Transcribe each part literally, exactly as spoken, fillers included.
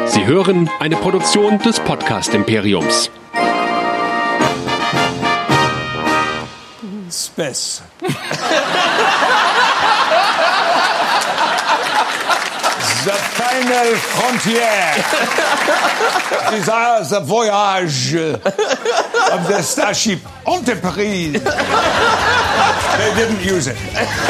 Sie hören eine Produktion des Podcast-Imperiums. Space. The final frontier. These are the voyage of the starship Enterprise. They didn't use it.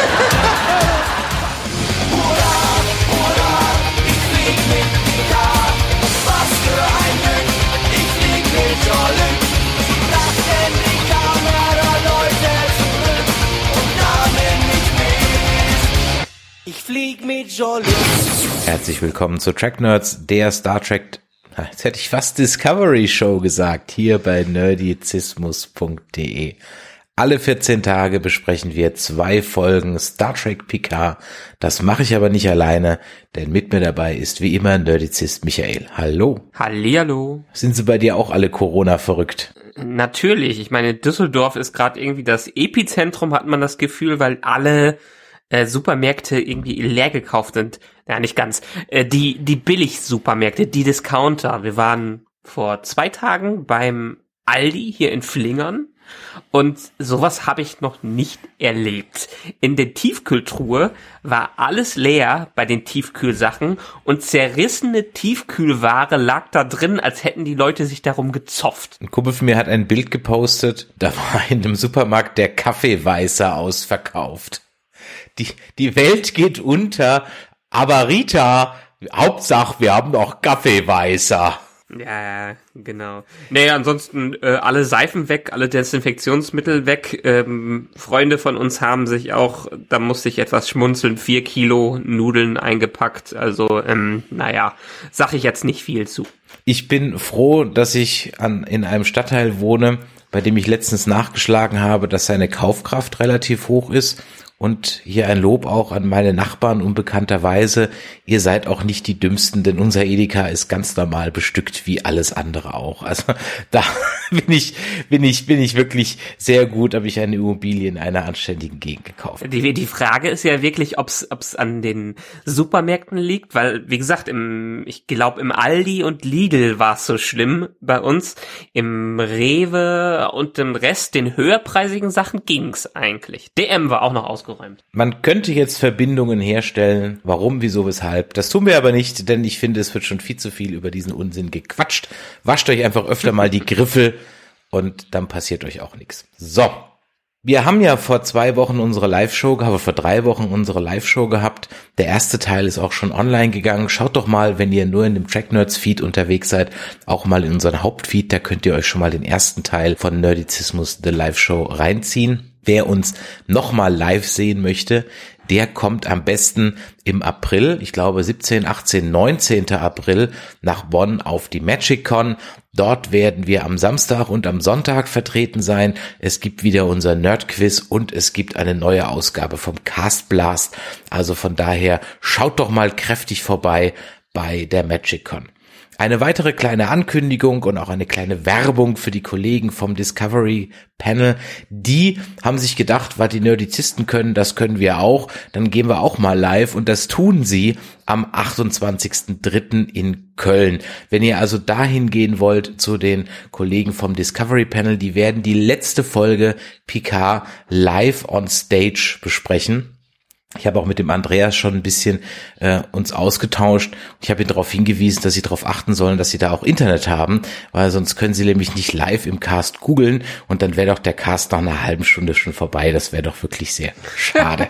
Ich flieg mit Jolly. Herzlich willkommen zu Track Nerds, der Star Trek, jetzt hätte ich fast Discovery Show gesagt, hier bei nerdizismus punkt de. Alle vierzehn Tage besprechen wir zwei Folgen Star Trek Picard. Das mache ich aber nicht alleine, denn mit mir dabei ist wie immer Nerdizist Michael. Hallo. Hallihallo. Sind Sie bei dir auch alle Corona verrückt? Natürlich. Ich meine, Düsseldorf ist gerade irgendwie das Epizentrum, hat man das Gefühl, weil alle äh, Supermärkte irgendwie leer gekauft sind. Ja, nicht ganz. Äh, die die Billig-Supermärkte, die Discounter. Wir waren vor zwei Tagen beim Aldi hier in Flingern. Und sowas habe ich noch nicht erlebt. In der Tiefkühltruhe war alles leer bei den Tiefkühlsachen und zerrissene Tiefkühlware lag da drin, als hätten die Leute sich darum gezopft. Ein Kumpel von mir hat ein Bild gepostet, da war in einem Supermarkt der Kaffeeweißer ausverkauft. Die, die Welt geht unter, aber Rita, Hauptsache wir haben noch Kaffeeweißer. Ja, genau. Nee, ansonsten äh, alle Seifen weg, alle Desinfektionsmittel weg. Ähm, Freunde von uns haben sich auch, da musste ich etwas schmunzeln, vier Kilo Nudeln eingepackt. Also, ähm, naja, sag ich jetzt nicht viel zu. Ich bin froh, dass ich an in einem Stadtteil wohne, bei dem ich letztens nachgeschlagen habe, dass seine Kaufkraft relativ hoch ist. Und hier ein Lob auch an meine Nachbarn unbekannterweise. Ihr seid auch nicht die Dümmsten, denn unser Edeka ist ganz normal bestückt wie alles andere auch. Also da bin ich, bin ich, bin ich wirklich sehr gut, habe ich eine Immobilie in einer anständigen Gegend gekauft. Die, die Frage ist ja wirklich, ob es an den Supermärkten liegt, weil, wie gesagt, im, ich glaube im Aldi und Lidl war es so schlimm bei uns. Im Rewe und im Rest, den höherpreisigen Sachen ging's eigentlich. D M war auch noch ausgeräumt. Man könnte jetzt Verbindungen herstellen, warum, wieso, weshalb. Das tun wir aber nicht, denn ich finde, es wird schon viel zu viel über diesen Unsinn gequatscht. Wascht euch einfach öfter mal die Griffel und dann passiert euch auch nichts. So, wir haben ja vor zwei Wochen unsere Live-Show gehabt, vor drei Wochen unsere Live-Show gehabt. Der erste Teil ist auch schon online gegangen. Schaut doch mal, wenn ihr nur in dem Track Nerds Feed unterwegs seid, auch mal in unseren Hauptfeed. Da könnt ihr euch schon mal den ersten Teil von Nerdizismus, The Live-Show, reinziehen. Wer uns nochmal live sehen möchte, der kommt am besten im April, ich glaube siebzehnten, achtzehnten, neunzehnten April nach Bonn auf die MagicCon. Dort werden wir am Samstag und am Sonntag vertreten sein. Es gibt wieder unser Nerdquiz und es gibt eine neue Ausgabe vom Castblast. Also von daher schaut doch mal kräftig vorbei bei der MagicCon. Eine weitere kleine Ankündigung und auch eine kleine Werbung für die Kollegen vom Discovery Panel. Die haben sich gedacht, was die Nerdizisten können, das können wir auch. Dann gehen wir auch mal live und das tun sie am achtundzwanzigsten dritten in Köln. Wenn ihr also dahin gehen wollt zu den Kollegen vom Discovery Panel, die werden die letzte Folge Picard live on stage besprechen. Ich habe auch mit dem Andreas schon ein bisschen äh, uns ausgetauscht. Ich habe ihn darauf hingewiesen, dass sie darauf achten sollen, dass sie da auch Internet haben, weil sonst können sie nämlich nicht live im Cast googeln und dann wäre doch der Cast nach einer halben Stunde schon vorbei. Das wäre doch wirklich sehr schade.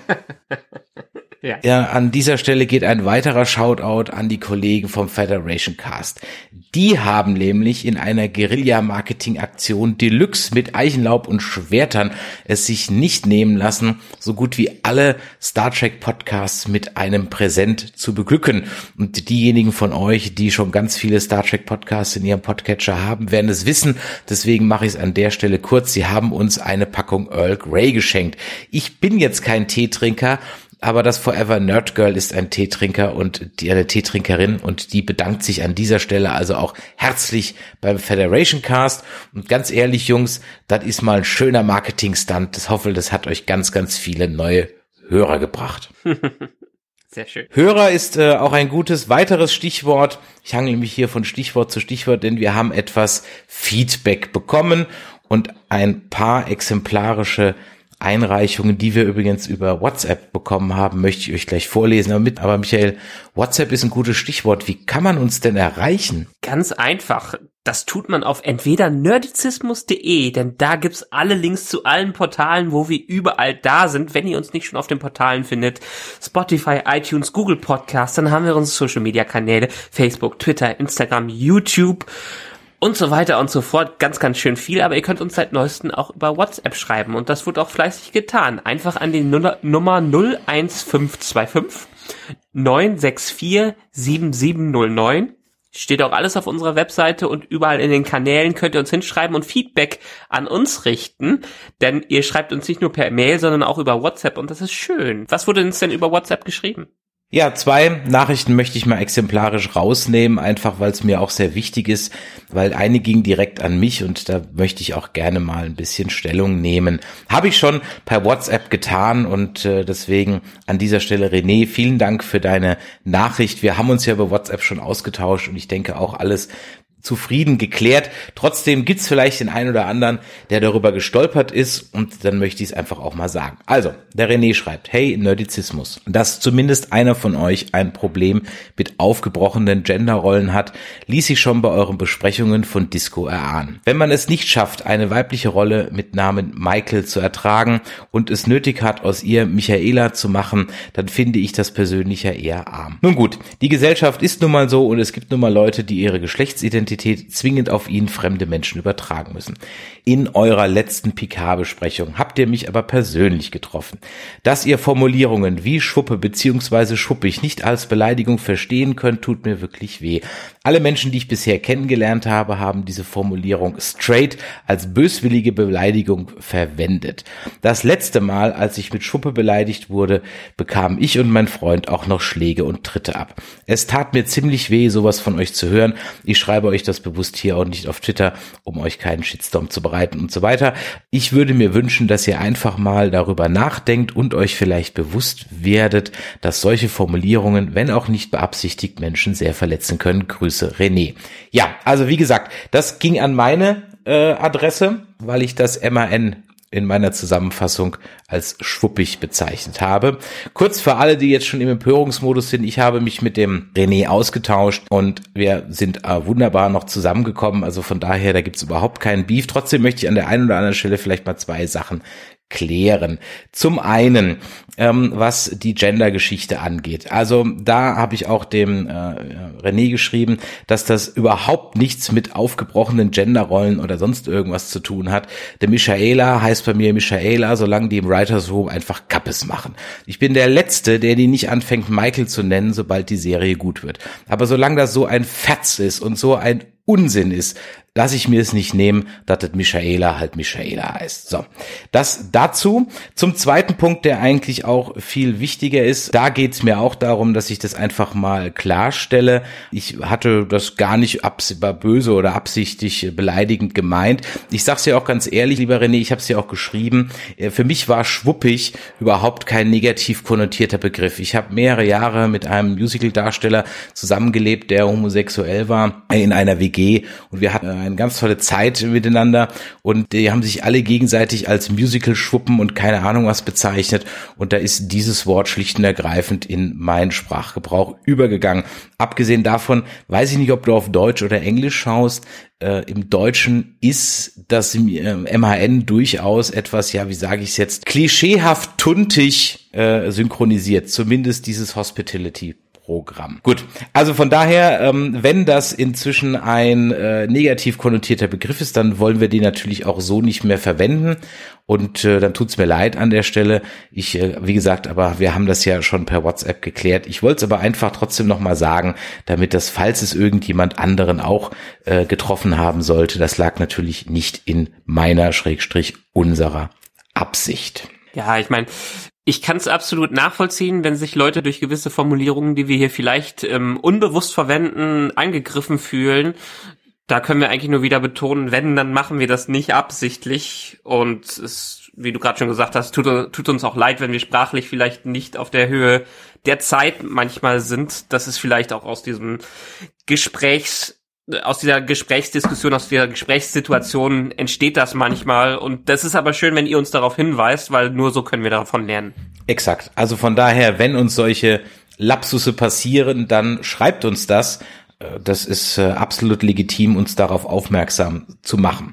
Ja. Ja, an dieser Stelle geht ein weiterer Shoutout an die Kollegen vom Federation Cast. Die haben nämlich in einer Guerilla-Marketing-Aktion Deluxe mit Eichenlaub und Schwertern es sich nicht nehmen lassen, so gut wie alle Star Trek Podcasts mit einem Präsent zu beglücken. Und diejenigen von euch, die schon ganz viele Star Trek Podcasts in ihrem Podcatcher haben, werden es wissen. Deswegen mache ich es an der Stelle kurz. Sie haben uns eine Packung Earl Grey geschenkt. Ich bin jetzt kein Teetrinker, aber das Forever Nerd Girl ist ein Teetrinker und die, eine Teetrinkerin und die bedankt sich an dieser Stelle also auch herzlich beim Federation Cast. Und ganz ehrlich, Jungs, das ist mal ein schöner Marketing-Stunt. Ich hoffe, das hat euch ganz, ganz viele neue Hörer gebracht. Sehr schön. Hörer ist äh, auch ein gutes weiteres Stichwort. Ich hangel mich hier von Stichwort zu Stichwort, denn wir haben etwas Feedback bekommen und ein paar exemplarische Einreichungen, die wir übrigens über WhatsApp bekommen haben, möchte ich euch gleich vorlesen. Aber, mit, aber Michael, WhatsApp ist ein gutes Stichwort. Wie kann man uns denn erreichen? Ganz einfach. Das tut man auf entweder nerdizismus punkt de, denn da gibt's alle Links zu allen Portalen, wo wir überall da sind. Wenn ihr uns nicht schon auf den Portalen findet, Spotify, iTunes, Google Podcasts, dann haben wir unsere Social Media Kanäle, Facebook, Twitter, Instagram, YouTube und so weiter und so fort. Ganz, ganz schön viel, aber ihr könnt uns seit neuestem auch über WhatsApp schreiben und das wird auch fleißig getan. Einfach an die Nummer null eins fünf zwei fünf neun sechs vier sieben sieben null neun. Steht auch alles auf unserer Webseite und überall in den Kanälen könnt ihr uns hinschreiben und Feedback an uns richten, denn ihr schreibt uns nicht nur per Mail, sondern auch über WhatsApp und das ist schön. Was wurde uns denn über WhatsApp geschrieben? Ja, zwei Nachrichten möchte ich mal exemplarisch rausnehmen, einfach weil es mir auch sehr wichtig ist, weil eine ging direkt an mich und da möchte ich auch gerne mal ein bisschen Stellung nehmen. Habe ich schon per WhatsApp getan und äh, deswegen an dieser Stelle René, vielen Dank für deine Nachricht. Wir haben uns ja über WhatsApp schon ausgetauscht und ich denke auch alles zufrieden geklärt. Trotzdem gibt's vielleicht den einen oder anderen, der darüber gestolpert ist und dann möchte ich es einfach auch mal sagen. Also, der René schreibt, hey Nerdizismus, dass zumindest einer von euch ein Problem mit aufgebrochenen Genderrollen hat, ließ sich schon bei euren Besprechungen von Disco erahnen. Wenn man es nicht schafft, eine weibliche Rolle mit Namen Michael zu ertragen und es nötig hat, aus ihr Michaela zu machen, dann finde ich das persönlich ja eher arm. Nun gut, die Gesellschaft ist nun mal so und es gibt nun mal Leute, die ihre Geschlechtsidentität zwingend auf ihn fremde Menschen übertragen müssen. In eurer letzten Picard-Besprechung habt ihr mich aber persönlich getroffen. Dass ihr Formulierungen wie Schwuppe bzw. schuppig nicht als Beleidigung verstehen könnt, tut mir wirklich weh. Alle Menschen, die ich bisher kennengelernt habe, haben diese Formulierung straight als böswillige Beleidigung verwendet. Das letzte Mal, als ich mit Schwuppe beleidigt wurde, bekam ich und mein Freund auch noch Schläge und Tritte ab. Es tat mir ziemlich weh, sowas von euch zu hören. Ich schreibe euch das bewusst hier und nicht auf Twitter, um euch keinen Shitstorm zu bereiten und so weiter. Ich würde mir wünschen, dass ihr einfach mal darüber nachdenkt und euch vielleicht bewusst werdet, dass solche Formulierungen, wenn auch nicht beabsichtigt, Menschen sehr verletzen können. Grüße, René. Ja, also wie gesagt, das ging an meine äh, Adresse, weil ich das M A N in meiner Zusammenfassung als schwuppig bezeichnet habe. Kurz für alle, die jetzt schon im Empörungsmodus sind, ich habe mich mit dem René ausgetauscht und wir sind äh, wunderbar noch zusammengekommen, also von daher, da gibt's überhaupt keinen Beef. Trotzdem möchte ich an der einen oder anderen Stelle vielleicht mal zwei Sachen klären. Zum einen, ähm, was die Gender-Geschichte angeht. Also da habe ich auch dem äh, René geschrieben, dass das überhaupt nichts mit aufgebrochenen Genderrollen oder sonst irgendwas zu tun hat. Der Michaela heißt bei mir Michaela, solange die im Writers Room einfach Kappes machen. Ich bin der Letzte, der die nicht anfängt, Michael zu nennen, sobald die Serie gut wird. Aber solange das so ein Fatz ist und so ein Unsinn ist, lasse ich mir es nicht nehmen, dass das Michaela halt Michaela heißt. So, das dazu. Zum zweiten Punkt, der eigentlich auch viel wichtiger ist, da geht es mir auch darum, dass ich das einfach mal klarstelle. Ich hatte das gar nicht absehbar böse oder absichtlich beleidigend gemeint. Ich sag's ja auch ganz ehrlich, lieber René, ich habe es ja auch geschrieben, für mich war schwuppig überhaupt kein negativ konnotierter Begriff. Ich habe mehrere Jahre mit einem Musical-Darsteller zusammengelebt, der homosexuell war, in einer W G und wir hatten eine ganz tolle Zeit miteinander und die haben sich alle gegenseitig als Musical-Schwuppen und keine Ahnung was bezeichnet und da ist dieses Wort schlicht und ergreifend in meinen Sprachgebrauch übergegangen. Abgesehen davon, weiß ich nicht, ob du auf Deutsch oder Englisch schaust, äh, im Deutschen ist das äh, M H N durchaus etwas, ja, wie sage ich es jetzt, klischeehaft tuntig äh, synchronisiert, zumindest dieses Hospitality Programm. Gut, also von daher, ähm, wenn das inzwischen ein äh, negativ konnotierter Begriff ist, dann wollen wir den natürlich auch so nicht mehr verwenden und äh, dann tut's mir leid an der Stelle. Ich, äh, wie gesagt, aber wir haben das ja schon per WhatsApp geklärt. Ich wollte es aber einfach trotzdem nochmal sagen, damit das, falls es irgendjemand anderen auch äh, getroffen haben sollte, das lag natürlich nicht in meiner, Schrägstrich, unserer Absicht. Ja, ich meine, ich kann es absolut nachvollziehen, wenn sich Leute durch gewisse Formulierungen, die wir hier vielleicht ähm, unbewusst verwenden, angegriffen fühlen. da können wir eigentlich nur wieder betonen, wenn, dann machen wir das nicht absichtlich. Und es, wie du gerade schon gesagt hast, tut, tut uns auch leid, wenn wir sprachlich vielleicht nicht auf der Höhe der Zeit manchmal sind. Das ist vielleicht auch aus diesem Gesprächs aus dieser Gesprächsdiskussion, aus dieser Gesprächssituation entsteht das manchmal. Und das ist aber schön, wenn ihr uns darauf hinweist, weil nur so können wir davon lernen. Exakt. Also von daher, wenn uns solche Lapsusse passieren, dann schreibt uns das. Das ist absolut legitim, uns darauf aufmerksam zu machen.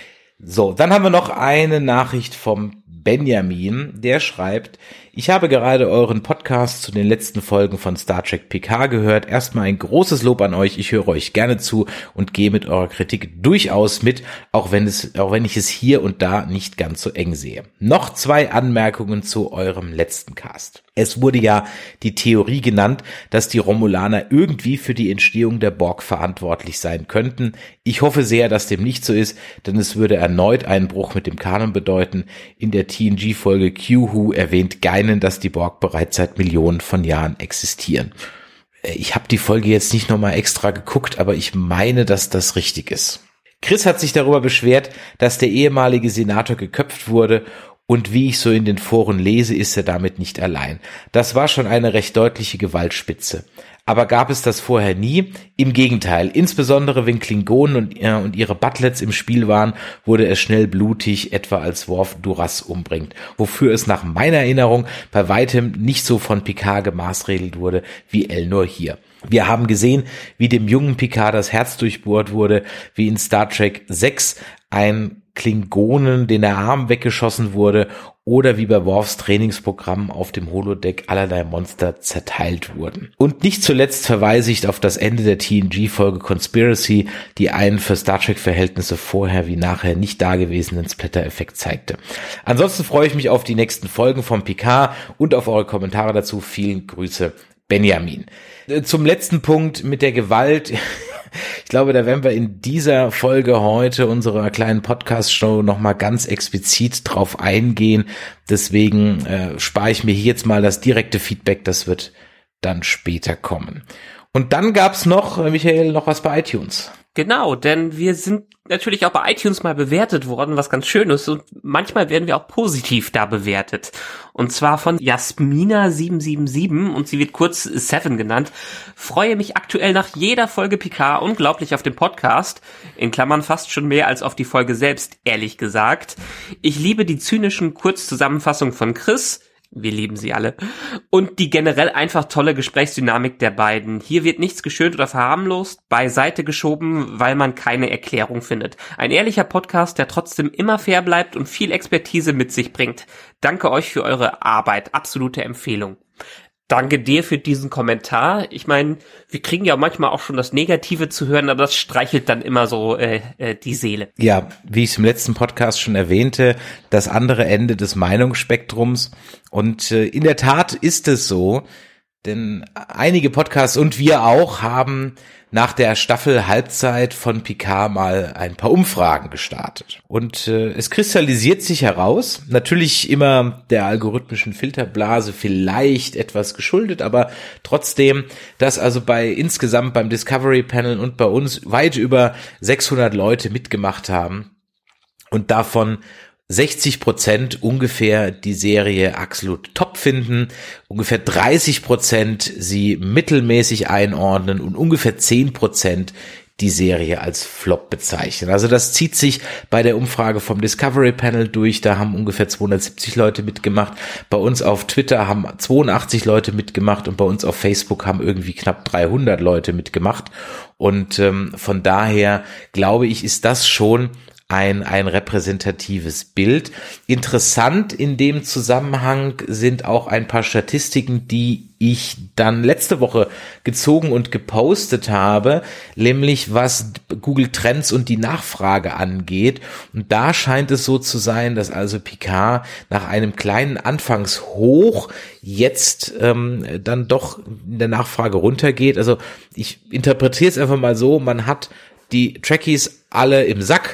So, dann haben wir noch eine Nachricht vom Benjamin, der schreibt: Ich habe gerade euren Podcast zu den letzten Folgen von Star Trek Picard gehört. Erstmal ein großes Lob an euch. Ich höre euch gerne zu und gehe mit eurer Kritik durchaus mit, auch wenn es, auch wenn ich es hier und da nicht ganz so eng sehe. Noch zwei Anmerkungen zu eurem letzten Cast. Es wurde ja die Theorie genannt, dass die Romulaner irgendwie für die Entstehung der Borg verantwortlich sein könnten. Ich hoffe sehr, dass dem nicht so ist, denn es würde erneut einen Bruch mit dem Kanon bedeuten. In der T N G-Folge Q-Who erwähnt Guinan, dass die Borg bereits seit Millionen von Jahren existieren. Ich habe die Folge jetzt nicht nochmal extra geguckt, aber ich meine, dass das richtig ist. Chris hat sich darüber beschwert, dass der ehemalige Senator geköpft wurde. Und wie ich so in den Foren lese, ist er damit nicht allein. Das war schon eine recht deutliche Gewaltspitze. Aber gab es das vorher nie? Im Gegenteil, insbesondere wenn Klingonen und, äh, und ihre Butlets im Spiel waren, wurde es schnell blutig, etwa als Worf Duras umbringt. Wofür es nach meiner Erinnerung bei weitem nicht so von Picard gemaßregelt wurde, wie Elnor hier. Wir haben gesehen, wie dem jungen Picard das Herz durchbohrt wurde, wie in Star Trek sechs ein Klingonen, den der Arm weggeschossen wurde, oder wie bei Worfs Trainingsprogramm auf dem Holodeck allerlei Monster zerteilt wurden. Und nicht zuletzt verweise ich auf das Ende der T N G-Folge Conspiracy, die einen für Star Trek-Verhältnisse vorher wie nachher nicht dagewesenen Splitter-Effekt zeigte. Ansonsten freue ich mich auf die nächsten Folgen von Picard und auf eure Kommentare dazu. Vielen Grüße, Benjamin. Zum letzten Punkt mit der Gewalt. Ich glaube, da werden wir in dieser Folge heute unserer kleinen Podcast-Show nochmal ganz explizit drauf eingehen. Deswegen äh, spare ich mir hier jetzt mal das direkte Feedback. Das wird dann später kommen. Und dann gab's noch, äh, Michael, noch was bei iTunes. Genau, denn wir sind natürlich auch bei iTunes mal bewertet worden, was ganz schön ist. Und manchmal werden wir auch positiv da bewertet. Und zwar von Jasmina sieben sieben sieben und sie wird kurz Seven genannt. Freue mich aktuell nach jeder Folge Picard unglaublich auf den Podcast. In Klammern fast schon mehr als auf die Folge selbst, ehrlich gesagt. Ich liebe die zynischen Kurzzusammenfassungen von Chris. Wir lieben sie alle. Und die generell einfach tolle Gesprächsdynamik der beiden. Hier wird nichts geschönt oder verharmlost, beiseite geschoben, weil man keine Erklärung findet. Ein ehrlicher Podcast, der trotzdem immer fair bleibt und viel Expertise mit sich bringt. Danke euch für eure Arbeit. Absolute Empfehlung. Danke dir für diesen Kommentar. Ich meine, wir kriegen ja manchmal auch schon das Negative zu hören, aber das streichelt dann immer so äh, äh, die Seele. Ja, wie ich es im letzten Podcast schon erwähnte, das andere Ende des Meinungsspektrums. Und äh, in der Tat ist es so, denn einige Podcasts und wir auch haben nach der Staffel Halbzeit von Picard mal ein paar Umfragen gestartet. Und äh, es kristallisiert sich heraus, natürlich immer der algorithmischen Filterblase vielleicht etwas geschuldet, aber trotzdem, dass also bei insgesamt beim Discovery Panel und bei uns weit über sechshundert Leute mitgemacht haben und davon sechzig Prozent ungefähr die Serie absolut top finden, ungefähr dreißig Prozent sie mittelmäßig einordnen und ungefähr zehn Prozent die Serie als Flop bezeichnen. Also das zieht sich bei der Umfrage vom Discovery Panel durch, da haben ungefähr zweihundertsiebzig Leute mitgemacht, bei uns auf Twitter haben zweiundachtzig Leute mitgemacht und bei uns auf Facebook haben irgendwie knapp dreihundert Leute mitgemacht und ähm, von daher glaube ich, ist das schon ein ein repräsentatives Bild. Interessant in dem Zusammenhang sind auch ein paar Statistiken, die ich dann letzte Woche gezogen und gepostet habe, nämlich was Google Trends und die Nachfrage angeht. Und da scheint es so zu sein, dass also Picard nach einem kleinen Anfangshoch jetzt ähm, dann doch in der Nachfrage runtergeht. Also ich interpretiere es einfach mal so, man hat die Trekkies alle im Sack,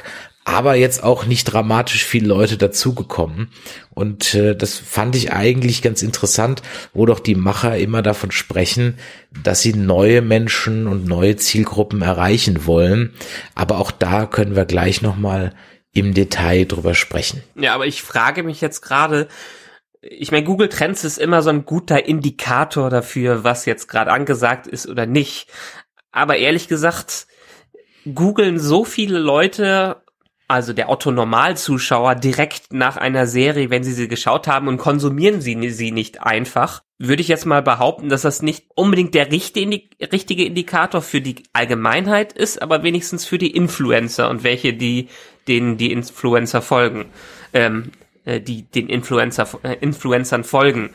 aber jetzt auch nicht dramatisch viele Leute dazugekommen. Und äh, das fand ich eigentlich ganz interessant, wo doch die Macher immer davon sprechen, dass sie neue Menschen und neue Zielgruppen erreichen wollen. Aber auch da können wir gleich nochmal im Detail drüber sprechen. Ja, aber ich frage mich jetzt gerade, ich meine, Google Trends ist immer so ein guter Indikator dafür, was jetzt gerade angesagt ist oder nicht. Aber ehrlich gesagt, googeln so viele Leute, also der Otto-Normalzuschauer, direkt nach einer Serie, wenn sie sie geschaut haben, und konsumieren sie sie nicht einfach, würde ich jetzt mal behaupten, dass das nicht unbedingt der richtige Indikator für die Allgemeinheit ist, aber wenigstens für die Influencer und welche, die denen die Influencer folgen, ähm, die den Influencer äh, Influencern folgen.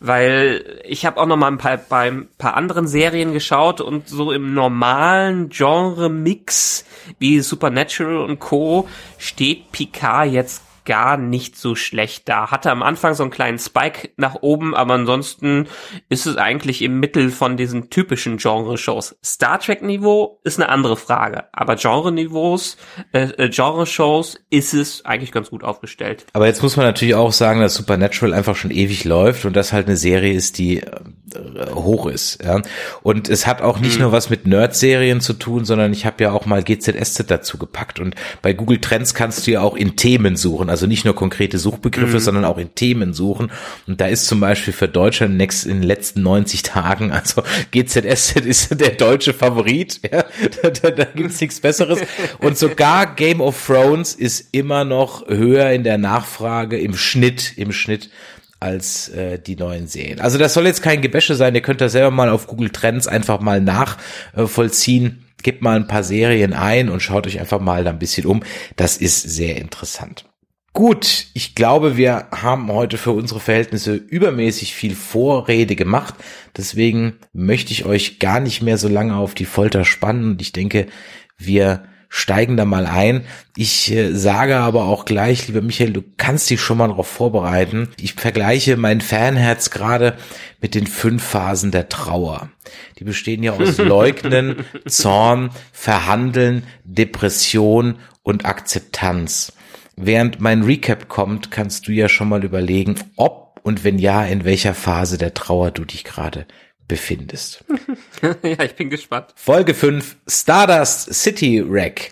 Weil ich habe auch noch mal ein paar, bei ein paar anderen Serien geschaut und so im normalen Genre-Mix wie Supernatural und Co. steht Picard jetzt gar nicht so schlecht da. Hatte am Anfang so einen kleinen Spike nach oben, aber ansonsten ist es eigentlich im Mittel von diesen typischen Genre-Shows. Star Trek-Niveau ist eine andere Frage, aber Genre-Niveaus, äh, Genre-Shows ist es eigentlich ganz gut aufgestellt. Aber jetzt muss man natürlich auch sagen, dass Supernatural einfach schon ewig läuft und das halt eine Serie ist, die äh, hoch ist. Ja? Und es hat auch nicht hm. nur was mit Nerd-Serien zu tun, sondern ich habe ja auch mal G Z S Z dazu gepackt und bei Google Trends kannst du ja auch in Themen suchen, also nicht nur konkrete Suchbegriffe, mhm. sondern auch in Themen suchen. Und da ist zum Beispiel für Deutschland next in den letzten neunzig Tagen, also G Z S Z ist der deutsche Favorit, ja, da, da, da gibt's nichts Besseres. Und sogar Game of Thrones ist immer noch höher in der Nachfrage im Schnitt, im Schnitt als äh, die neuen Serien. Also das soll jetzt kein Gebäsche sein, ihr könnt das selber mal auf Google Trends einfach mal nachvollziehen. Äh, Gebt mal ein paar Serien ein und schaut euch einfach mal da ein bisschen um. Das ist sehr interessant. Gut, ich glaube, wir haben heute für unsere Verhältnisse übermäßig viel Vorrede gemacht. Deswegen möchte ich euch gar nicht mehr so lange auf die Folter spannen. Und ich denke, wir steigen da mal ein. Ich äh, sage aber auch gleich, lieber Michael, du kannst dich schon mal darauf vorbereiten. Ich vergleiche mein Fanherz gerade mit den fünf Phasen der Trauer. Die bestehen ja aus Leugnen, Zorn, Verhandeln, Depression und Akzeptanz. Während mein Recap kommt, kannst du ja schon mal überlegen, ob und wenn ja, in welcher Phase der Trauer du dich gerade befindest. Ja, ich bin gespannt. Folge fünf, Stardust City Wreck.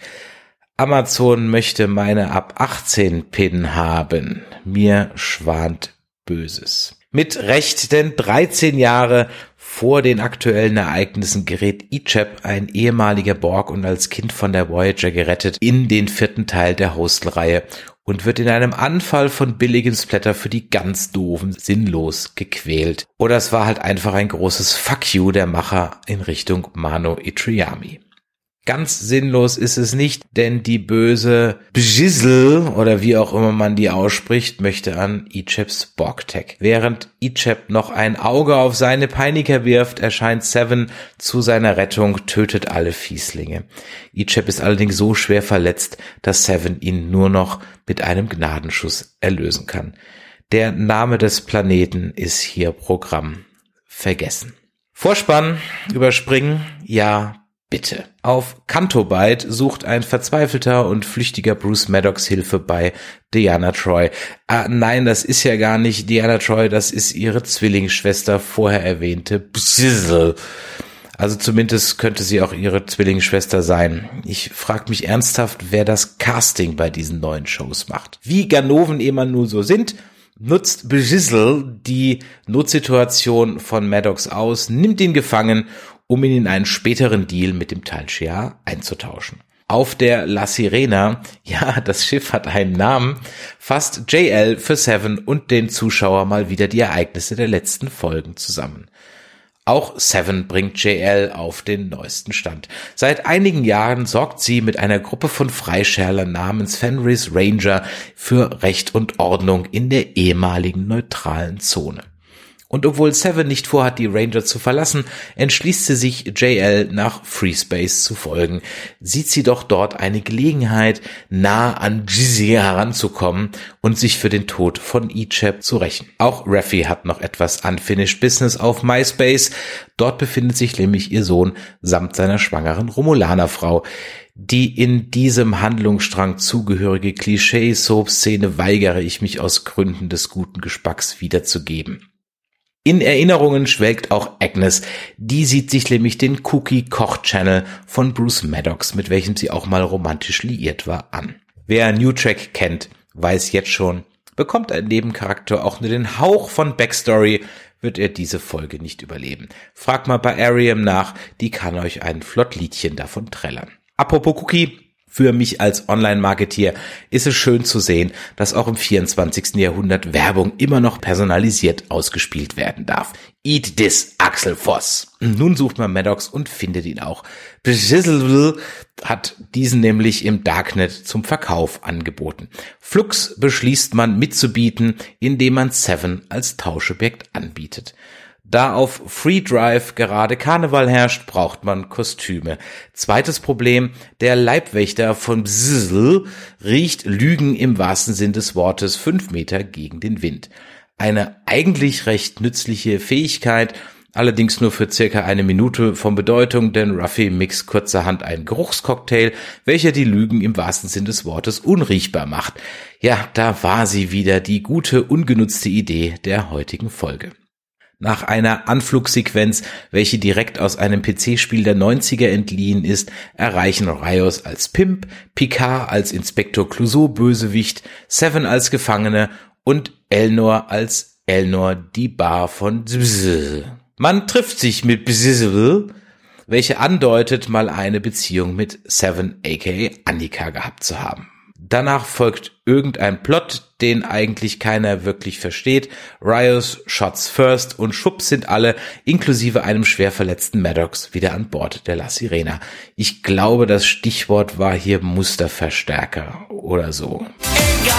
Amazon möchte meine ab achtzehn Pin haben. Mir schwant Böses. Mit Recht, denn dreizehn Jahre vor den aktuellen Ereignissen gerät Icheb, ein ehemaliger Borg und als Kind von der Voyager gerettet, in den vierten Teil der Hostel-Reihe und wird in einem Anfall von billigem Splatter für die ganz doofen sinnlos gequält. Oder es war halt einfach ein großes Fuck you der Macher in Richtung Mano Itriami. Ganz sinnlos ist es nicht, denn die böse Bjizl, oder wie auch immer man die ausspricht, möchte an Ichebs Borg-Tech. Während Icheb noch ein Auge auf seine Peiniger wirft, erscheint Seven zu seiner Rettung, tötet alle Fieslinge. Icheb ist allerdings so schwer verletzt, dass Seven ihn nur noch mit einem Gnadenschuss erlösen kann. Der Name des Planeten ist hier Programm. Vergessen. Vorspann, überspringen, ja, bitte. Auf Cantobite sucht ein verzweifelter und flüchtiger Bruce Maddox Hilfe bei Deanna Troi. Ah, nein, das ist ja gar nicht Deanna Troi, das ist ihre Zwillingsschwester, vorher erwähnte Bjizl. Also zumindest könnte sie auch ihre Zwillingsschwester sein. Ich frage mich ernsthaft, wer das Casting bei diesen neuen Shows macht. Wie Ganoven immer nur so sind, nutzt Bjizl die Notsituation von Maddox aus, nimmt ihn gefangen, um ihn in einen späteren Deal mit dem Tal Shiar einzutauschen. Auf der La Sirena, ja, das Schiff hat einen Namen, fasst J L für Seven und den Zuschauer mal wieder die Ereignisse der letzten Folgen zusammen. Auch Seven bringt J L auf den neuesten Stand. Seit einigen Jahren sorgt sie mit einer Gruppe von Freischärlern namens Fenris Ranger für Recht und Ordnung in der ehemaligen neutralen Zone. Und obwohl Seven nicht vorhat, die Ranger zu verlassen, entschließt sie sich, J L nach Freespace zu folgen. Sieht sie doch dort eine Gelegenheit, nah an Jizzy heranzukommen und sich für den Tod von Icheb zu rächen. Auch Raffi hat noch etwas Unfinished Business auf MySpace. Dort befindet sich nämlich ihr Sohn samt seiner schwangeren Romulanerfrau. Die in diesem Handlungsstrang zugehörige Klischee-Soap-Szene weigere ich mich aus Gründen des guten Geschmacks wiederzugeben. In Erinnerungen schwelgt auch Agnes. Die sieht sich nämlich den Cookie-Koch-Channel von Bruce Maddox, mit welchem sie auch mal romantisch liiert war, an. Wer New Track kennt, weiß jetzt schon, bekommt ein Nebencharakter auch nur den Hauch von Backstory, wird er diese Folge nicht überleben. Fragt mal bei Ariam nach, die kann euch ein Flottliedchen davon trällern. Apropos Cookie, für mich als Online-Marketier ist es schön zu sehen, dass auch im vierundzwanzigsten Jahrhundert Werbung immer noch personalisiert ausgespielt werden darf. Eat this, Axel Voss. Nun sucht man Maddox und findet ihn auch. Bizzle hat diesen nämlich im Darknet zum Verkauf angeboten. Flux beschließt man mitzubieten, indem man Seven als Tauschobjekt anbietet. Da auf Free Drive gerade Karneval herrscht, braucht man Kostüme. Zweites Problem, der Leibwächter von Bzzl riecht Lügen im wahrsten Sinn des Wortes fünf Meter gegen den Wind. Eine eigentlich recht nützliche Fähigkeit, allerdings nur für circa eine Minute von Bedeutung, denn Ruffy mixt kurzerhand einen Geruchscocktail, welcher die Lügen im wahrsten Sinn des Wortes unriechbar macht. Ja, da war sie wieder, die gute, ungenutzte Idee der heutigen Folge. Nach einer Anflugsequenz, welche direkt aus einem P C-Spiel der neunziger entliehen ist, erreichen Rios als Pimp, Picard als Inspektor Clouseau-Bösewicht, Seven als Gefangene und Elnor als Elnor die Bar von Bzzl. Man trifft sich mit Bzzl, welche andeutet, mal eine Beziehung mit Seven aka Annika gehabt zu haben. Danach folgt irgendein Plot, den eigentlich keiner wirklich versteht. Rios, Shots First und Schubs sind alle, inklusive einem schwer verletzten Maddox, wieder an Bord der La Sirena. Ich glaube, das Stichwort war hier Musterverstärker oder so. Egal.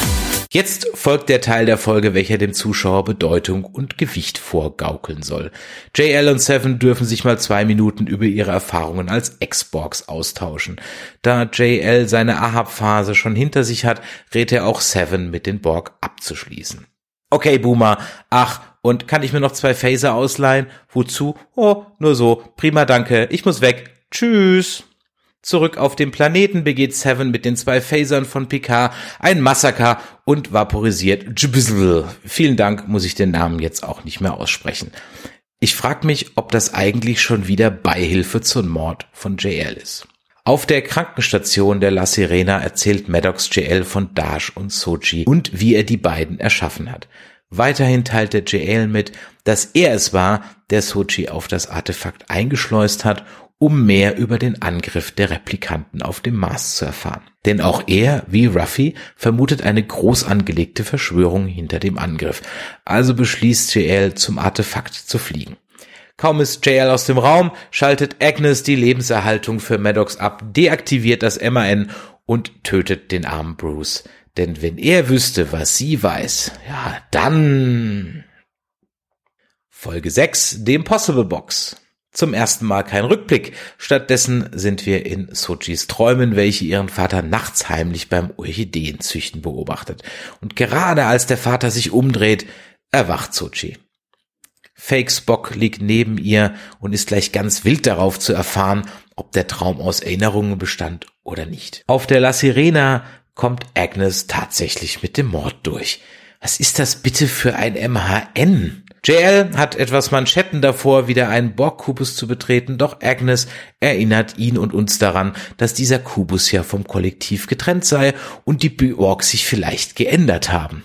Jetzt folgt der Teil der Folge, welcher dem Zuschauer Bedeutung und Gewicht vorgaukeln soll. J L und Seven dürfen sich mal zwei Minuten über ihre Erfahrungen als Ex-Borgs austauschen. Da J L seine Ahab-Phase schon hinter sich hat, rät er auch Seven, mit den Borg abzuschließen. Okay, Boomer. Ach, und kann ich mir noch zwei Phaser ausleihen? Wozu? Oh, nur so. Prima, danke. Ich muss weg. Tschüss. Zurück auf dem Planeten begeht Seven mit den zwei Phasern von Picard ein Massaker und vaporisiert Jbzzl. Vielen Dank, muss ich den Namen jetzt auch nicht mehr aussprechen. Ich frage mich, ob das eigentlich schon wieder Beihilfe zum Mord von J L ist. Auf der Krankenstation der La Sirena erzählt Maddox J L von Dash und Soji und wie er die beiden erschaffen hat. Weiterhin teilt der J L mit, dass er es war, der Soji auf das Artefakt eingeschleust hat, um mehr über den Angriff der Replikanten auf dem Mars zu erfahren. Denn auch er, wie Ruffy, vermutet eine groß angelegte Verschwörung hinter dem Angriff. Also beschließt J L, zum Artefakt zu fliegen. Kaum ist J L aus dem Raum, schaltet Agnes die Lebenserhaltung für Maddox ab, deaktiviert das M A N und tötet den armen Bruce. Denn wenn er wüsste, was sie weiß, ja, dann... Folge sechs, The Impossible Box. Zum ersten Mal kein Rückblick. Stattdessen sind wir in Sojis Träumen, welche ihren Vater nachts heimlich beim Orchideenzüchten beobachtet. Und gerade als der Vater sich umdreht, erwacht Soji. Fake Spock liegt neben ihr und ist gleich ganz wild darauf zu erfahren, ob der Traum aus Erinnerungen bestand oder nicht. Auf der La Sirena kommt Agnes tatsächlich mit dem Mord durch. Was ist das bitte für ein M H N? J L hat etwas Manschetten davor, wieder einen Borg-Kubus zu betreten, doch Agnes erinnert ihn und uns daran, dass dieser Kubus ja vom Kollektiv getrennt sei und die Borg sich vielleicht geändert haben.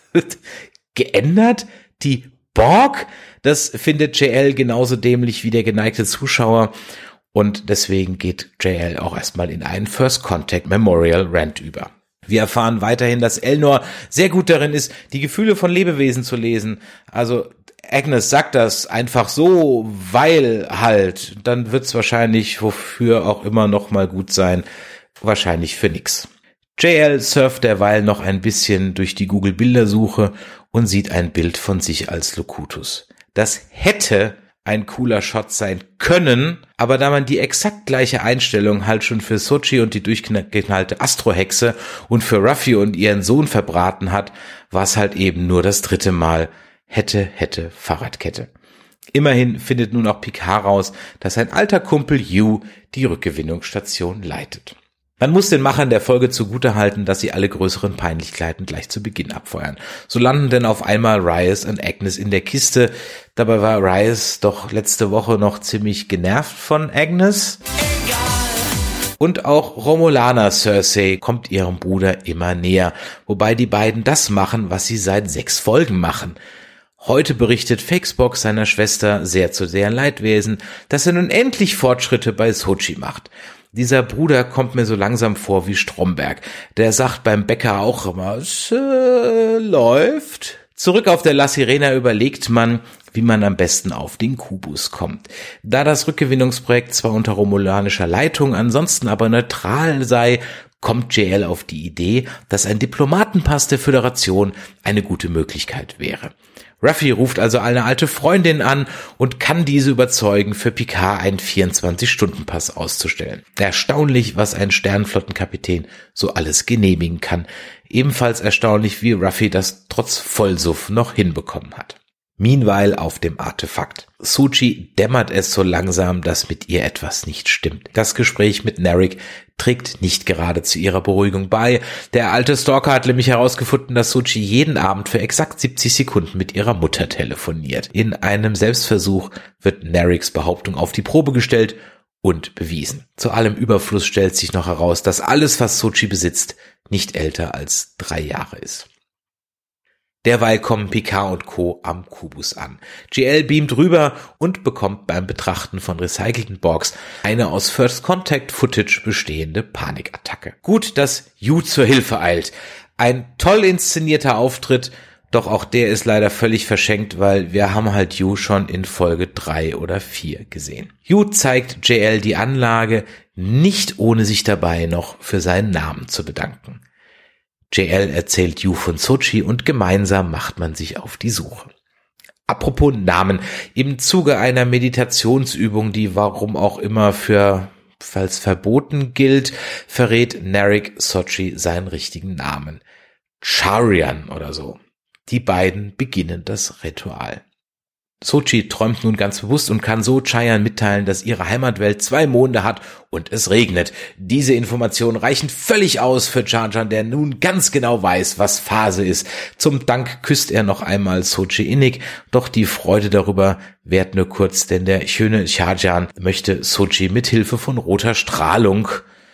Geändert? Die Borg? Das findet J L genauso dämlich wie der geneigte Zuschauer und deswegen geht J L auch erstmal in einen First Contact Memorial Rant über. Wir erfahren weiterhin, dass Elnor sehr gut darin ist, die Gefühle von Lebewesen zu lesen. Also Agnes sagt das einfach so, weil halt, dann wird's wahrscheinlich wofür auch immer noch mal gut sein, wahrscheinlich für nix. J L surft derweil noch ein bisschen durch die Google-Bildersuche und sieht ein Bild von sich als Locutus. Das hätte ein cooler Shot sein können, aber da man die exakt gleiche Einstellung halt schon für Sochi und die durchgeknallte Astrohexe und für Ruffy und ihren Sohn verbraten hat, war es halt eben nur das dritte Mal hätte, hätte, Fahrradkette. Immerhin findet nun auch Picard raus, dass sein alter Kumpel Hugh die Rückgewinnungsstation leitet. Man muss den Machern der Folge zugutehalten, dass sie alle größeren Peinlichkeiten gleich zu Beginn abfeuern. So landen denn auf einmal Reyes und Agnes in der Kiste. Dabei war Reyes doch letzte Woche noch ziemlich genervt von Agnes. Und auch Romulaner Cersei kommt ihrem Bruder immer näher, wobei die beiden das machen, was sie seit sechs Folgen machen. Heute berichtet Fakesbock seiner Schwester sehr zu deren Leidwesen, dass er nun endlich Fortschritte bei Sochi macht. Dieser Bruder kommt mir so langsam vor wie Stromberg. Der sagt beim Bäcker auch immer, es äh, läuft. Zurück auf der La Sirena überlegt man, wie man am besten auf den Kubus kommt. Da das Rückgewinnungsprojekt zwar unter romulanischer Leitung, ansonsten aber neutral sei, kommt J L auf die Idee, dass ein Diplomatenpass der Föderation eine gute Möglichkeit wäre. Ruffy ruft also eine alte Freundin an und kann diese überzeugen, für Picard einen vierundzwanzig-Stunden-Pass auszustellen. Erstaunlich, was ein Sternenflottenkapitän so alles genehmigen kann. Ebenfalls erstaunlich, wie Ruffy das trotz Vollsuff noch hinbekommen hat. Meanwhile auf dem Artefakt. Sochi dämmert es so langsam, dass mit ihr etwas nicht stimmt. Das Gespräch mit Narek trägt nicht gerade zu ihrer Beruhigung bei. Der alte Stalker hat nämlich herausgefunden, dass Sochi jeden Abend für exakt siebzig Sekunden mit ihrer Mutter telefoniert. In einem Selbstversuch wird Nareks Behauptung auf die Probe gestellt und bewiesen. Zu allem Überfluss stellt sich noch heraus, dass alles, was Sochi besitzt, nicht älter als drei Jahre ist. Derweil kommen Picard und Co. am Kubus an. J L beamt rüber und bekommt beim Betrachten von recycelten Borgs eine aus First Contact Footage bestehende Panikattacke. Gut, dass Hugh zur Hilfe eilt. Ein toll inszenierter Auftritt, doch auch der ist leider völlig verschenkt, weil wir haben halt Hugh schon in Folge drei oder vier gesehen. Hugh zeigt J L die Anlage, nicht ohne sich dabei noch für seinen Namen zu bedanken. J L erzählt Hugh von Sochi und gemeinsam macht man sich auf die Suche. Apropos Namen, im Zuge einer Meditationsübung, die warum auch immer für falls verboten gilt, verrät Narek Sochi seinen richtigen Namen. Charian oder so. Die beiden beginnen das Ritual. Sochi träumt nun ganz bewusst und kann so Cheyenne mitteilen, dass ihre Heimatwelt zwei Monde hat und es regnet. Diese Informationen reichen völlig aus für Jar Jar, der nun ganz genau weiß, was Phase ist. Zum Dank küsst er noch einmal Sochi innig, doch die Freude darüber währt nur kurz, denn der schöne Jar Jar möchte Sochi mit Hilfe von roter Strahlung,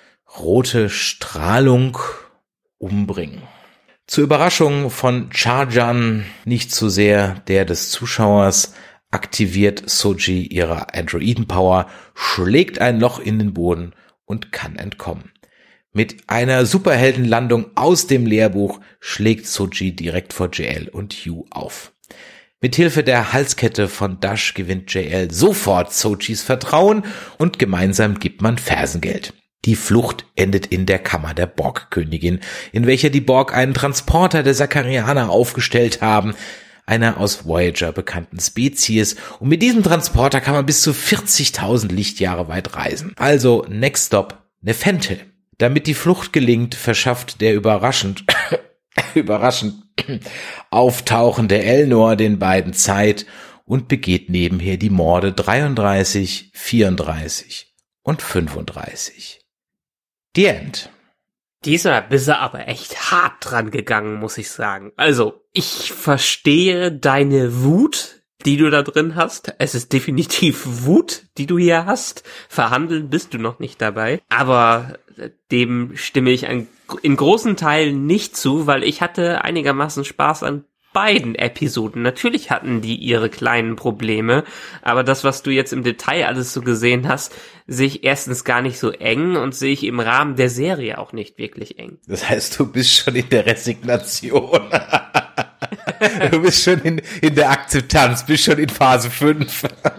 rote Strahlung umbringen. Zur Überraschung von Jar Jar, nicht zu sehr der des Zuschauers, aktiviert Sochi ihre Androiden-Power, schlägt ein Loch in den Boden und kann entkommen. Mit einer Superheldenlandung aus dem Lehrbuch schlägt Sochi direkt vor J L und Hugh auf. Mithilfe der Halskette von Dash gewinnt J L sofort Sochis Vertrauen und gemeinsam gibt man Fersengeld. Die Flucht endet in der Kammer der Borg-Königin, in welcher die Borg einen Transporter der Sakarianer aufgestellt haben, einer aus Voyager bekannten Spezies, und mit diesem Transporter kann man bis zu vierzigtausend Lichtjahre weit reisen. Also Next Stop Nephente. Damit die Flucht gelingt, verschafft der überraschend überraschend auftauchende Elnor den beiden Zeit und begeht nebenher die Morde dreiunddreißig, vierunddreißig und fünfunddreißig. The End. Dieser bist er aber echt hart dran gegangen, muss ich sagen. Also, ich verstehe deine Wut, die du da drin hast. Es ist definitiv Wut, die du hier hast. Verhandeln bist du noch nicht dabei. Aber dem stimme ich an, in großen Teilen nicht zu, weil ich hatte einigermaßen Spaß an beiden Episoden. Natürlich hatten die ihre kleinen Probleme, aber das, was du jetzt im Detail alles so gesehen hast, sehe ich erstens gar nicht so eng und sehe ich im Rahmen der Serie auch nicht wirklich eng. Das heißt, du bist schon in der Resignation. Du bist schon in, in der Akzeptanz, bist schon in Phase fünf.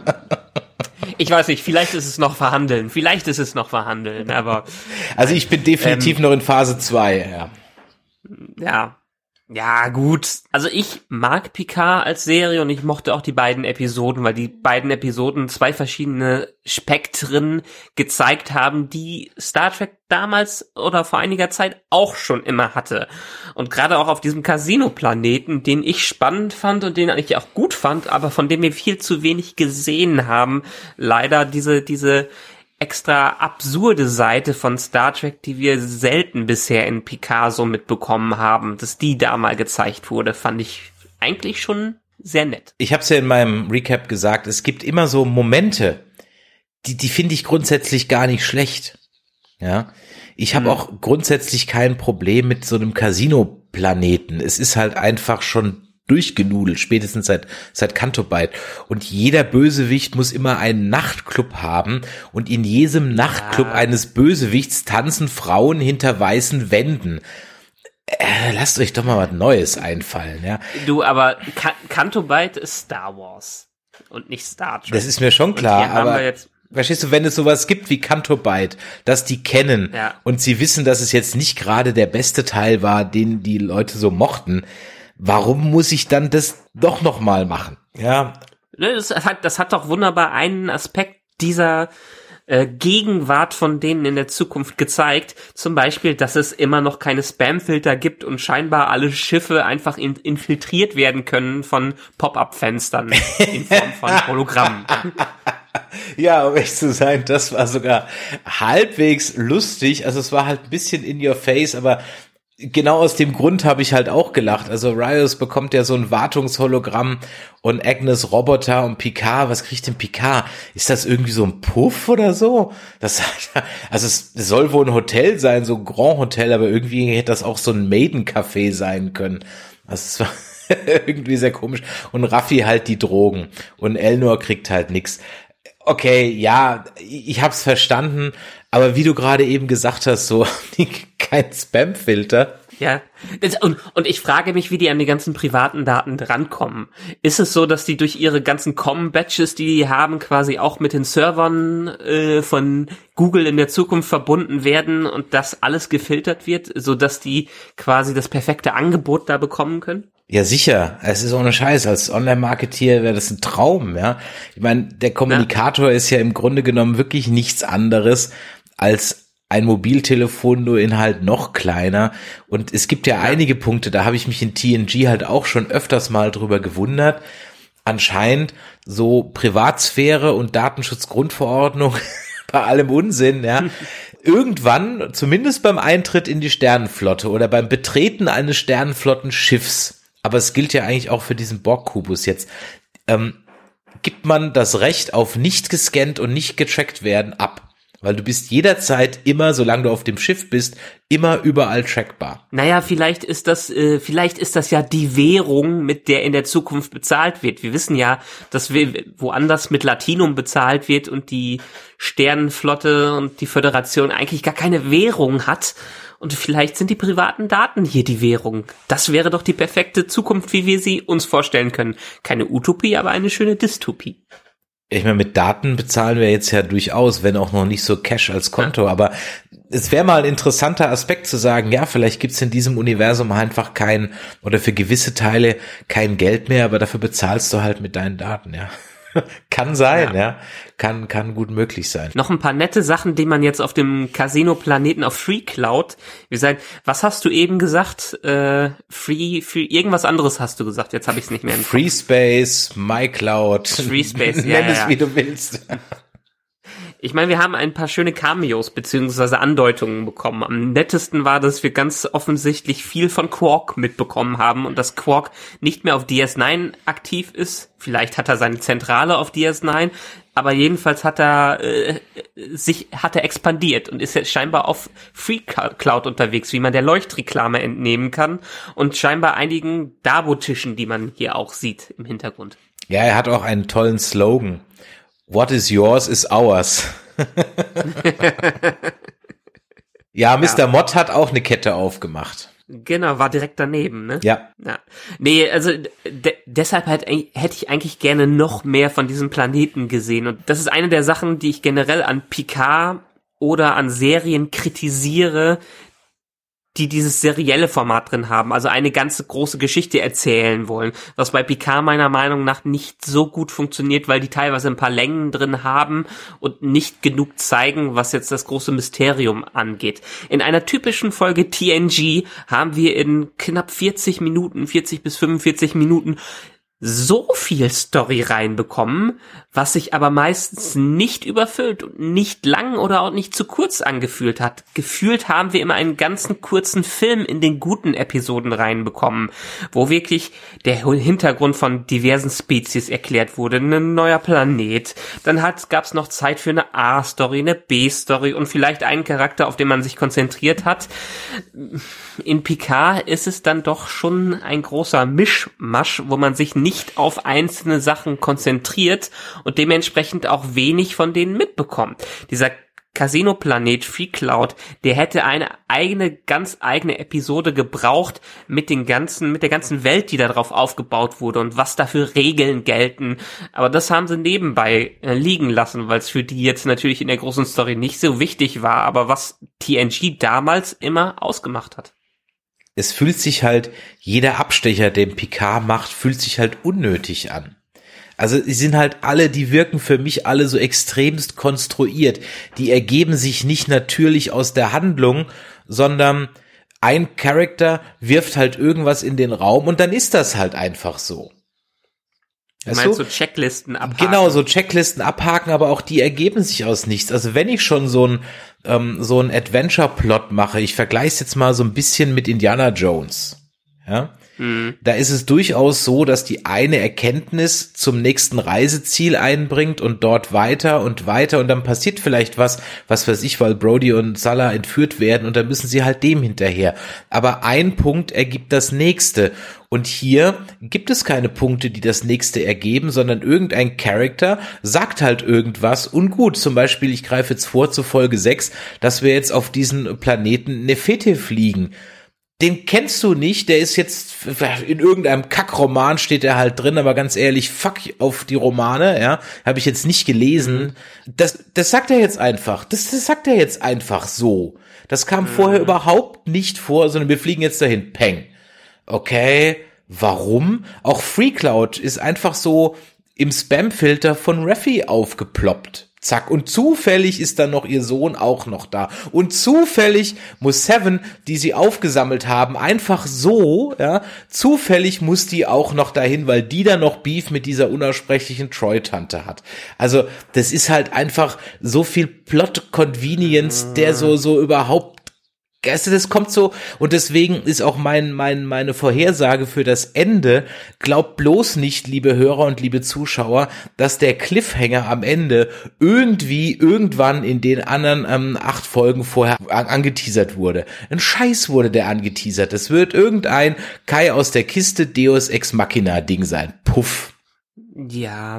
Ich weiß nicht, vielleicht ist es noch verhandeln, vielleicht ist es noch verhandeln, aber... Also ich bin definitiv ähm, noch in Phase zwei, ja. Ja. Ja, gut. Also ich mag Picard als Serie und ich mochte auch die beiden Episoden, weil die beiden Episoden zwei verschiedene Spektren gezeigt haben, die Star Trek damals oder vor einiger Zeit auch schon immer hatte. Und gerade auch auf diesem Casino-Planeten, den ich spannend fand und den ich auch gut fand, aber von dem wir viel zu wenig gesehen haben. Leider diese, diese extra absurde Seite von Star Trek, die wir selten bisher in Picard so mitbekommen haben, dass die da mal gezeigt wurde, fand ich eigentlich schon sehr nett. Ich habe es ja in meinem Recap gesagt, es gibt immer so Momente, die die finde ich grundsätzlich gar nicht schlecht. Ja, ich habe mhm. auch grundsätzlich kein Problem mit so einem Casino-Planeten. Es ist halt einfach schon durchgenudelt, spätestens seit seit Canto Bight. Und jeder Bösewicht muss immer einen Nachtclub haben und in jedem Nachtclub ja. eines Bösewichts tanzen Frauen hinter weißen Wänden. Äh, lasst euch doch mal was Neues einfallen, ja. Du, aber Ka- Canto Bight ist Star Wars und nicht Star Trek. Das ist mir schon klar, aber jetzt verstehst du, wenn es sowas gibt wie Canto Bight, dass die kennen ja. und sie wissen, dass es jetzt nicht gerade der beste Teil war, den die Leute so mochten, warum muss ich dann das doch noch mal machen? Ja. Das hat, das hat doch wunderbar einen Aspekt dieser äh, Gegenwart von denen in der Zukunft gezeigt. Zum Beispiel, dass es immer noch keine Spamfilter gibt und scheinbar alle Schiffe einfach in, infiltriert werden können von Pop-up-Fenstern in Form von Hologrammen. Ja, um echt zu sein, das war sogar halbwegs lustig. Also es war halt ein bisschen in your face, aber genau aus dem Grund habe ich halt auch gelacht. Also Rios bekommt ja so ein Wartungshologramm und Agnes Roboter und Picard. Was kriegt denn Picard? Ist das irgendwie so ein Puff oder so? Das, also es soll wohl ein Hotel sein, so ein Grand Hotel, aber irgendwie hätte das auch so ein Maiden-Café sein können. Also es war irgendwie sehr komisch. Und Raffi halt die Drogen und Elnor kriegt halt nix. Okay, ja, ich hab's verstanden, aber wie du gerade eben gesagt hast, so kein Spam-Filter. Ja, und, und ich frage mich, wie die an die ganzen privaten Daten drankommen. Ist es so, dass die durch ihre ganzen Com-Badges, die die haben, quasi auch mit den Servern äh, von Google in der Zukunft verbunden werden und das alles gefiltert wird, so dass die quasi das perfekte Angebot da bekommen können? Ja, sicher. Es ist ohne Scheiß. Als Online-Marketeer wäre das ein Traum, ja. Ich meine, der Kommunikator ja. ist ja im Grunde genommen wirklich nichts anderes als ein Mobiltelefon, nur in halt noch kleiner. Und es gibt ja, ja. einige Punkte, da habe ich mich in T N G halt auch schon öfters mal drüber gewundert. Anscheinend so Privatsphäre und Datenschutzgrundverordnung bei allem Unsinn, ja. Irgendwann, zumindest beim Eintritt in die Sternenflotte oder beim Betreten eines Sternenflottenschiffs, aber es gilt ja eigentlich auch für diesen Borg-Kubus jetzt, ähm, gibt man das Recht auf nicht gescannt und nicht getrackt werden ab. Weil du bist jederzeit immer, solange du auf dem Schiff bist, immer überall trackbar. Naja, vielleicht ist das, äh, vielleicht ist das ja die Währung, mit der in der Zukunft bezahlt wird. Wir wissen ja, dass wir woanders mit Latinum bezahlt wird und die Sternenflotte und die Föderation eigentlich gar keine Währung hat. Und vielleicht sind die privaten Daten hier die Währung. Das wäre doch die perfekte Zukunft, wie wir sie uns vorstellen können. Keine Utopie, aber eine schöne Dystopie. Ich meine, mit Daten bezahlen wir jetzt ja durchaus, wenn auch noch nicht so Cash als Konto, ja. aber es wäre mal ein interessanter Aspekt zu sagen, ja, vielleicht gibt's in diesem Universum einfach kein, oder für gewisse Teile kein Geld mehr, aber dafür bezahlst du halt mit deinen Daten, ja. Kann sein, ja. ja. Kann, kann gut möglich sein. Noch ein paar nette Sachen, die man jetzt auf dem Casino-Planeten auf Free Cloud, wie gesagt, was hast du eben gesagt? Äh, Free, Free, irgendwas anderes hast du gesagt, jetzt habe ich es nicht mehr im Kopf. Free Space, MyCloud. Free Space, ja, Nenn es, ja. wie du willst. Ich meine, wir haben ein paar schöne Cameos beziehungsweise Andeutungen bekommen. Am nettesten war, dass wir ganz offensichtlich viel von Quark mitbekommen haben und dass Quark nicht mehr auf D S neun aktiv ist. Vielleicht hat er seine Zentrale auf D S neun, aber jedenfalls hat er äh, sich hat er expandiert und ist jetzt scheinbar auf Free Cloud unterwegs, wie man der Leuchtreklame entnehmen kann und scheinbar einigen Dabo-Tischen, die man hier auch sieht im Hintergrund. Ja, er hat auch einen tollen Slogan. What is yours is ours. Ja, Mister Ja. Mott hat auch eine Kette aufgemacht. Genau, war direkt daneben, ne? Ja. ja. Nee, also de- deshalb halt, hätte ich eigentlich gerne noch mehr von diesem Planeten gesehen. Und das ist eine der Sachen, die ich generell an Picard oder an Serien kritisiere, die dieses serielle Format drin haben, also eine ganze große Geschichte erzählen wollen, was bei Picard meiner Meinung nach nicht so gut funktioniert, weil die teilweise ein paar Längen drin haben und nicht genug zeigen, was jetzt das große Mysterium angeht. In einer typischen Folge T N G haben wir in knapp vierzig Minuten, vierzig bis fünfundvierzig Minuten so viel Story reinbekommen, was sich aber meistens nicht überfüllt und nicht lang oder auch nicht zu kurz angefühlt hat. Gefühlt haben wir immer einen ganzen kurzen Film in den guten Episoden reinbekommen, wo wirklich der Hintergrund von diversen Spezies erklärt wurde, ein neuer Planet. Dann gab es noch Zeit für eine A-Story, eine B-Story und vielleicht einen Charakter, auf den man sich konzentriert hat. In Picard ist es dann doch schon ein großer Mischmasch, wo man sich nicht auf einzelne Sachen konzentriert und dementsprechend auch wenig von denen mitbekommt. Dieser Casino-Planet Freecloud, der hätte eine eigene, ganz eigene Episode gebraucht mit den ganzen, mit der ganzen Welt, die darauf aufgebaut wurde und was da für Regeln gelten. Aber das haben sie nebenbei äh, liegen lassen, weil es für die jetzt natürlich in der großen Story nicht so wichtig war, aber was T N G damals immer ausgemacht hat. Es fühlt sich halt, jeder Abstecher, den Picard macht, fühlt sich halt unnötig an. Also die sind halt alle, die wirken für mich alle so extremst konstruiert. Die ergeben sich nicht natürlich aus der Handlung, sondern ein Charakter wirft halt irgendwas in den Raum und dann ist das halt einfach so. Du meinst so Checklisten abhaken? Genau, so Checklisten abhaken, aber auch die ergeben sich aus nichts. Also wenn ich schon so ein ähm, so ein Adventure-Plot mache, ich vergleiche es jetzt mal so ein bisschen mit Indiana Jones, ja, mhm. Da ist es durchaus so, dass die eine Erkenntnis zum nächsten Reiseziel einbringt und dort weiter und weiter und dann passiert vielleicht was, was weiß ich, weil Brody und Salah entführt werden und dann müssen sie halt dem hinterher. Aber ein Punkt ergibt das nächste. Und hier gibt es keine Punkte, die das nächste ergeben, sondern irgendein Charakter sagt halt irgendwas und gut, zum Beispiel, ich greife jetzt vor zu Folge sechs, dass wir jetzt auf diesen Planeten Nefete fliegen. Den kennst du nicht, der ist jetzt, in irgendeinem Kackroman steht er halt drin, aber ganz ehrlich, fuck auf die Romane, ja, habe ich jetzt nicht gelesen. Das, das sagt er jetzt einfach, das, das sagt er jetzt einfach so. Das kam mhm. vorher überhaupt nicht vor, sondern wir fliegen jetzt dahin, peng. Okay, warum? Auch Freecloud ist einfach so im Spamfilter von Raffi aufgeploppt. Zack. Und zufällig ist dann noch ihr Sohn auch noch da. Und zufällig muss Seven, die sie aufgesammelt haben, einfach so, ja, zufällig muss die auch noch dahin, weil die dann noch Beef mit dieser unaussprechlichen Troy-Tante hat. Also, das ist halt einfach so viel Plot-Convenience, der so, so überhaupt Also das kommt so, und deswegen ist auch mein, mein, meine Vorhersage für das Ende, glaubt bloß nicht, liebe Hörer und liebe Zuschauer, dass der Cliffhanger am Ende irgendwie irgendwann in den anderen ähm, acht Folgen vorher an, angeteasert wurde. Ein Scheiß wurde der angeteasert. Es wird irgendein Kai aus der Kiste Deus Ex Machina Ding sein. Puff. Ja,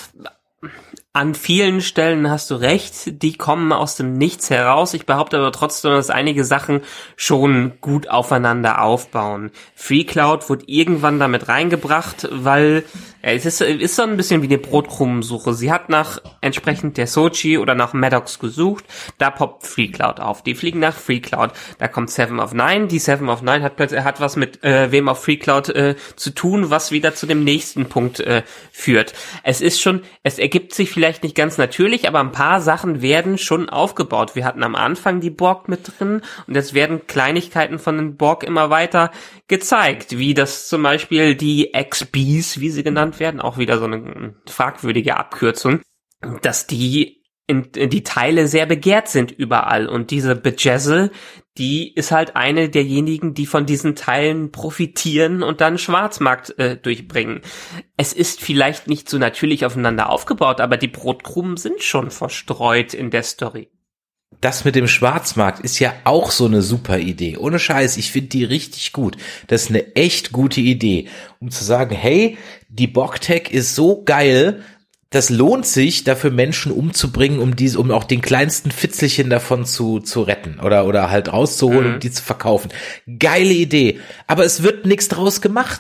an vielen Stellen hast du recht, die kommen aus dem Nichts heraus. Ich behaupte aber trotzdem, dass einige Sachen schon gut aufeinander aufbauen. Freecloud wurde irgendwann damit reingebracht, weil ja, es ist, ist so ein bisschen wie eine Brotkrumensuche. Sie hat nach entsprechend der Sochi oder nach Maddox gesucht, da poppt Freecloud auf. Die fliegen nach Freecloud, da kommt Seven of Nine. Die Seven of Nine hat plötzlich hat was mit äh, wem auf Freecloud äh, zu tun, was wieder zu dem nächsten Punkt äh, führt. Es ist schon, es ergibt sich vielleicht nicht ganz natürlich, aber ein paar Sachen werden schon aufgebaut. Wir hatten am Anfang die Borg mit drin und jetzt werden Kleinigkeiten von den Borg immer weiter gezeigt, wie das zum Beispiel die X Bs, wie sie genannt werden, auch wieder so eine fragwürdige Abkürzung, dass die in, in die Teile sehr begehrt sind überall und diese Bejezel, die ist halt eine derjenigen, die von diesen Teilen profitieren und dann Schwarzmarkt äh, durchbringen. Es ist vielleicht nicht so natürlich aufeinander aufgebaut, aber die Brotkrumen sind schon verstreut in der Story. Das mit dem Schwarzmarkt ist ja auch so eine super Idee. Ohne Scheiß, ich finde die richtig gut. Das ist eine echt gute Idee, um zu sagen, hey, die Borg-Tech ist so geil, das lohnt sich, dafür Menschen umzubringen, um diese, um auch den kleinsten Fitzelchen davon zu zu retten oder oder halt rauszuholen mhm. und die zu verkaufen. Geile Idee, aber es wird nichts draus gemacht.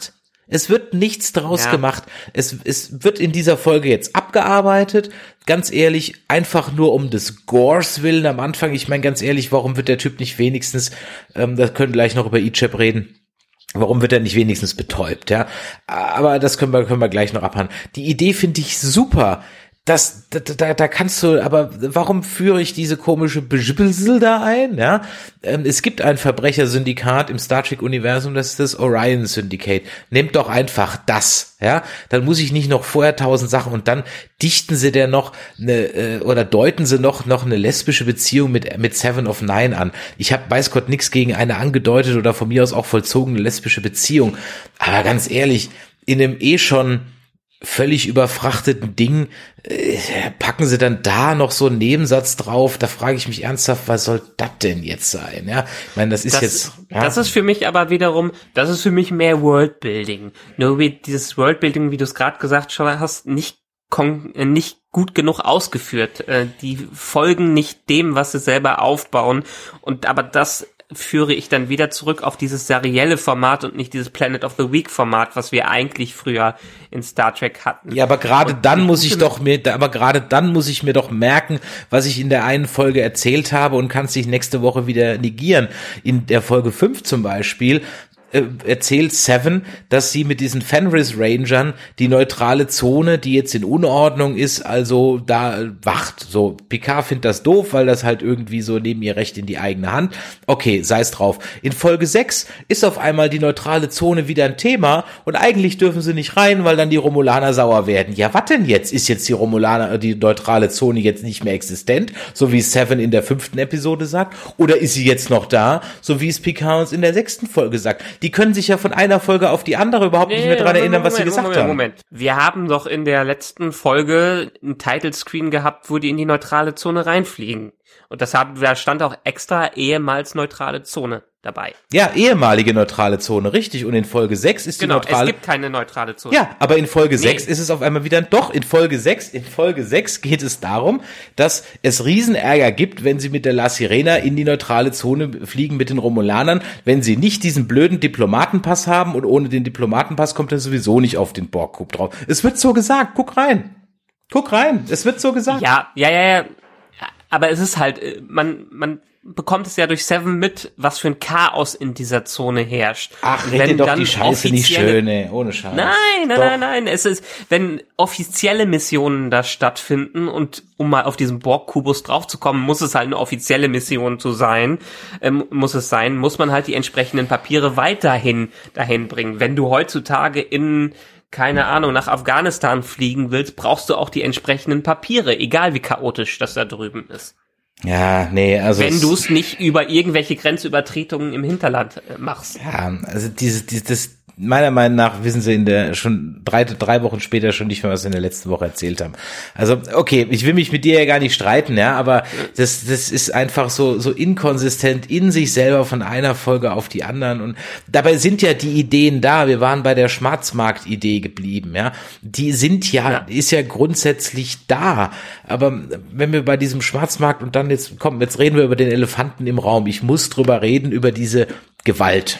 Es wird nichts draus Ja. gemacht. Es, es wird in dieser Folge jetzt abgearbeitet. Ganz ehrlich, einfach nur um des Gores willen am Anfang. Ich meine, ganz ehrlich, warum wird der Typ nicht wenigstens, ähm, da können wir gleich noch über Ichab reden, warum wird er nicht wenigstens betäubt, ja? Aber das können wir, können wir gleich noch abhandeln. Die Idee finde ich super. Das, da, da, da kannst du, aber warum führe ich diese komische Bejibbelsel da ein, ja? Ähm, es gibt ein Verbrechersyndikat im Star Trek-Universum, das ist das Orion Syndicate. Nehmt doch einfach das, ja? Dann muss ich nicht noch vorher tausend Sachen und dann dichten sie der noch eine, äh, oder deuten sie noch, noch eine lesbische Beziehung mit, mit Seven of Nine an. Ich habe, weiß Gott, nichts gegen eine angedeutet oder von mir aus auch vollzogene lesbische Beziehung. Aber ganz ehrlich, in einem eh schon völlig überfrachteten Ding äh, packen sie dann da noch so einen Nebensatz drauf. Da frage ich mich ernsthaft, was soll das denn jetzt sein? Ja, ich meine, das ist das, jetzt. Ja. Das ist für mich aber wiederum, das ist für mich mehr Worldbuilding. Nur wie dieses Worldbuilding, wie du es gerade gesagt schon hast, nicht kon- äh, nicht gut genug ausgeführt. Äh, die folgen nicht dem, was sie selber aufbauen. Und aber das führe ich dann wieder zurück auf dieses serielle Format und nicht dieses Planet of the Week Format, was wir eigentlich früher in Star Trek hatten. Ja, aber gerade dann muss ich doch mir, aber gerade dann muss ich mir doch merken, was ich in der einen Folge erzählt habe und kann es nicht nächste Woche wieder negieren. In der Folge fünf zum Beispiel erzählt Seven, dass sie mit diesen Fenris Rangern die neutrale Zone, die jetzt in Unordnung ist, also da wacht. So, Picard findet das doof, weil das halt irgendwie so neben ihr Recht in die eigene Hand. Okay, sei's drauf. In Folge sechs ist auf einmal die neutrale Zone wieder ein Thema und eigentlich dürfen sie nicht rein, weil dann die Romulaner sauer werden. Ja, was denn jetzt? Ist jetzt die Romulaner, die neutrale Zone jetzt nicht mehr existent, so wie Seven in der fünften Episode sagt? Oder ist sie jetzt noch da, so wie es Picard uns in der sechsten Folge sagt? Die können sich ja von einer Folge auf die andere überhaupt Nee, nicht mehr dran Moment, erinnern, was Moment, sie gesagt Moment, haben. Moment. Wir haben doch in der letzten Folge einen Title-Screen gehabt, wo die in die neutrale Zone reinfliegen. Und das haben, da stand auch extra ehemals neutrale Zone dabei. Ja, ehemalige neutrale Zone, richtig. Und in Folge sechs ist Genau, die neutrale... es gibt keine neutrale Zone. Ja, aber in Folge Nee. sechs ist es auf einmal wieder, doch, in Folge sechs, in Folge sechs geht es darum, dass es Riesenärger gibt, wenn sie mit der La Sirena in die neutrale Zone fliegen mit den Romulanern, wenn sie nicht diesen blöden Diplomatenpass haben und ohne den Diplomatenpass kommt er sowieso nicht auf den Borg-Coup drauf. Es wird so gesagt, guck rein. Guck rein, es wird so gesagt. Ja, ja, ja, ja. Aber es ist halt, äh, man, man bekommt es ja durch Seven mit, was für ein Chaos in dieser Zone herrscht. Ach, Und red dir wenn doch dann die Scheiße nicht offizielle- schön, ey, ohne Scheiß. Nein, nein, Doch. nein, nein. Es ist, wenn offizielle Missionen da stattfinden und um mal auf diesen Borg-Kubus draufzukommen, muss es halt eine offizielle Mission zu sein, ähm, muss es sein, muss man halt die entsprechenden Papiere weiterhin dahin bringen. Wenn du heutzutage in keine Ahnung, nach Afghanistan fliegen willst, brauchst du auch die entsprechenden Papiere, egal wie chaotisch das da drüben ist. Ja, nee, also... Wenn es- du es nicht über irgendwelche Grenzübertretungen im Hinterland äh, machst. Ja, also dieses, dieses, das, meiner Meinung nach wissen sie in der, schon drei, drei Wochen später schon nicht mehr, was sie in der letzten Woche erzählt haben. Also, okay, ich will mich mit dir ja gar nicht streiten, ja, aber das, das ist einfach so, so inkonsistent in sich selber von einer Folge auf die anderen und dabei sind ja die Ideen da. Wir waren bei der Schwarzmarkt-Idee geblieben, ja. Die sind ja, Ja. ist ja grundsätzlich da. Aber wenn wir bei diesem Schwarzmarkt und dann jetzt, komm, jetzt reden wir über den Elefanten im Raum. Ich muss drüber reden, über diese Gewalt.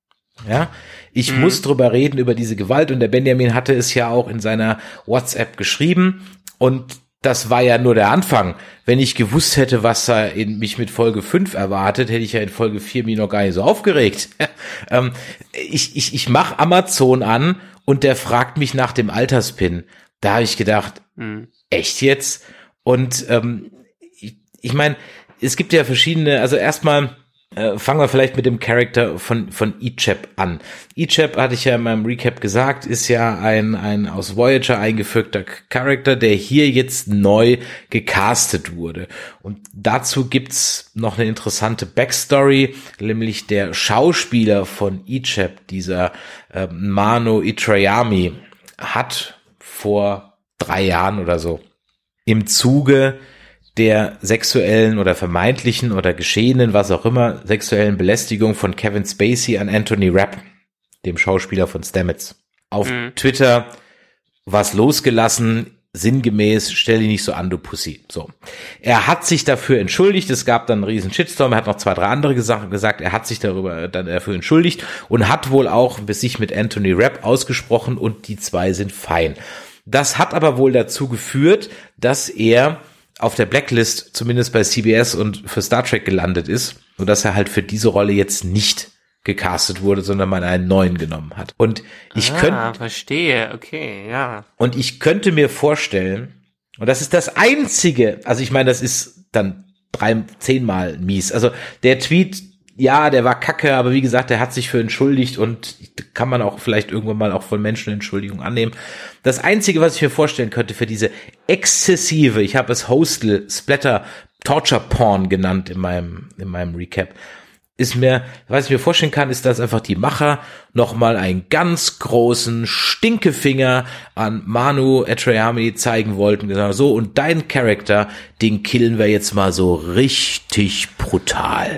Ja, ich Mhm. muss drüber reden, über diese Gewalt und der Benjamin hatte es ja auch in seiner WhatsApp geschrieben und das war ja nur der Anfang. Wenn ich gewusst hätte, was er in mich mit Folge fünf erwartet, hätte ich ja in Folge vier mich noch gar nicht so aufgeregt. ähm, ich ich, ich mache Amazon an und der fragt mich nach dem Alterspin. Da habe ich gedacht, Mhm. echt jetzt? Und ähm, ich, ich meine, es gibt ja verschiedene, also erstmal äh, fangen wir vielleicht mit dem Charakter von von Ichab an. Ichab, hatte ich ja in meinem Recap gesagt, ist ja ein ein aus Voyager eingefügter Charakter, der hier jetzt neu gecastet wurde. Und dazu gibt's noch eine interessante Backstory, nämlich der Schauspieler von Ichab, dieser äh, Mano Itrayami, hat vor drei Jahren oder so im Zuge der sexuellen oder vermeintlichen oder geschehenen, was auch immer, sexuellen Belästigung von Kevin Spacey an Anthony Rapp, dem Schauspieler von Stamets, auf Mhm. Twitter was losgelassen, sinngemäß, stell dich nicht so an, du Pussy. So. Er hat sich dafür entschuldigt, es gab dann einen riesen Shitstorm, er hat noch zwei, drei andere Sachen gesagt, er hat sich darüber dann dafür entschuldigt und hat wohl auch sich mit Anthony Rapp ausgesprochen und die zwei sind fein. Das hat aber wohl dazu geführt, dass er auf der Blacklist, zumindest bei C B S und für Star Trek gelandet ist, sodass er halt für diese Rolle jetzt nicht gecastet wurde, sondern man einen neuen genommen hat. Und ich ah, könnte, verstehe, okay, ja. Und ich könnte mir vorstellen, und das ist das Einzige, also ich meine, das ist dann drei, zehnmal mies. Also der Tweet, ja, der war kacke, aber wie gesagt, der hat sich für entschuldigt und kann man auch vielleicht irgendwann mal auch von Menschen Entschuldigung annehmen. Das Einzige, was ich mir vorstellen könnte für diese exzessive, ich habe es Hostel, Splatter, Torture Porn genannt in meinem, in meinem Recap, ist mir, was ich mir vorstellen kann, ist, dass einfach die Macher nochmal einen ganz großen Stinkefinger an Manu Etrayami zeigen wollten, gesagt, so, und dein Charakter, den killen wir jetzt mal so richtig brutal.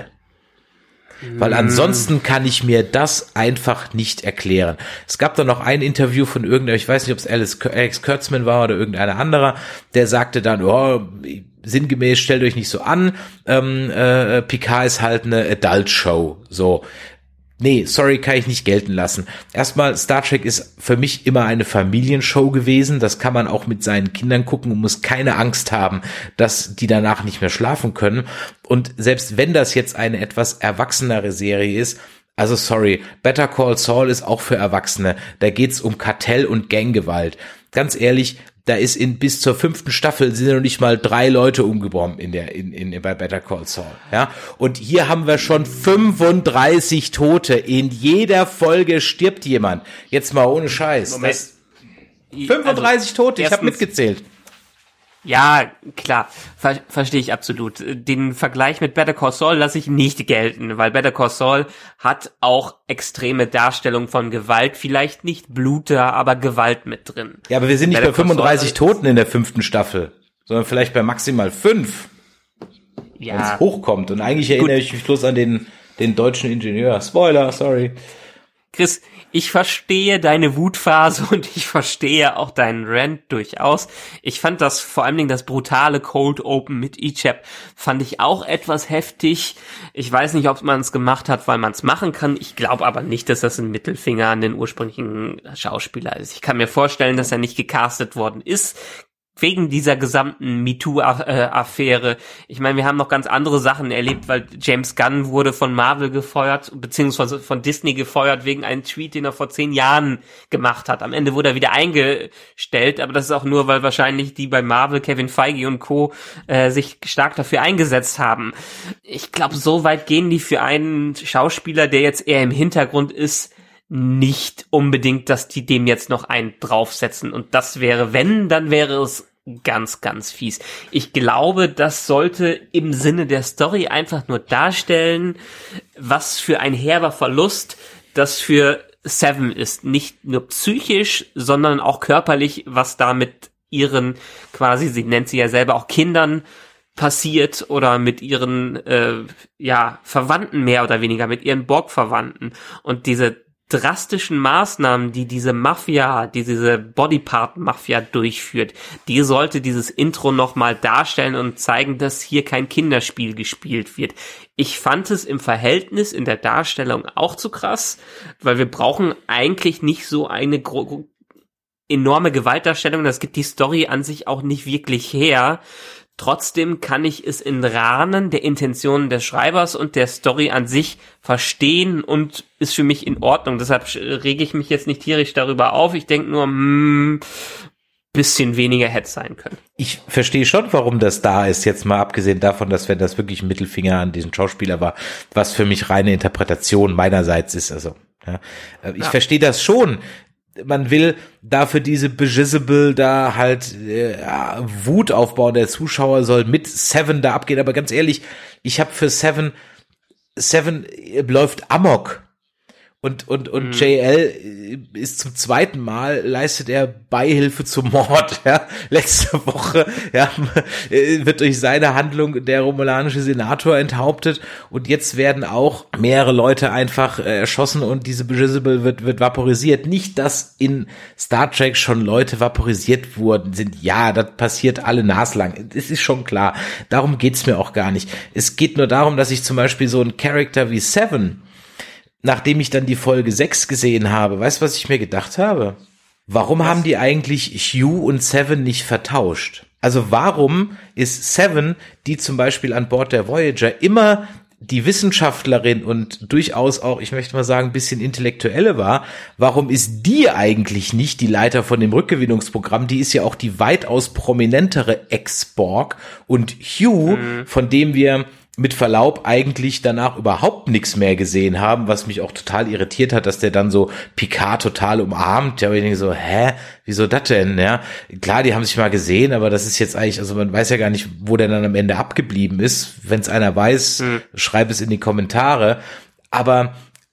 Weil ansonsten kann ich mir das einfach nicht erklären. Es gab da noch ein Interview von irgendeinem, ich weiß nicht, ob es Alex, Alex Kurtzman war oder irgendeiner anderer, der sagte dann, oh, sinngemäß, stellt euch nicht so an, ähm, äh, Picard ist halt eine Adult-Show, so. Nee, sorry, kann ich nicht gelten lassen. Erstmal, Star Trek ist für mich immer eine Familienshow gewesen. Das kann man auch mit seinen Kindern gucken und muss keine Angst haben, dass die danach nicht mehr schlafen können. Und selbst wenn das jetzt eine etwas erwachsenere Serie ist, also sorry, Better Call Saul ist auch für Erwachsene. Da geht's um Kartell und Ganggewalt. Ganz ehrlich, da ist in bis zur fünften Staffel sind noch nicht mal drei Leute umgekommen in der in in bei Better Call Saul, ja? Und hier haben wir schon fünfunddreißig Tote. In jeder Folge stirbt jemand. Jetzt mal ohne Scheiß. Moment. Das, fünfunddreißig also, Tote, ich habe mitgezählt. Ja, klar, ver- verstehe ich absolut. Den Vergleich mit Better Call Saul lasse ich nicht gelten, weil Better Call Saul hat auch extreme Darstellung von Gewalt, vielleicht nicht Blut da, aber Gewalt mit drin. Ja, aber wir sind nicht Better bei fünfunddreißig Toten in der fünften Staffel, sondern vielleicht bei maximal fünf, ja. wenn es hochkommt. Und eigentlich erinnere Gut. ich mich bloß an den den deutschen Ingenieur. Spoiler, sorry. Chris, ich verstehe deine Wutphase und ich verstehe auch deinen Rant durchaus. Ich fand das, vor allen Dingen das brutale Cold Open mit Ichab, fand ich auch etwas heftig. Ich weiß nicht, ob man es gemacht hat, weil man es machen kann. Ich glaube aber nicht, dass das ein Mittelfinger an den ursprünglichen Schauspieler ist. Ich kann mir vorstellen, dass er nicht gecastet worden ist, wegen dieser gesamten MeToo-Affäre. Ich meine, wir haben noch ganz andere Sachen erlebt, weil James Gunn wurde von Marvel gefeuert, beziehungsweise von Disney gefeuert, wegen einem Tweet, den er vor zehn Jahren gemacht hat. Am Ende wurde er wieder eingestellt, aber das ist auch nur, weil wahrscheinlich die bei Marvel, Kevin Feige und Co. Äh, sich stark dafür eingesetzt haben. Ich glaube, so weit gehen die für einen Schauspieler, der jetzt eher im Hintergrund ist, nicht unbedingt, dass die dem jetzt noch einen draufsetzen. Und das wäre, wenn, dann wäre es ganz, ganz fies. Ich glaube, das sollte im Sinne der Story einfach nur darstellen, was für ein herber Verlust das für Seven ist. Nicht nur psychisch, sondern auch körperlich, was da mit ihren, quasi, sie nennt sie ja selber auch Kindern, passiert oder mit ihren äh, ja Verwandten mehr oder weniger, mit ihren Borg-Verwandten. Und diese drastischen Maßnahmen, die diese Mafia, die diese Bodypart-Mafia durchführt, die sollte dieses Intro nochmal darstellen und zeigen, dass hier kein Kinderspiel gespielt wird. Ich fand es im Verhältnis in der Darstellung auch zu krass, weil wir brauchen eigentlich nicht so eine gro- enorme Gewaltdarstellung, das gibt die Story an sich auch nicht wirklich her. Trotzdem kann ich es im Rahmen der Intentionen des Schreibers und der Story an sich verstehen und ist für mich in Ordnung. Deshalb rege ich mich jetzt nicht tierisch darüber auf. Ich denke nur, hm, bisschen weniger hätte sein können. Ich verstehe schon, warum das da ist, jetzt mal abgesehen davon, dass wenn das wirklich ein Mittelfinger an diesen Schauspieler war, was für mich reine Interpretation meinerseits ist. Also, ja, ich ja. verstehe das schon. Man will dafür diese Bejizzable da halt äh, Wut aufbauen. Der Zuschauer soll mit Seven da abgehen. Aber ganz ehrlich, ich habe für Seven, Seven läuft Amok. Und, und, und mhm. J L ist zum zweiten Mal, leistet er Beihilfe zum Mord, ja. Letzte Woche, ja, wird durch seine Handlung der romulanische Senator enthauptet und jetzt werden auch mehrere Leute einfach äh, erschossen und diese Bejizable wird, wird vaporisiert. Nicht, dass in Star Trek schon Leute vaporisiert worden sind. Ja, das passiert alle naslang. Das ist schon klar. Darum geht's mir auch gar nicht. Es geht nur darum, dass ich zum Beispiel so einen Charakter wie Seven, nachdem ich dann die Folge sechs gesehen habe, weißt du, was ich mir gedacht habe? Warum was? haben die eigentlich Hugh und Seven nicht vertauscht? Also warum ist Seven, die zum Beispiel an Bord der Voyager immer die Wissenschaftlerin und durchaus auch, ich möchte mal sagen, ein bisschen Intellektuelle war, warum ist die eigentlich nicht die Leiter von dem Rückgewinnungsprogramm? Die ist ja auch die weitaus prominentere Ex-Borg und Hugh, mhm. von dem wir mit Verlaub eigentlich danach überhaupt nichts mehr gesehen haben, was mich auch total irritiert hat, dass der dann so Picard total umarmt. Ja, aber ich denke so, hä, wieso das denn? Ja, klar, die haben sich mal gesehen, aber das ist jetzt eigentlich, also man weiß ja gar nicht, wo der dann am Ende abgeblieben ist. Wenn es einer weiß, hm. schreib es in die Kommentare. Aber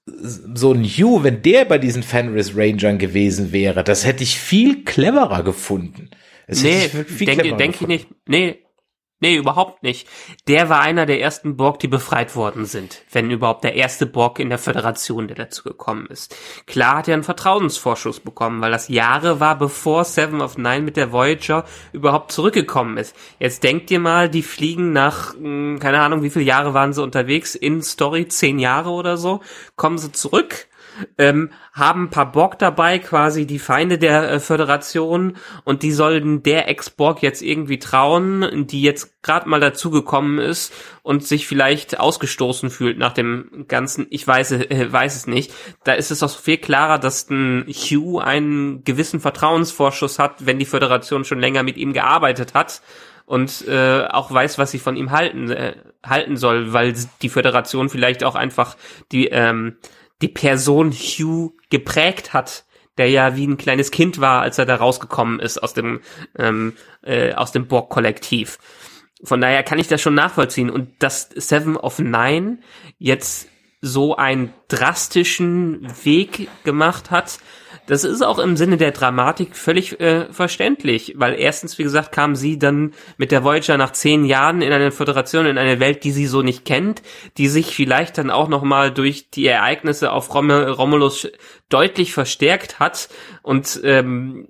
so ein Hugh, wenn der bei diesen Fenris Rangern gewesen wäre, das hätte ich viel cleverer gefunden. Das nee, denke denk ich nicht. Nee. Nee, überhaupt nicht. Der war einer der ersten Borg, die befreit worden sind. Wenn überhaupt der erste Borg in der Föderation, der dazu gekommen ist. Klar hat er einen Vertrauensvorschuss bekommen, weil das Jahre war, bevor Seven of Nine mit der Voyager überhaupt zurückgekommen ist. Jetzt denkt ihr mal, die fliegen nach, keine Ahnung, wie viele Jahre waren sie unterwegs, in Story, zehn Jahre oder so, kommen sie zurück, Ähm, haben ein paar Borg dabei, quasi die Feinde der äh, Föderation, und die sollen der Ex-Borg jetzt irgendwie trauen, die jetzt gerade mal dazugekommen ist und sich vielleicht ausgestoßen fühlt nach dem Ganzen. Ich weiß, äh, weiß es nicht. Da ist es auch viel klarer, dass ein Hugh einen gewissen Vertrauensvorschuss hat, wenn die Föderation schon länger mit ihm gearbeitet hat und äh, auch weiß, was sie von ihm halten äh, halten soll, weil die Föderation vielleicht auch einfach die ähm, die Person Hugh geprägt hat, der ja wie ein kleines Kind war, als er da rausgekommen ist aus dem ähm, äh, aus dem Borg-Kollektiv. Von daher kann ich das schon nachvollziehen. Und dass Seven of Nine jetzt so einen drastischen Weg gemacht hat, das ist auch im Sinne der Dramatik völlig äh, verständlich, weil erstens, wie gesagt, kam sie dann mit der Voyager nach zehn Jahren in eine Föderation, in eine Welt, die sie so nicht kennt, die sich vielleicht dann auch nochmal durch die Ereignisse auf Rom- Romulus deutlich verstärkt hat und ähm,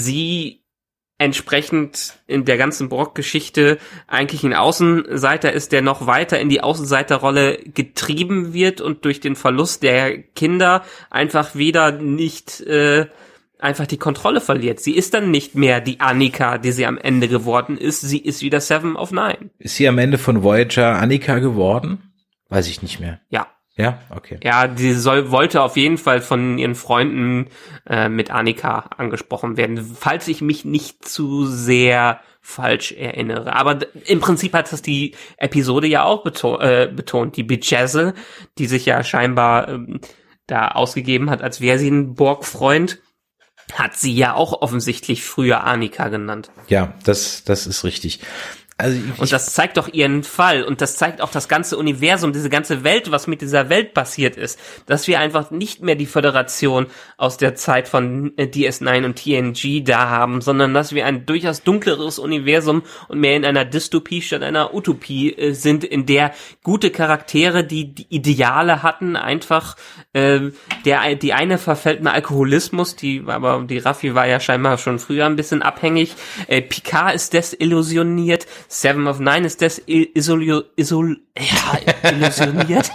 sie entsprechend in der ganzen Borg-Geschichte eigentlich ein Außenseiter ist, der noch weiter in die Außenseiterrolle getrieben wird und durch den Verlust der Kinder einfach wieder nicht äh, einfach die Kontrolle verliert. Sie ist dann nicht mehr die Annika, die sie am Ende geworden ist. Sie ist wieder Seven of Nine. Ist sie am Ende von Voyager Annika geworden? Weiß ich nicht mehr. Ja. Ja, okay. Ja, die soll, wollte auf jeden Fall von ihren Freunden äh, mit Annika angesprochen werden, falls ich mich nicht zu sehr falsch erinnere. Aber d- im Prinzip hat das die Episode ja auch beto- äh, betont. Die Bejazzel, die sich ja scheinbar ähm, da ausgegeben hat, als wäre sie ein Borg-Freund, hat sie ja auch offensichtlich früher Annika genannt. Ja, das, das ist richtig. Also ich, und das zeigt doch ihren Fall und das zeigt auch das ganze Universum, diese ganze Welt, was mit dieser Welt passiert ist, dass wir einfach nicht mehr die Föderation aus der Zeit von D S neun und T N G da haben, sondern dass wir ein durchaus dunkleres Universum und mehr in einer Dystopie statt einer Utopie äh, sind, in der gute Charaktere, die, die Ideale hatten, einfach äh, der die eine verfällt in Alkoholismus, die aber die Raffi war ja scheinbar schon früher ein bisschen abhängig, äh, Picard ist desillusioniert, Seven of Nine ist das isol, isol, ja, illusioniert.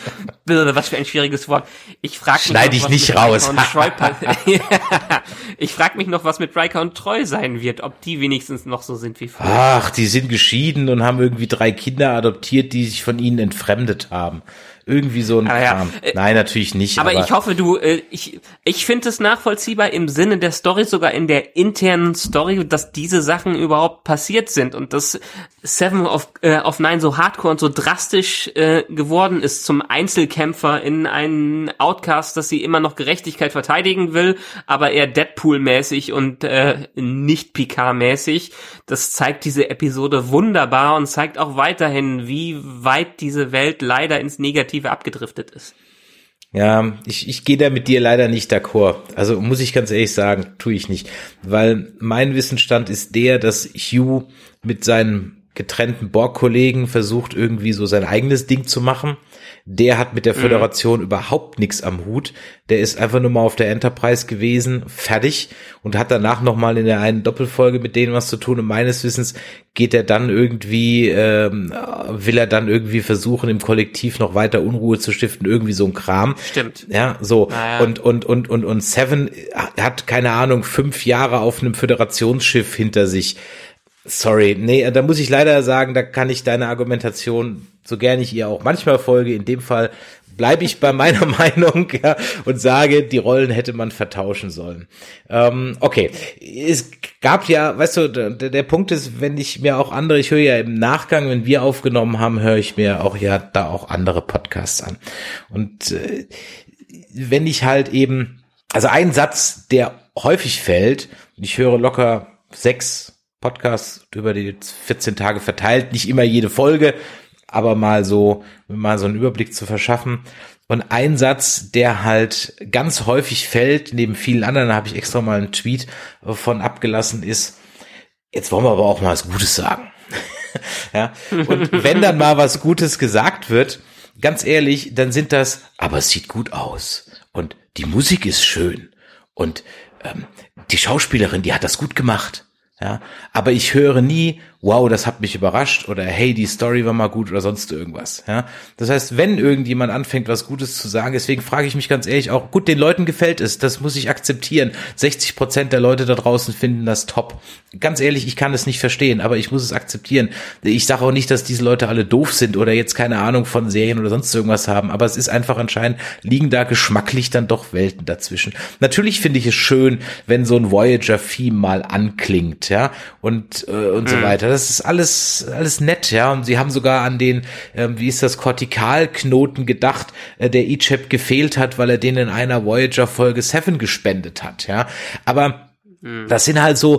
Was für ein schwieriges Wort. Ich frage mich Schneid ich nicht raus. Ich frage mich noch, was mit Riker und Treu sein wird, ob die wenigstens noch so sind wie früher. Ach, die sind geschieden und haben irgendwie drei Kinder adoptiert, die sich von ihnen entfremdet haben. Irgendwie so ein aber Kram. Ja, äh, Nein, natürlich nicht. Aber, aber ich hoffe, du, äh, ich, ich finde es nachvollziehbar im Sinne der Story, sogar in der internen Story, dass diese Sachen überhaupt passiert sind und dass Seven of, äh, of Nine so hardcore und so drastisch äh, geworden ist zum Einzelkämpfer in einen Outcast, dass sie immer noch Gerechtigkeit verteidigen will, aber eher Deadpool-mäßig und äh, nicht Picard-mäßig. Das zeigt diese Episode wunderbar und zeigt auch weiterhin, wie weit diese Welt leider ins Negative abgedriftet ist. Ja, ich, ich gehe da mit dir leider nicht d'accord. Also muss ich ganz ehrlich sagen, tue ich nicht. Weil mein Wissensstand ist der, dass Hugh mit seinen getrennten Borg-Kollegen versucht, irgendwie so sein eigenes Ding zu machen. Der hat mit der Föderation mhm. überhaupt nichts am Hut. Der ist einfach nur mal auf der Enterprise gewesen, fertig, und hat danach nochmal in der einen Doppelfolge mit denen was zu tun. Und meines Wissens geht er dann irgendwie, ähm, will er dann irgendwie versuchen, im Kollektiv noch weiter Unruhe zu stiften, irgendwie so ein Kram. Stimmt. Ja, so. Naja. Und, und, und, und, und Seven hat, keine Ahnung, fünf Jahre auf einem Föderationsschiff hinter sich. Sorry, nee, da muss ich leider sagen, da kann ich deine Argumentation, so gern ich ihr auch manchmal folge, in dem Fall bleibe ich bei meiner Meinung, ja, und sage, die Rollen hätte man vertauschen sollen. Ähm, okay, es gab ja, weißt du, der, der Punkt ist, wenn ich mir auch andere, ich höre ja im Nachgang, wenn wir aufgenommen haben, höre ich mir auch ja da auch andere Podcasts an. Und äh, wenn ich halt eben, also ein Satz, der häufig fällt, und ich höre locker sechs Podcast über die vierzehn Tage verteilt, nicht immer jede Folge, aber mal so, mal so einen Überblick zu verschaffen. Und ein Satz, der halt ganz häufig fällt, neben vielen anderen, da habe ich extra mal einen Tweet von abgelassen, ist: Jetzt wollen wir aber auch mal was Gutes sagen. Ja, und wenn dann mal was Gutes gesagt wird, ganz ehrlich, dann sind das, aber es sieht gut aus und die Musik ist schön und ähm, die Schauspielerin, die hat das gut gemacht. Ja, aber ich höre nie, wow, das hat mich überrascht, oder hey, die Story war mal gut oder sonst irgendwas. Ja, das heißt, wenn irgendjemand anfängt, was Gutes zu sagen, deswegen frage ich mich ganz ehrlich auch, gut, den Leuten gefällt es, das muss ich akzeptieren. sechzig Prozent der Leute da draußen finden das top. Ganz ehrlich, ich kann es nicht verstehen, aber ich muss es akzeptieren. Ich sage auch nicht, dass diese Leute alle doof sind oder jetzt keine Ahnung von Serien oder sonst irgendwas haben, aber es ist einfach anscheinend, liegen da geschmacklich dann doch Welten dazwischen. Natürlich finde ich es schön, wenn so ein Voyager-Theme mal anklingt, ja, und äh, und so weiter. Das ist alles alles nett, ja, und sie haben sogar an den, ähm, wie ist das, Kortikalknoten gedacht, äh, der Icheb gefehlt hat, weil er den in einer Voyager-Folge Seven gespendet hat, ja, aber das sind halt so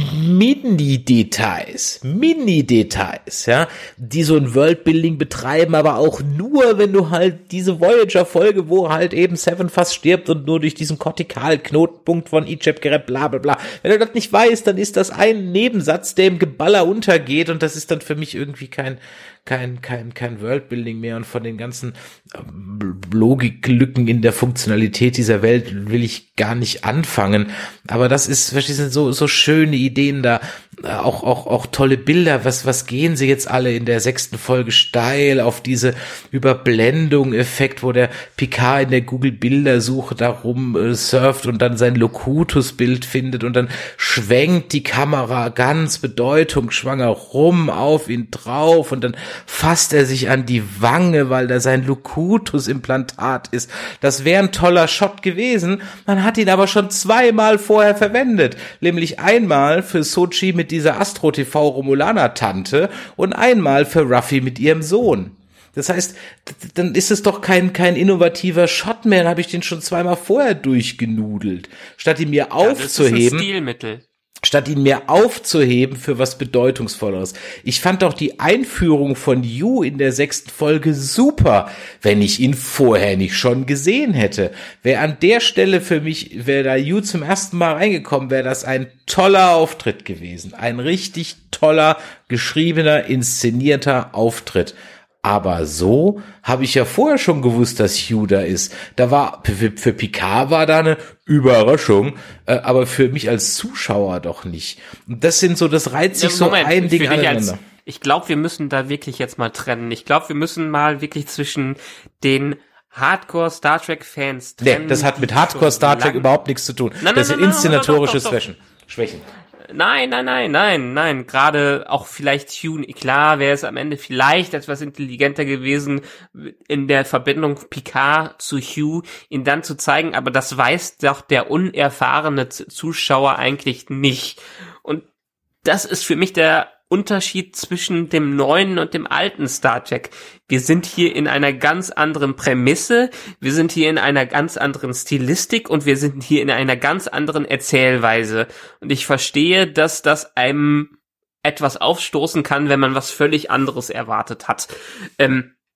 Mini-Details, Mini-Details, ja, die so ein Worldbuilding betreiben, aber auch nur, wenn du halt diese Voyager-Folge, wo halt eben Seven fast stirbt und nur durch diesen Kortikalknotenpunkt von Icheb gerät, bla bla bla. Wenn du das nicht weißt, dann ist das ein Nebensatz, der im Geballer untergeht, und das ist dann für mich irgendwie kein kein kein kein Worldbuilding mehr, und von den ganzen ähm, Logiklücken in der Funktionalität dieser Welt will ich gar nicht anfangen, aber das ist, verstehst du, so so schöne Ideen da, auch auch auch tolle Bilder. Was was gehen sie jetzt alle in der sechsten Folge steil auf diese Überblendung-Effekt, wo der Picard in der Google-Bildersuche darum äh, surft und dann sein Locutus-Bild findet, und dann schwenkt die Kamera ganz bedeutungsschwanger rum auf ihn drauf, und dann fasst er sich an die Wange, weil da sein Locutus-Implantat ist. Das wäre ein toller Shot gewesen. Man hat ihn aber schon zweimal vorher verwendet. Nämlich einmal für Sochi mit dieser Astro-T V-Romulaner-Tante und einmal für Ruffy mit ihrem Sohn. Das heißt, dann ist es doch kein kein innovativer Shot mehr. Dann habe ich den schon zweimal vorher durchgenudelt. Statt ihn mir aufzuheben. Ja, das ist ein Stilmittel. Statt ihn mehr aufzuheben für was Bedeutungsvolleres. Ich fand auch die Einführung von Yu in der sechsten Folge super, wenn ich ihn vorher nicht schon gesehen hätte. Wäre an der Stelle für mich, wäre da Yu zum ersten Mal reingekommen, wäre das ein toller Auftritt gewesen. Ein richtig toller, geschriebener, inszenierter Auftritt. Aber so habe ich ja vorher schon gewusst, dass Hugh da ist. Da war, für, für Picard war da eine Überraschung, äh, aber für mich als Zuschauer doch nicht. Und das sind so, das reizt sich so Moment, ein Ding aneinander. Als, ich glaube, wir müssen da wirklich jetzt mal trennen. Ich glaube, wir müssen mal wirklich zwischen den Hardcore Star Trek Fans trennen. Nee, das hat mit Hardcore Star Trek überhaupt nichts zu tun. Nein, nein, das sind nein, inszenatorische nein, Schwächen. Schwächen. Nein, nein, nein, nein, nein. Gerade auch vielleicht Hugh, klar wäre es am Ende vielleicht etwas intelligenter gewesen, in der Verbindung Picard zu Hugh ihn dann zu zeigen, aber das weiß doch der unerfahrene Zuschauer eigentlich nicht. Und das ist für mich der Unterschied zwischen dem neuen und dem alten Star Trek. Wir sind hier in einer ganz anderen Prämisse, wir sind hier in einer ganz anderen Stilistik und wir sind hier in einer ganz anderen Erzählweise. Und ich verstehe, dass das einem etwas aufstoßen kann, wenn man was völlig anderes erwartet hat. Ähm,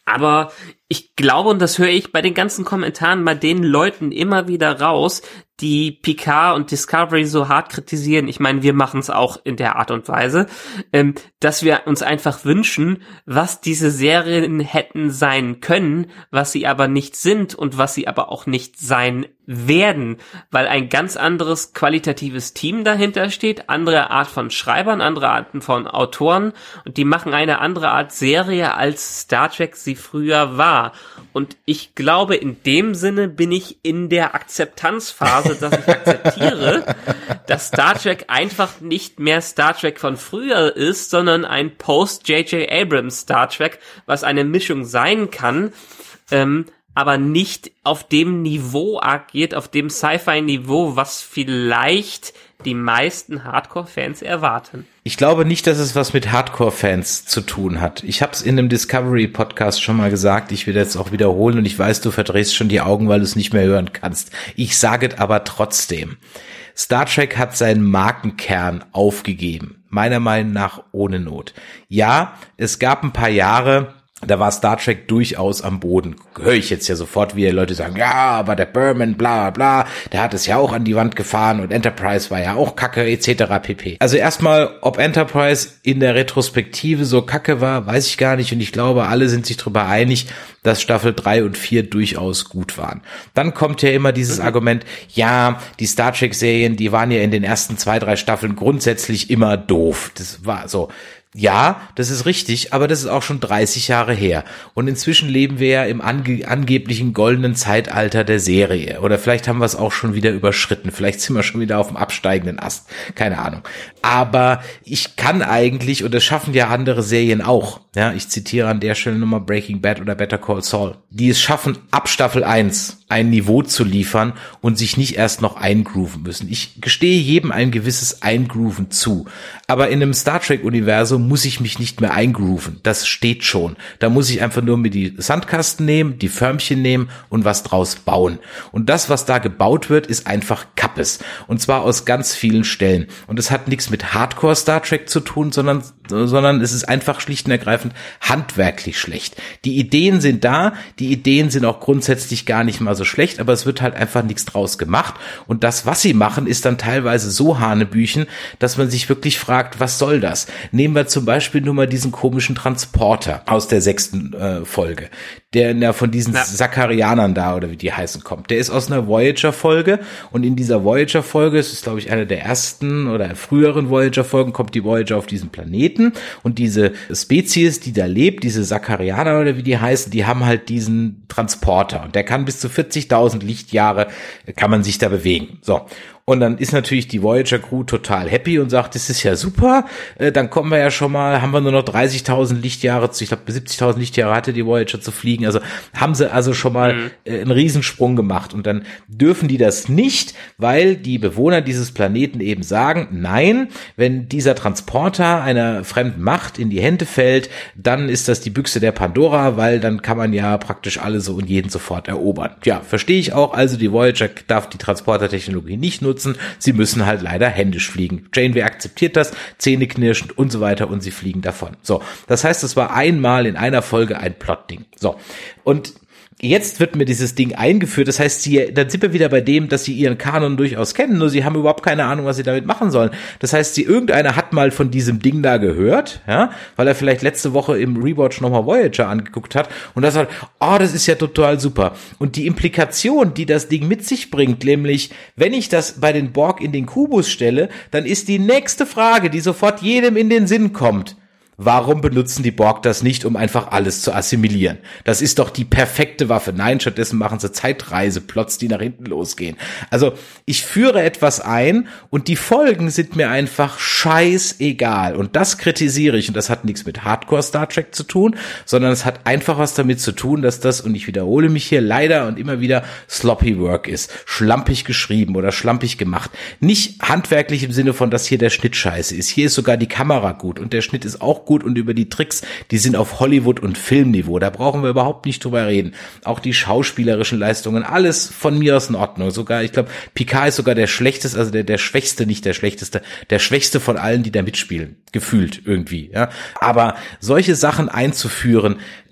Aber ich glaube, und das höre ich bei den ganzen Kommentaren bei den Leuten immer wieder raus, die Picard und Discovery so hart kritisieren, ich meine, wir machen es auch in der Art und Weise, ähm, dass wir uns einfach wünschen, was diese Serien hätten sein können, was sie aber nicht sind und was sie aber auch nicht sein werden, weil ein ganz anderes qualitatives Team dahinter steht, andere Art von Schreibern, andere Arten von Autoren und die machen eine andere Art Serie, als Star Trek sie früher war. Und ich glaube, in dem Sinne bin ich in der Akzeptanzphase, dass ich akzeptiere, dass Star Trek einfach nicht mehr Star Trek von früher ist, sondern ein Post-J J Abrams Star Trek, was eine Mischung sein kann, ähm, aber nicht auf dem Niveau agiert, auf dem Sci-Fi-Niveau, was vielleicht die meisten Hardcore-Fans erwarten. Ich glaube nicht, dass es was mit Hardcore-Fans zu tun hat. Ich habe es in einem Discovery-Podcast schon mal gesagt, ich will jetzt auch wiederholen und ich weiß, du verdrehst schon die Augen, weil du es nicht mehr hören kannst. Ich sage es aber trotzdem. Star Trek hat seinen Markenkern aufgegeben, meiner Meinung nach ohne Not. Ja, es gab ein paar Jahre, da war Star Trek durchaus am Boden. Höre ich jetzt ja sofort, wie Leute sagen, ja, aber der Berman, bla bla, der hat es ja auch an die Wand gefahren und Enterprise war ja auch kacke, et cetera pp. Also erstmal, ob Enterprise in der Retrospektive so kacke war, weiß ich gar nicht und ich glaube, alle sind sich darüber einig, dass Staffel drei und vier durchaus gut waren. Dann kommt ja immer dieses mhm. Argument, ja, die Star Trek-Serien, die waren ja in den ersten zwei, drei Staffeln grundsätzlich immer doof. Das war so. Ja, das ist richtig, aber das ist auch schon dreißig Jahre her. Und inzwischen leben wir ja im ange- angeblichen goldenen Zeitalter der Serie. Oder vielleicht haben wir es auch schon wieder überschritten. Vielleicht sind wir schon wieder auf dem absteigenden Ast. Keine Ahnung. Aber ich kann eigentlich, und das schaffen ja andere Serien auch, ja, ich zitiere an der Stelle nochmal Breaking Bad oder Better Call Saul, die es schaffen, ab Staffel eins ein Niveau zu liefern und sich nicht erst noch eingrooven müssen. Ich gestehe jedem ein gewisses Eingrooven zu. Aber in einem Star Trek-Universum muss ich mich nicht mehr eingrooven. Das steht schon. Da muss ich einfach nur mir die Sandkasten nehmen, die Förmchen nehmen und was draus bauen. Und das, was da gebaut wird, ist einfach Kappes. Und zwar aus ganz vielen Stellen. Und es hat nichts mit Hardcore Star Trek zu tun, sondern, sondern es ist einfach schlicht und ergreifend handwerklich schlecht. Die Ideen sind da, die Ideen sind auch grundsätzlich gar nicht mal so schlecht, aber es wird halt einfach nichts draus gemacht. Und das, was sie machen, ist dann teilweise so hanebüchen, dass man sich wirklich fragt, was soll das? Nehmen wir zum Beispiel nur mal diesen komischen Transporter aus der sechsten äh, Folge, der na, von diesen ja. Sakarianern da, oder wie die heißen, kommt. Der ist aus einer Voyager-Folge und in dieser Voyager-Folge, es ist glaube ich eine der ersten oder früheren Voyager-Folgen, kommt die Voyager auf diesen Planeten und diese Spezies, die da lebt, diese Sakarianer oder wie die heißen, die haben halt diesen Transporter und der kann bis zu vierzigtausend Lichtjahre, kann man sich da bewegen. So. Und dann ist natürlich die Voyager-Crew total happy und sagt, das ist ja super, äh, dann kommen wir ja schon mal, haben wir nur noch dreißigtausend Lichtjahre, ich glaube siebzigtausend Lichtjahre hatte die Voyager zu fliegen, also haben sie also schon mal mhm. äh, einen Riesensprung gemacht und dann dürfen die das nicht, weil die Bewohner dieses Planeten eben sagen, nein, wenn dieser Transporter einer fremden Macht in die Hände fällt, dann ist das die Büchse der Pandora, weil dann kann man ja praktisch alle so und jeden sofort erobern. Ja, verstehe ich auch, also die Voyager darf die Transporter-Technologie nicht nutzen, sie müssen halt leider händisch fliegen. Janeway akzeptiert das, zähneknirschend und so weiter und sie fliegen davon. So, das heißt, es war einmal in einer Folge ein Plotding. So, und jetzt wird mir dieses Ding eingeführt, das heißt, sie, dann sind wir wieder bei dem, dass sie ihren Kanon durchaus kennen, nur sie haben überhaupt keine Ahnung, was sie damit machen sollen. Das heißt, sie, irgendeiner hat mal von diesem Ding da gehört, ja, weil er vielleicht letzte Woche im Rewatch nochmal Voyager angeguckt hat und das sagt, oh, das ist ja total super. Und die Implikation, die das Ding mit sich bringt, nämlich, wenn ich das bei den Borg in den Kubus stelle, dann ist die nächste Frage, die sofort jedem in den Sinn kommt: Warum benutzen die Borg das nicht, um einfach alles zu assimilieren? Das ist doch die perfekte Waffe. Nein, stattdessen machen sie Zeitreiseplots, die nach hinten losgehen. Also ich führe etwas ein und die Folgen sind mir einfach scheißegal. Und das kritisiere ich. Und das hat nichts mit Hardcore Star Trek zu tun, sondern es hat einfach was damit zu tun, dass das, und ich wiederhole mich hier leider und immer wieder, sloppy work ist. Schlampig geschrieben oder schlampig gemacht. Nicht handwerklich im Sinne von, dass hier der Schnitt scheiße ist. Hier ist sogar die Kamera gut und der Schnitt ist auch gut und über die Tricks, die sind auf Hollywood- und Filmniveau. Da brauchen wir überhaupt nicht drüber reden. Auch die schauspielerischen Leistungen, alles von mir aus in Ordnung. Sogar, ich glaube, Picard ist sogar der schlechteste, also der, der schwächste, nicht der schlechteste, der schwächste von allen, die da mitspielen. Gefühlt irgendwie, ja. Aber solche Sachen einzuführen,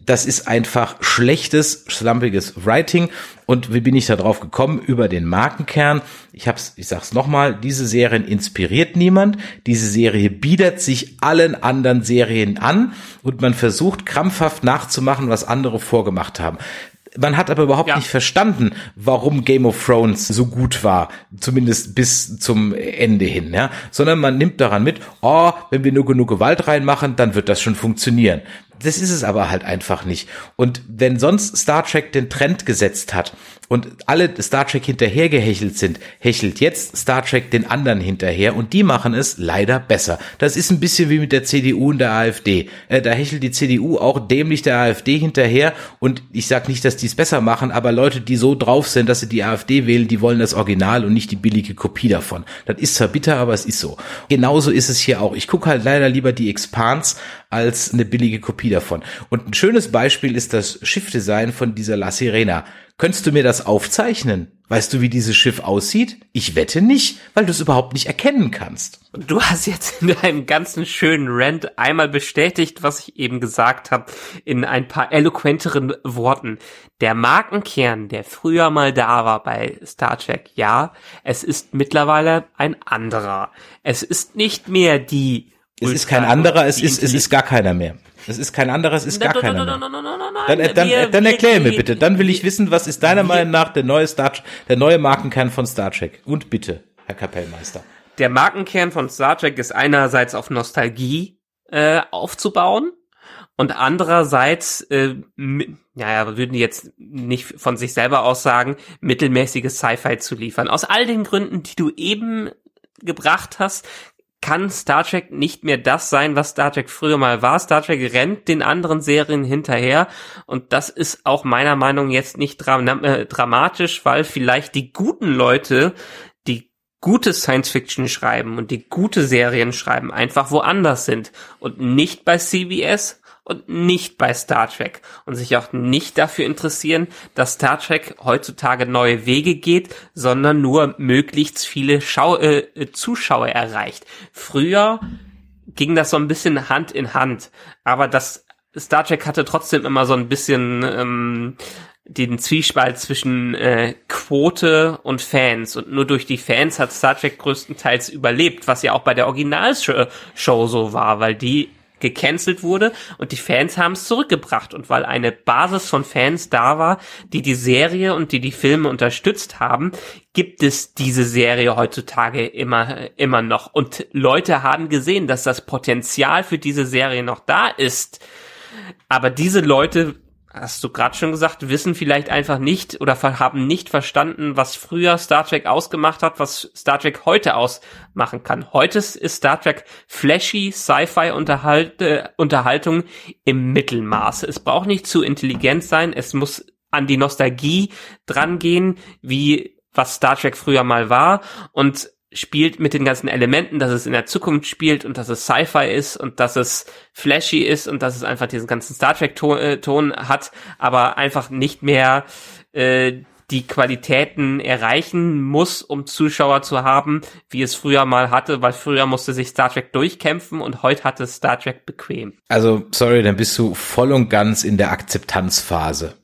das ist einfach schlechtes, schlampiges Writing. Und wie bin ich da drauf gekommen? Über den Markenkern. Ich hab's, ich sag's nochmal, diese Serien inspiriert niemand. Diese Serie bietet sich allen anderen Serien an und man versucht krampfhaft nachzumachen, was andere vorgemacht haben. Man hat aber überhaupt ja. nicht verstanden, warum Game of Thrones so gut war, zumindest bis zum Ende hin, ja, sondern man nimmt daran mit, oh, wenn wir nur genug Gewalt reinmachen, dann wird das schon funktionieren. Das ist es aber halt einfach nicht. Und wenn sonst Star Trek den Trend gesetzt hat und alle Star Trek hinterhergehechelt sind, hechelt jetzt Star Trek den anderen hinterher und die machen es leider besser. Das ist ein bisschen wie mit der C D U und der AfD. Äh, da hechelt die C D U auch dämlich der AfD hinterher und ich sag nicht, dass die es besser machen, aber Leute, die so drauf sind, dass sie die AfD wählen, die wollen das Original und nicht die billige Kopie davon. Das ist zwar bitter, aber es ist so. Genauso ist es hier auch. Ich gucke halt leider lieber die Expanse als eine billige Kopie davon. Und ein schönes Beispiel ist das Schiffdesign von dieser La Sirena. Könntest du mir das aufzeichnen? Weißt du, wie dieses Schiff aussieht? Ich wette nicht, weil du es überhaupt nicht erkennen kannst. Du hast jetzt in deinem ganzen schönen Rant einmal bestätigt, was ich eben gesagt habe, in ein paar eloquenteren Worten. Der Markenkern, der früher mal da war bei Star Trek, ja, es ist mittlerweile ein anderer. Es ist nicht mehr die Es ist kein anderer, es ist, es ist gar keiner mehr. Es ist kein anderer, es ist gar keiner mehr. Dann, dann, dann erklär mir bitte, dann will ich wissen, was ist deiner Meinung nach der neue Star, der neue Markenkern von Star Trek? Und bitte, Herr Kapellmeister. Der Markenkern von Star Trek ist einerseits auf Nostalgie äh, aufzubauen und andererseits, äh, mi- naja, würden die jetzt nicht von sich selber aus sagen, mittelmäßiges Sci-Fi zu liefern. Aus all den Gründen, die du eben gebracht hast, kann Star Trek nicht mehr das sein, was Star Trek früher mal war. Star Trek rennt den anderen Serien hinterher und das ist auch meiner Meinung nach jetzt nicht dra- äh, dramatisch, weil vielleicht die guten Leute, die gute Science-Fiction schreiben und die gute Serien schreiben, einfach woanders sind und nicht bei C B S und nicht bei Star Trek und sich auch nicht dafür interessieren, dass Star Trek heutzutage neue Wege geht, sondern nur möglichst viele Schau- äh, Zuschauer erreicht. Früher ging das so ein bisschen Hand in Hand, aber das Star Trek hatte trotzdem immer so ein bisschen ähm, den Zwiespalt zwischen äh, Quote und Fans und nur durch die Fans hat Star Trek größtenteils überlebt, was ja auch bei der Originalshow so war, weil die gecancelt wurde und die Fans haben es zurückgebracht und weil eine Basis von Fans da war, die die Serie und die die Filme unterstützt haben, gibt es diese Serie heutzutage immer immer noch und Leute haben gesehen, dass das Potenzial für diese Serie noch da ist, aber diese Leute, hast du gerade schon gesagt, wissen vielleicht einfach nicht oder haben nicht verstanden, was früher Star Trek ausgemacht hat, was Star Trek heute ausmachen kann. Heute ist Star Trek flashy, Sci-Fi Unterhalt, äh, Unterhaltung im Mittelmaß. Es braucht nicht zu intelligent sein, es muss an die Nostalgie drangehen, wie was Star Trek früher mal war und spielt mit den ganzen Elementen, dass es in der Zukunft spielt und dass es Sci-Fi ist und dass es flashy ist und dass es einfach diesen ganzen Star Trek-Ton äh, Ton hat, aber einfach nicht mehr äh, die Qualitäten erreichen muss, um Zuschauer zu haben, wie es früher mal hatte, weil früher musste sich Star Trek durchkämpfen und heute hat es Star Trek bequem. Also, sorry, dann bist du voll und ganz in der Akzeptanzphase.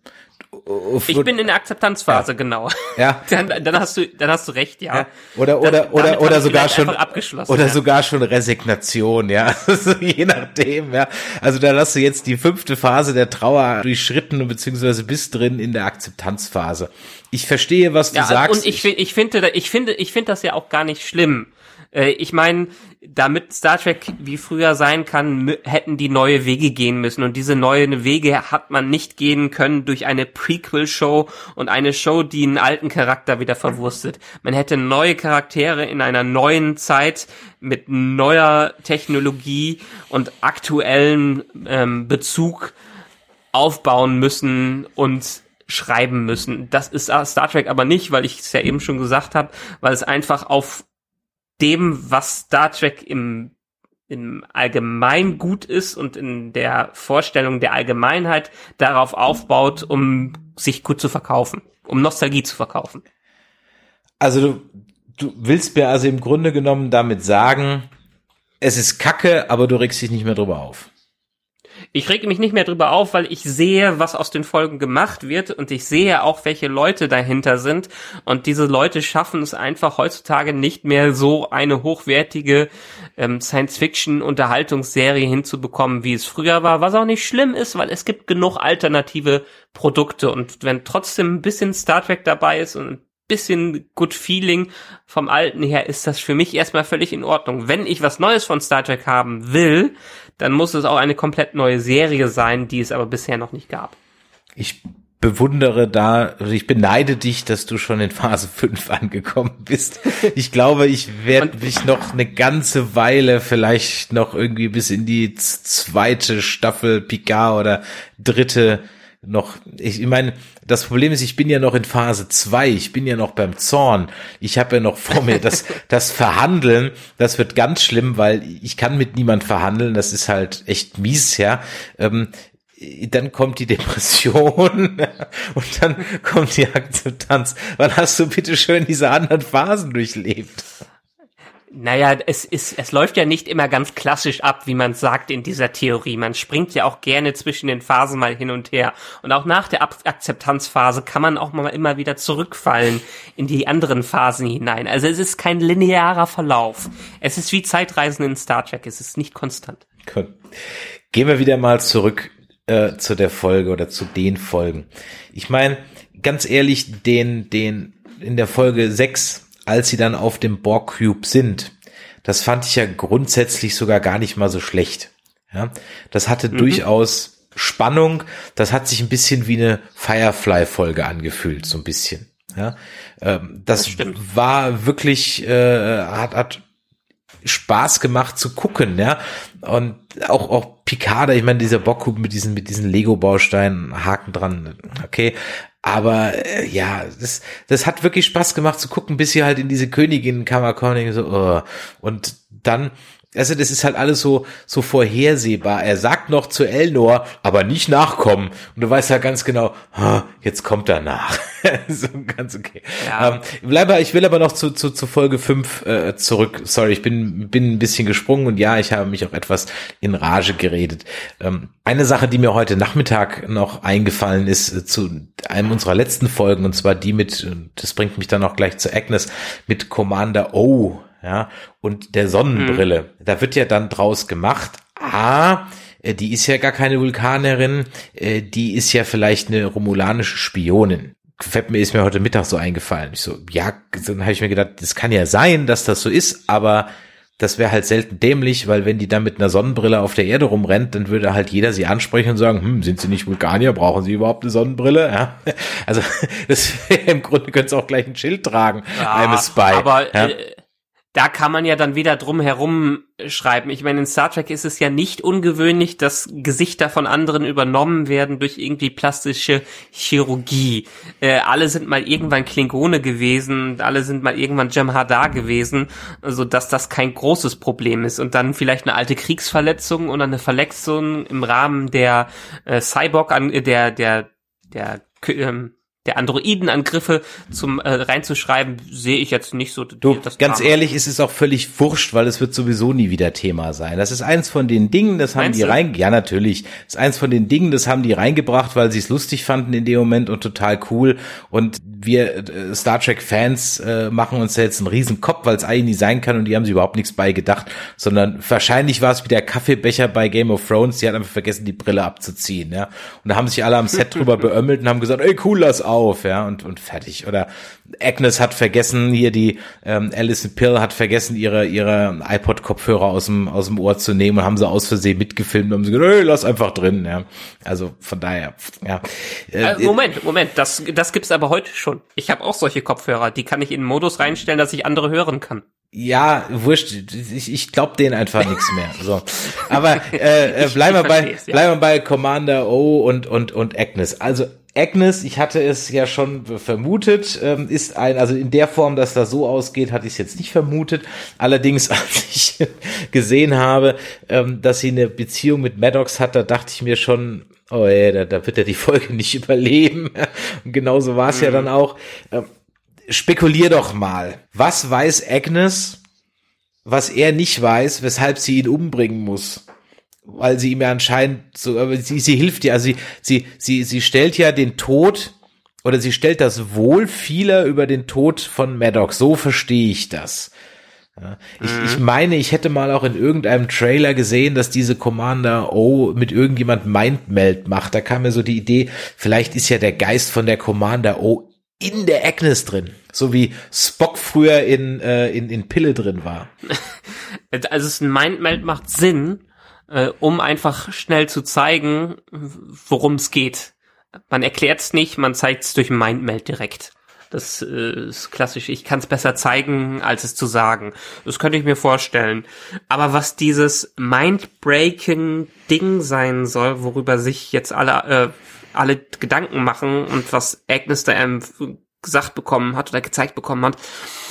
Ich bin in der Akzeptanzphase, ja. Genau. Ja. Dann, dann hast du, dann hast du recht, ja. ja. Oder oder das, oder oder sogar schon abgeschlossen, oder ja. sogar schon Resignation, ja. Also, je nachdem, ja. Also da hast du jetzt die fünfte Phase der Trauer durchschritten beziehungsweise bist drin in der Akzeptanzphase. Ich verstehe, was du ja, sagst. Und ich, ich finde, ich finde, ich finde das ja auch gar nicht schlimm. Ich meine, damit Star Trek wie früher sein kann, hätten die neue Wege gehen müssen. Und diese neuen Wege hat man nicht gehen können durch eine Prequel-Show und eine Show, die einen alten Charakter wieder verwurstet. Man hätte neue Charaktere in einer neuen Zeit mit neuer Technologie und aktuellem ähm, Bezug aufbauen müssen und schreiben müssen. Das ist Star Trek aber nicht, weil ich es ja eben schon gesagt habe, weil es einfach auf dem, was Star Trek im, im Allgemein gut ist und in der Vorstellung der Allgemeinheit darauf aufbaut, um sich gut zu verkaufen, um Nostalgie zu verkaufen. Also du, du willst mir also im Grunde genommen damit sagen, es ist Kacke, aber du regst dich nicht mehr drüber auf. Ich reg mich nicht mehr drüber auf, weil ich sehe, was aus den Folgen gemacht wird und ich sehe auch, welche Leute dahinter sind und diese Leute schaffen es einfach heutzutage nicht mehr, so eine hochwertige ähm, Science-Fiction-Unterhaltungsserie hinzubekommen, wie es früher war, was auch nicht schlimm ist, weil es gibt genug alternative Produkte und wenn trotzdem ein bisschen Star Trek dabei ist und ein bisschen Good Feeling vom Alten her, ist das für mich erstmal völlig in Ordnung. Wenn ich was Neues von Star Trek haben will, dann muss es auch eine komplett neue Serie sein, die es aber bisher noch nicht gab. Ich bewundere da, also ich beneide dich, dass du schon in Phase fünf angekommen bist. Ich glaube, ich werde mich noch eine ganze Weile, vielleicht noch irgendwie bis in die zweite Staffel Picard oder dritte noch, ich, ich meine, das Problem ist, ich bin ja noch in Phase zwei, ich bin ja noch beim Zorn, ich habe ja noch vor mir das, das Verhandeln, das wird ganz schlimm, weil ich kann mit niemand verhandeln, das ist halt echt mies, ja, ähm, dann kommt die Depression und dann kommt die Akzeptanz. Wann hast du bitte schön diese anderen Phasen durchlebt? Naja, es ist, es läuft ja nicht immer ganz klassisch ab, wie man sagt in dieser Theorie. Man springt ja auch gerne zwischen den Phasen mal hin und her. Und auch nach der Ab- Akzeptanzphase kann man auch mal immer wieder zurückfallen in die anderen Phasen hinein. Also es ist kein linearer Verlauf. Es ist wie Zeitreisen in Star Trek. Es ist nicht konstant. Gut. Gehen wir wieder mal zurück äh, zu der Folge oder zu den Folgen. Ich meine, ganz ehrlich, den, den in der Folge sechs, als sie dann auf dem Borg Cube sind, das fand ich ja grundsätzlich sogar gar nicht mal so schlecht. Ja, das hatte mhm. durchaus Spannung. Das hat sich ein bisschen wie eine Firefly-Folge angefühlt, so ein bisschen. Ja, ähm, das, das war wirklich, äh, hat, hat Spaß gemacht zu gucken, ja. Und auch, auch Picard, ich meine, dieser Borg Cube mit diesen, mit diesen Lego-Bausteinen, Haken dran, okay. Aber äh, ja, das das hat wirklich Spaß gemacht zu gucken, bis sie halt in diese Königinnenkammer kommen, so oh. Und dann, also das ist halt alles so so vorhersehbar. Er sagt noch zu Elnor, aber nicht nachkommen. Und du weißt ja ganz genau, oh, jetzt kommt er nach. So ganz okay. Ja. Ähm, bleib, ich will aber noch zu zu, zu Folge fünf äh, zurück. Sorry, ich bin bin ein bisschen gesprungen und ja, ich habe mich auch etwas in Rage geredet. Ähm, eine Sache, die mir heute Nachmittag noch eingefallen ist äh, zu einem unserer letzten Folgen, und zwar die mit, das bringt mich dann auch gleich zu Agnes, mit Commander O, ja, und der Sonnenbrille. Mhm. Da wird ja dann draus gemacht, ah, die ist ja gar keine Vulkanerin, die ist ja vielleicht eine romulanische Spionin. Mir ist mir heute Mittag so eingefallen. Ich so, ja, dann habe ich mir gedacht, das kann ja sein, dass das so ist, aber das wäre halt selten dämlich, weil wenn die dann mit einer Sonnenbrille auf der Erde rumrennt, dann würde halt jeder sie ansprechen und sagen, hm, sind sie nicht Vulkanier, brauchen sie überhaupt eine Sonnenbrille? Ja, also das wäre im Grunde, könntest du auch gleich ein Schild tragen, ja, I'm a Spy. Aber ja. äh, da kann man ja dann wieder drum herum schreiben. Ich meine, in Star Trek ist es ja nicht ungewöhnlich, dass Gesichter von anderen übernommen werden durch irgendwie plastische Chirurgie. Äh, alle sind mal irgendwann Klingone gewesen, alle sind mal irgendwann Jem'Hadar gewesen, so dass das kein großes Problem ist. Und dann vielleicht eine alte Kriegsverletzung oder eine Verletzung im Rahmen der äh, Cyborg, an, äh, der der der ähm, der Androidenangriffe zum äh, reinzuschreiben, sehe ich jetzt nicht so. Du, das ganz Drama. ehrlich, es ist auch völlig wurscht, weil es wird sowieso nie wieder Thema sein. Das ist eins von den Dingen, das haben Meinst die du? rein, ja natürlich, das ist eins von den Dingen, das haben die reingebracht, weil sie es lustig fanden in dem Moment und total cool. Und wir äh, Star Trek Fans äh, machen uns da jetzt einen riesen Kopf, weil es eigentlich nie sein kann und die haben sich überhaupt nichts bei gedacht, sondern wahrscheinlich war es wie der Kaffeebecher bei Game of Thrones, die hat einfach vergessen, die Brille abzuziehen, ja. Und da haben sich alle am Set drüber beömmelt und haben gesagt, ey cool, lass auf, ja, und und fertig. Oder Agnes hat vergessen, hier die ähm, Alison Pill hat vergessen, ihre ihre iPod-Kopfhörer aus dem aus dem Ohr zu nehmen und haben sie aus Versehen mitgefilmt und haben sie gesagt, hey, lass einfach drin. Ja, also von daher, ja. Äh, Moment, Moment, das das gibt's aber heute schon. Ich habe auch solche Kopfhörer, die kann ich in einen Modus reinstellen, dass ich andere hören kann. Ja, wurscht, ich, ich glaub denen einfach nichts mehr. So, aber äh, äh, bleiben wir bei ja. bleiben wir bei Commander O und und und Agnes. Also Agnes, ich hatte es ja schon vermutet, ähm, ist ein, also in der Form, dass das so ausgeht, hatte ich es jetzt nicht vermutet. Allerdings, als ich gesehen habe, ähm, dass sie eine Beziehung mit Maddox hat, da dachte ich mir schon, oh ey, da, da wird er die Folge nicht überleben. Und genauso war es mhm. ja dann auch. Ähm, spekulier doch mal. Was weiß Agnes, was er nicht weiß, weshalb sie ihn umbringen muss? weil sie ihm ja anscheinend so, aber sie, sie hilft ja, also sie, sie, sie, sie stellt ja den Tod oder sie stellt das Wohl vieler über den Tod von Maddox. So verstehe ich das. Ja, ich, mhm. ich meine, ich hätte mal auch in irgendeinem Trailer gesehen, dass diese Commander O mit irgendjemand Mindmeld macht. Da kam mir so die Idee, vielleicht ist ja der Geist von der Commander O in der Agnes drin. So wie Spock früher in, äh, in, in Pille drin war. Also es ein Mindmeld macht Sinn, äh, um einfach schnell zu zeigen, worum es geht. Man erklärt es nicht, man zeigt es durch ein Mindmeld direkt. Das äh, ist klassisch. Ich kann es besser zeigen, als es zu sagen. Das könnte ich mir vorstellen. Aber was dieses Mindbreaking-Ding sein soll, worüber sich jetzt alle äh, alle Gedanken machen und was Agnes da ähm, gesagt bekommen hat oder gezeigt bekommen hat,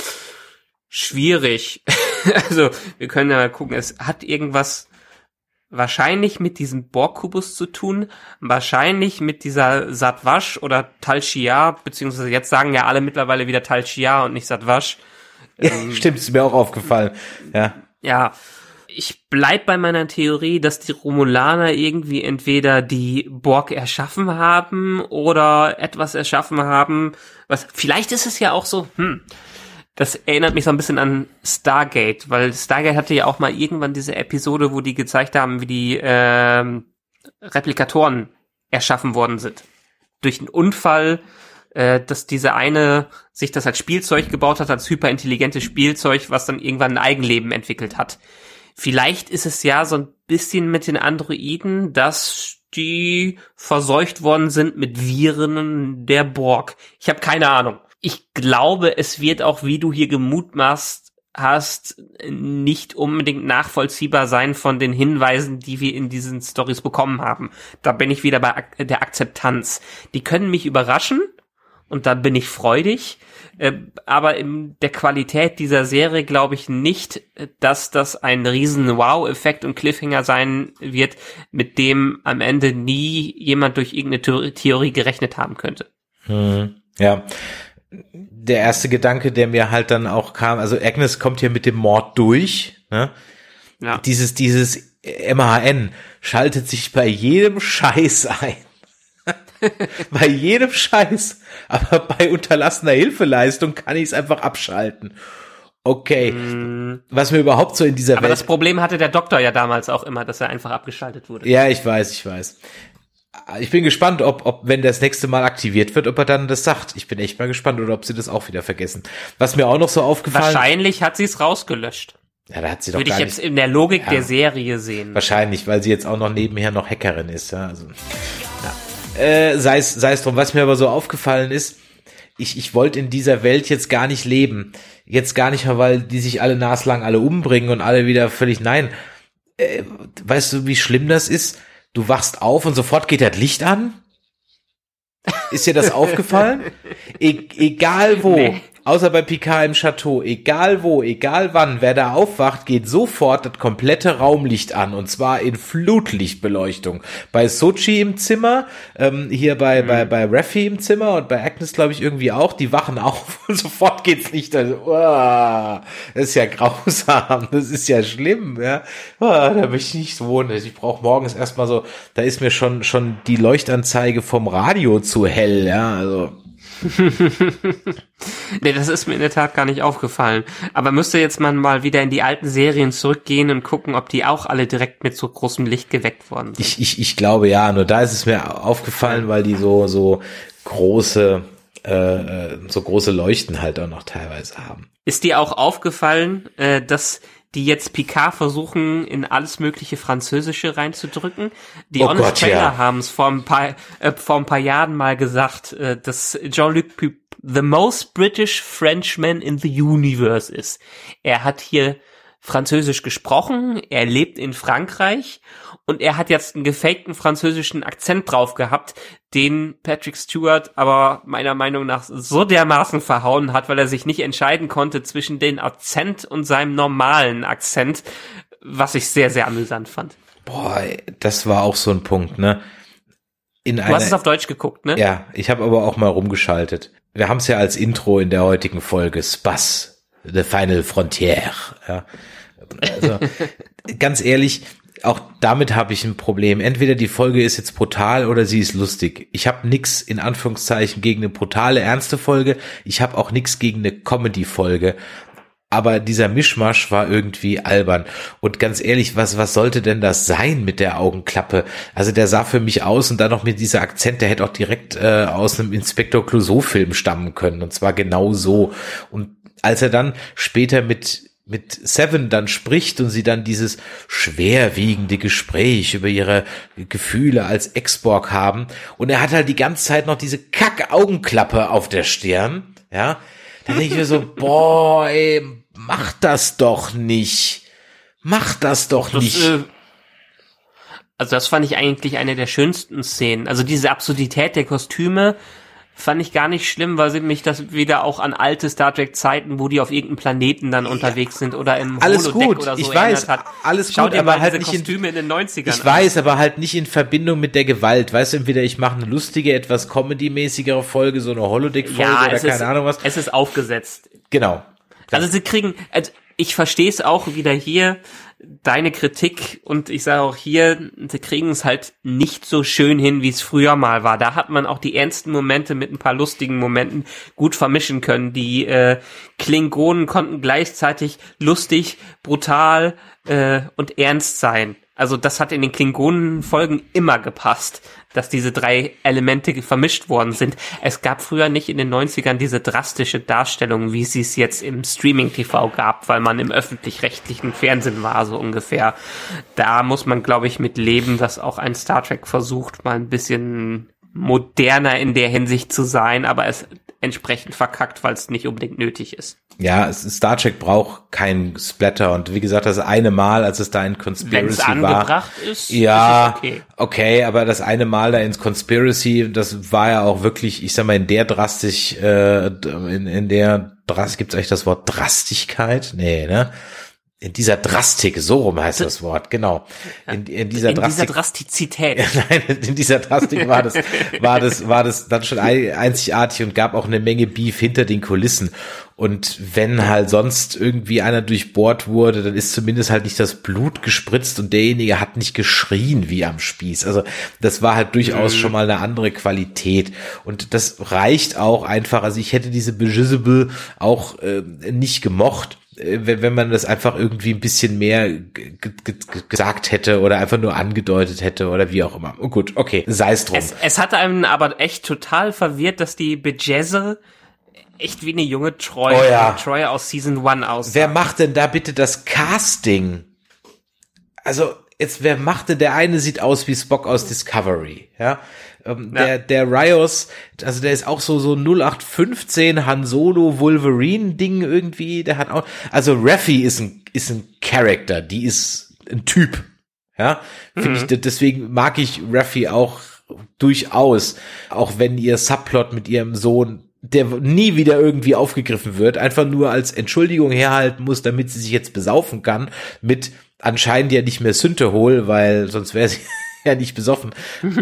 schwierig. Also wir können ja mal gucken. Es hat irgendwas wahrscheinlich mit diesem Borg-Kubus zu tun, wahrscheinlich mit dieser Satwasch oder Tal Shiar, beziehungsweise jetzt sagen ja alle mittlerweile wieder Tal Shiar und nicht Satwasch. Ähm, Stimmt, ist mir auch aufgefallen. Ja. Ja, ich bleib bei meiner Theorie, dass die Romulaner irgendwie entweder die Borg erschaffen haben oder etwas erschaffen haben, was, vielleicht ist es ja auch so, hm, das erinnert mich so ein bisschen an Stargate, weil Stargate hatte ja auch mal irgendwann diese Episode, wo die gezeigt haben, wie die ähm, Replikatoren erschaffen worden sind. Durch einen Unfall, äh, dass diese eine sich das als Spielzeug gebaut hat, als hyperintelligentes Spielzeug, was dann irgendwann ein Eigenleben entwickelt hat. Vielleicht ist es ja so ein bisschen mit den Androiden, dass die verseucht worden sind mit Viren der Borg. Ich habe keine Ahnung. Ich glaube, es wird auch, wie du hier gemutmaßt hast, nicht unbedingt nachvollziehbar sein von den Hinweisen, die wir in diesen Storys bekommen haben. Da bin ich wieder bei Ak- der Akzeptanz. Die können mich überraschen und da bin ich freudig. Äh, aber in der Qualität dieser Serie glaube ich nicht, dass das ein riesen Wow-Effekt und Cliffhanger sein wird, mit dem am Ende nie jemand durch irgendeine Theorie gerechnet haben könnte. Hm, ja. Der erste Gedanke, der mir halt dann auch kam, also Agnes kommt hier mit dem Mord durch, ne? Ja. Dieses, dieses M H N schaltet sich bei jedem Scheiß ein. Bei jedem Scheiß. Aber bei unterlassener Hilfeleistung kann ich es einfach abschalten. Okay. Mm. Was mir überhaupt so in dieser Aber Welt... Aber das Problem hatte der Doktor ja damals auch immer, dass er einfach abgeschaltet wurde. Ja, ich weiß, ich weiß. Ich bin gespannt, ob, ob, wenn das nächste Mal aktiviert wird, ob er dann das sagt. Ich bin echt mal gespannt, oder ob sie das auch wieder vergessen. Was mir auch noch so aufgefallen... Wahrscheinlich hat sie es rausgelöscht. Ja, da hat sie doch Würde gar ich nicht... jetzt in der Logik ja, der Serie sehen. Wahrscheinlich, weil sie jetzt auch noch nebenher noch Hackerin ist. Ja, also, ja. Äh, sei es, sei es drum. Was mir aber so aufgefallen ist, ich, ich wollte in dieser Welt jetzt gar nicht leben. Jetzt gar nicht mehr, weil die sich alle naslang alle umbringen und alle wieder völlig... Nein. Äh, weißt du, wie schlimm das ist? Du wachst auf und sofort geht das Licht an? Ist dir das aufgefallen? E- egal wo, nee. Außer bei Picard im Chateau, egal wo, egal wann, wer da aufwacht, geht sofort das komplette Raumlicht an, und zwar in Flutlichtbeleuchtung. Bei Sochi im Zimmer, ähm, hier bei, mhm. bei, bei Raffi im Zimmer und bei Agnes, glaube ich, irgendwie auch, die wachen auf und sofort geht's Licht an. Oh, das ist ja grausam, das ist ja schlimm, ja. Oh, da möchte ich nicht wohnen. Ich brauche morgens erstmal so, da ist mir schon, schon die Leuchtanzeige vom Radio zu hell, ja, also. Nee, das ist mir in der Tat gar nicht aufgefallen. Aber müsste jetzt man mal wieder in die alten Serien zurückgehen und gucken, ob die auch alle direkt mit so großem Licht geweckt worden sind. Ich, ich, ich glaube ja, nur da ist es mir aufgefallen, weil die so, so große, äh, so große Leuchten halt auch noch teilweise haben. Ist dir auch aufgefallen, äh, dass die jetzt Picard versuchen, in alles mögliche Französische reinzudrücken? Die oh Honest Gott, Trailer ja. haben es vor ein paar äh, vor ein paar Jahren mal gesagt, äh, dass Jean-Luc Picard the most British Frenchman in the universe ist. Er hat hier Französisch gesprochen, er lebt in Frankreich und er hat jetzt einen gefakten französischen Akzent drauf gehabt, den Patrick Stewart aber meiner Meinung nach so dermaßen verhauen hat, weil er sich nicht entscheiden konnte zwischen den Akzent und seinem normalen Akzent, was ich sehr, sehr amüsant fand. Boah, das war auch so ein Punkt, ne? In du einer, hast es auf Deutsch geguckt, ne? Ja, ich habe aber auch mal rumgeschaltet. Wir haben es ja als Intro in der heutigen Folge, Spass, The Final Frontier. Ja. Also, ganz ehrlich, auch damit habe ich ein Problem. Entweder die Folge ist jetzt brutal oder sie ist lustig. Ich habe nix in Anführungszeichen gegen eine brutale, ernste Folge. Ich habe auch nix gegen eine Comedy-Folge. Aber dieser Mischmasch war irgendwie albern. Und ganz ehrlich, was was sollte denn das sein mit der Augenklappe? Also der sah für mich aus und dann noch mit dieser Akzent, der hätte auch direkt äh, aus einem Inspektor Clouseau-Film stammen können. Und zwar genau so. Und als er dann später mit mit Seven dann spricht und sie dann dieses schwerwiegende Gespräch über ihre Gefühle als Ex-Borg haben und er hat halt die ganze Zeit noch diese Kack-Augenklappe auf der Stirn, ja, dann denke ich mir so, boah, ey, mach das doch nicht. Mach das doch das, nicht. Äh, also das fand ich eigentlich eine der schönsten Szenen. Also diese Absurdität der Kostüme fand ich gar nicht schlimm, weil sie mich das wieder auch an alte Star Trek Zeiten, wo die auf irgendeinem Planeten dann unterwegs sind oder im alles Holodeck gut, oder so ich weiß, hat. alles Schau gut, dir aber mal halt diese nicht in, Kostüme in den neunzigern ich weiß, aber halt nicht in Verbindung mit der Gewalt. Weißt du, entweder ich mache eine lustige, etwas Comedy-mäßigere Folge, so eine Holodeck-Folge ja, oder es keine ist, Ahnung was. Es ist aufgesetzt. Genau. Also sie kriegen, also ich verstehe es auch wieder hier, deine Kritik, und ich sage auch hier, sie kriegen es halt nicht so schön hin, wie es früher mal war. Da hat man auch die ernsten Momente mit ein paar lustigen Momenten gut vermischen können. Die äh, Klingonen konnten gleichzeitig lustig, brutal äh, und ernst sein. Also das hat in den Klingonen-Folgen immer gepasst, dass diese drei Elemente vermischt worden sind. Es gab früher nicht in den neunzigern diese drastische Darstellung, wie sie es jetzt im Streaming-T V gab, weil man im öffentlich-rechtlichen Fernsehen war, so ungefähr. Da muss man, glaube ich, mit leben, dass auch ein Star Trek versucht, mal ein bisschen moderner in der Hinsicht zu sein, aber es entsprechend verkackt, weil es nicht unbedingt nötig ist. Ja, Star Trek braucht kein Splatter und wie gesagt, das eine Mal, als es da in Conspiracy Wenn's war. angebracht ist, ja, ist es okay. okay, aber das eine Mal da in Conspiracy, das war ja auch wirklich, ich sag mal, in der drastisch, äh, in, in der Drast, gibt's eigentlich das Wort Drastigkeit? Nee, ne? In dieser Drastik, so rum heißt das Wort, genau. In, in dieser in Drastik. dieser Drastizität. Nein, in dieser Drastik war das, war das, war das dann schon einzigartig und gab auch eine Menge Beef hinter den Kulissen. Und wenn halt sonst irgendwie einer durchbohrt wurde, dann ist zumindest halt nicht das Blut gespritzt und derjenige hat nicht geschrien wie am Spieß. Also das war halt durchaus schon mal eine andere Qualität. Und das reicht auch einfach. Also ich hätte diese Bejizable auch äh, nicht gemocht, wenn man das einfach irgendwie ein bisschen mehr g- g- gesagt hätte oder einfach nur angedeutet hätte oder wie auch immer. Oh gut, okay, sei es drum. Es, es hat einem aber echt total verwirrt, dass die Bejazzer echt wie eine junge Troy, Oh ja. Troy aus Season eins aussah. Wer macht denn da bitte das Casting? Also jetzt, wer macht denn, der eine sieht aus wie Spock aus Discovery, ja? Ähm, Ja. Der, der Rios, also der ist auch so, so null acht fünfzehn Han Solo Wolverine Ding irgendwie, der hat auch, also Raffi ist ein, ist ein Character, die ist ein Typ, ja? Finde Mhm. ich, deswegen mag ich Raffi auch durchaus, auch wenn ihr Subplot mit ihrem Sohn, der nie wieder irgendwie aufgegriffen wird, einfach nur als Entschuldigung herhalten muss, damit sie sich jetzt besaufen kann, mit anscheinend ja nicht mehr Synthehol, weil sonst wäre sie ja nicht besoffen.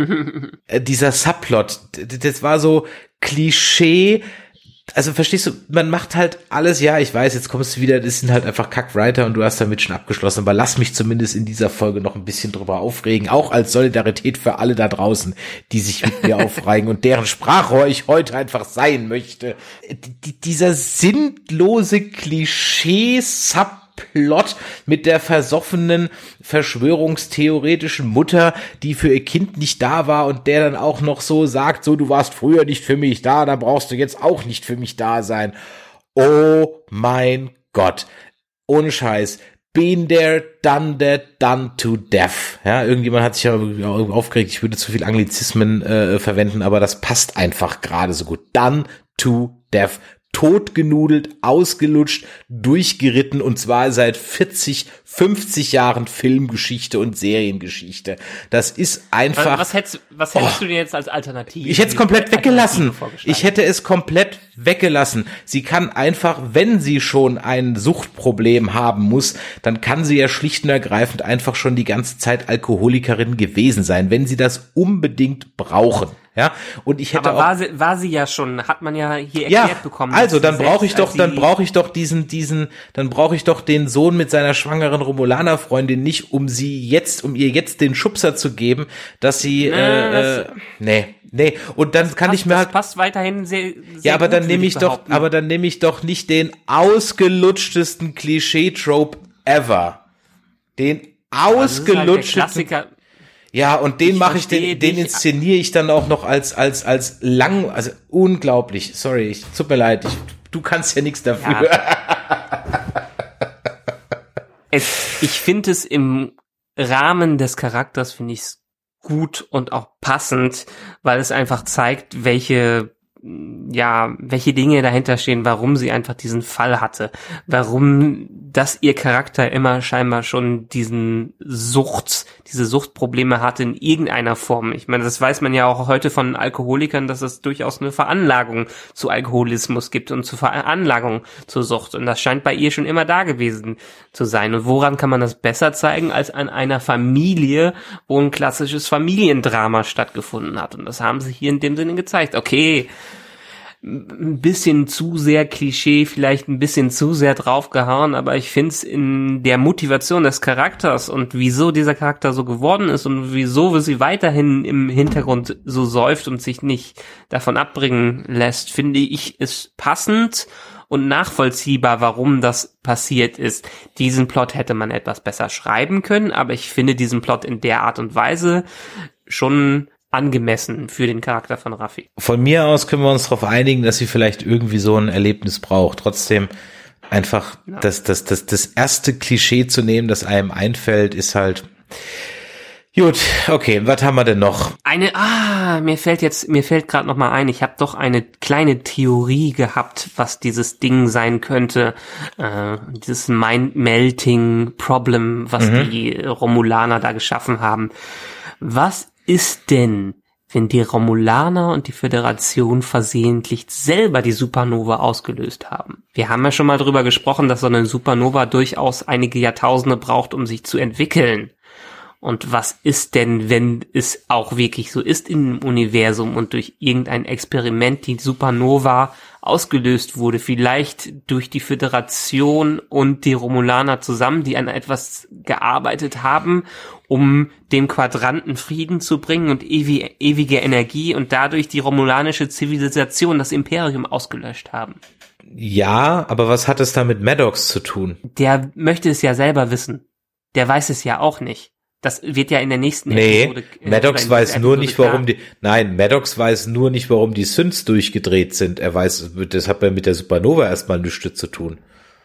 äh, dieser Subplot, d- das war so Klischee. Also verstehst du, man macht halt alles, ja, ich weiß, jetzt kommst du wieder, das sind halt einfach Kackwriter und du hast damit schon abgeschlossen, aber lass mich zumindest in dieser Folge noch ein bisschen drüber aufregen, auch als Solidarität für alle da draußen, die sich mit mir aufreigen und deren Sprachrohr ich heute einfach sein möchte. D- dieser sinnlose Klischee-Sub Plot mit der versoffenen, verschwörungstheoretischen Mutter, die für ihr Kind nicht da war und der dann auch noch so sagt, so, du warst früher nicht für mich da, dann brauchst du jetzt auch nicht für mich da sein. Oh mein Gott. Ohne Scheiß. Been there, done that, done to death. Ja, irgendjemand hat sich ja aufgeregt, ich würde zu viel Anglizismen äh, verwenden, aber das passt einfach gerade so gut. Done to death. Totgenudelt, ausgelutscht, durchgeritten und zwar seit vierzig, fünfzig Jahren Filmgeschichte und Seriengeschichte. Das ist einfach... Was hättest, was hättest oh. du denn jetzt als Alternative? Ich hätte es komplett weggelassen. Ich hätte es komplett weggelassen. Sie kann einfach, wenn sie schon ein Suchtproblem haben muss, dann kann sie ja schlicht und ergreifend einfach schon die ganze Zeit Alkoholikerin gewesen sein, wenn sie das unbedingt brauchen. Ja, und ich hätte Aber auch war sie, war sie ja schon, hat man ja hier erklärt ja, bekommen. also dann brauche ich doch, als dann sie- brauche ich doch diesen, diesen, dann brauche ich doch den Sohn mit seiner schwangeren Romulaner-Freundin nicht, um sie jetzt, um ihr jetzt den Schubser zu geben, dass sie, Na, äh, das- äh, nee, nee, und dann kann passt, ich mir das halt, passt weiterhin sehr, sehr ja, aber gut, dann würde nehme ich doch, behaupten. aber dann nehme ich doch nicht den ausgelutschtesten Klischee-Trope ever. Den Das ist halt der ausgelutschtesten. Klassiker. Ja, und den Ich mache ich, verstehe den, den dich. inszeniere ich dann auch noch als, als, als lang, also unglaublich. Sorry, ich, tut mir leid, ich, du kannst ja nichts dafür. Ja. Es, ich finde es im Rahmen des Charakters, finde ich es gut und auch passend, weil es einfach zeigt, welche, ja, welche Dinge dahinter stehen, warum sie einfach diesen Fall hatte, warum dass ihr Charakter immer scheinbar schon diesen Sucht, diese Suchtprobleme hatte in irgendeiner Form. Ich meine, das weiß man ja auch heute von Alkoholikern, dass es durchaus eine Veranlagung zu Alkoholismus gibt und zur Veranlagung zur Sucht. Und das scheint bei ihr schon immer da gewesen zu sein. Und woran kann man das besser zeigen als an einer Familie, wo ein klassisches Familiendrama stattgefunden hat? Und das haben sie hier in dem Sinne gezeigt. Okay, ein bisschen zu sehr Klischee, vielleicht ein bisschen zu sehr draufgehauen, aber ich finde es in der Motivation des Charakters und wieso dieser Charakter so geworden ist und wieso sie weiterhin im Hintergrund so säuft und sich nicht davon abbringen lässt, finde ich es passend und nachvollziehbar, warum das passiert ist. Diesen Plot hätte man etwas besser schreiben können, aber ich finde diesen Plot in der Art und Weise schon angemessen für den Charakter von Raffi. Von mir aus können wir uns darauf einigen, dass sie vielleicht irgendwie so ein Erlebnis braucht. Trotzdem einfach Ja. das, das, das, das erste Klischee zu nehmen, das einem einfällt, ist halt gut. Okay, was haben wir denn noch? Eine, ah, mir fällt jetzt, mir fällt gerade noch mal ein, ich habe doch eine kleine Theorie gehabt, was dieses Ding sein könnte, äh, dieses Mind-Melting-Problem, was Mhm. die Romulaner da geschaffen haben. Was ist denn, wenn die Romulaner und die Föderation versehentlich selber die Supernova ausgelöst haben? Wir haben ja schon mal drüber gesprochen, dass so eine Supernova durchaus einige Jahrtausende braucht, um sich zu entwickeln. Und was ist denn, wenn es auch wirklich so ist im Universum und durch irgendein Experiment die Supernova ausgelöst wurde, vielleicht durch die Föderation und die Romulaner zusammen, die an etwas gearbeitet haben, um dem Quadranten Frieden zu bringen und ewige, ewige Energie und dadurch die romulanische Zivilisation, das Imperium, ausgelöscht haben. Ja, aber was hat es da mit Maddox zu tun? Der möchte es ja selber wissen. Der weiß es ja auch nicht. Das wird ja in der nächsten Nee, Episode. äh, Maddox oder in weiß dieser nur Episode nicht, warum klar. die, nein, Maddox weiß nur nicht, warum die Synths durchgedreht sind. Er weiß, das hat mit der Supernova erstmal nichts zu tun.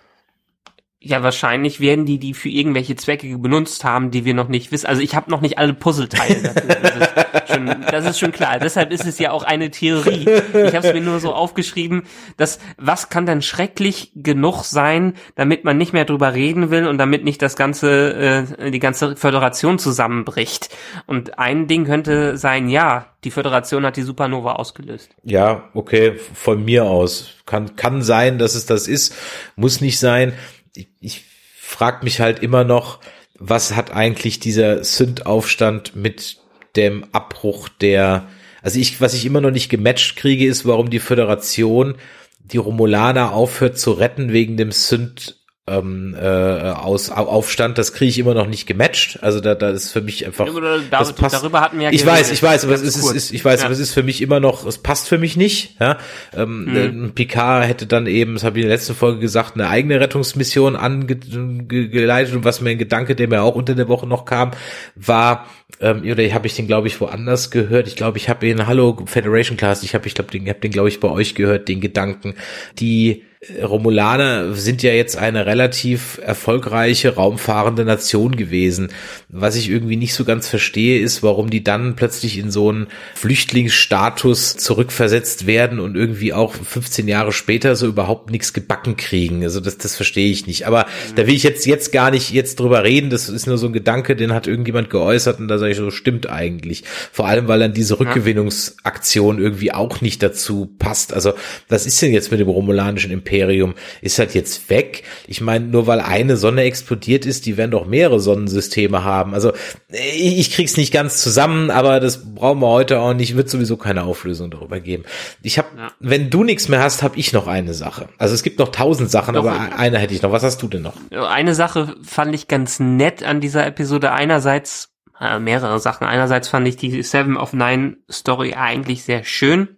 Ja, wahrscheinlich werden die die für irgendwelche Zwecke benutzt haben, die wir noch nicht wissen. Also ich habe noch nicht alle Puzzleteile dafür. Das ist schon, das ist schon klar. Deshalb ist es ja auch eine Theorie. Ich habe es mir nur so aufgeschrieben, dass was kann denn schrecklich genug sein, damit man nicht mehr drüber reden will und damit nicht das ganze, äh, die ganze Föderation zusammenbricht. Und ein Ding könnte sein, ja, die Föderation hat die Supernova ausgelöst. Ja, okay, von mir aus. Kann, kann sein, dass es das ist, muss nicht sein. Ich, ich frage mich halt immer noch, was hat eigentlich dieser Synth-Aufstand mit dem Abbruch der, also ich, was ich immer noch nicht gematcht kriege, ist, warum die Föderation die Romulaner aufhört zu retten wegen dem Synth ähm, äh, aus Aufstand. Das kriege ich immer noch nicht gematcht. Also da, da ist für mich einfach. Darüber, das passt. darüber hatten wir ja Ich geredet. weiß, ich weiß, aber es Ganz ist, es kurz. ist, ich weiß, Ja. aber es ist für mich immer noch, es passt für mich nicht. Ja, ähm, Mhm. äh, Picard hätte dann eben, das habe ich in der letzten Folge gesagt, eine eigene Rettungsmission angeleitet und was mir ein Gedanke, der mir auch unter der Woche noch kam, war, ähm, oder habe ich den, glaube ich, woanders gehört. Ich glaube, ich habe in Hallo Federation Class, ich habe, ich glaube, den, hab den, glaube ich, bei euch gehört, den Gedanken, die Romulaner sind ja jetzt eine relativ erfolgreiche raumfahrende Nation gewesen. Was ich irgendwie nicht so ganz verstehe, ist, warum die dann plötzlich in so einen Flüchtlingsstatus zurückversetzt werden und irgendwie auch fünfzehn Jahre später so überhaupt nichts gebacken kriegen. Also das, das verstehe ich nicht. Aber mhm. da will ich jetzt jetzt gar nicht jetzt drüber reden. Das ist nur so ein Gedanke, den hat irgendjemand geäußert und da sage ich so, stimmt eigentlich. Vor allem, weil dann diese Rückgewinnungsaktion irgendwie auch nicht dazu passt. Also was ist denn jetzt mit dem romulanischen Imperium? Imperium ist halt jetzt weg. Ich meine, nur weil eine Sonne explodiert ist, die werden doch mehrere Sonnensysteme haben. Also ich, ich krieg's nicht ganz zusammen, aber das brauchen wir heute auch nicht. Wird sowieso keine Auflösung darüber geben. Ich habe, ja. Wenn du nichts mehr hast, habe ich noch eine Sache. Also es gibt noch tausend Sachen, doch, aber eine hätte ich noch. Was hast du denn noch? Eine Sache fand ich ganz nett an dieser Episode. Einerseits, äh, mehrere Sachen. Einerseits fand ich die Seven of Nine Story eigentlich sehr schön.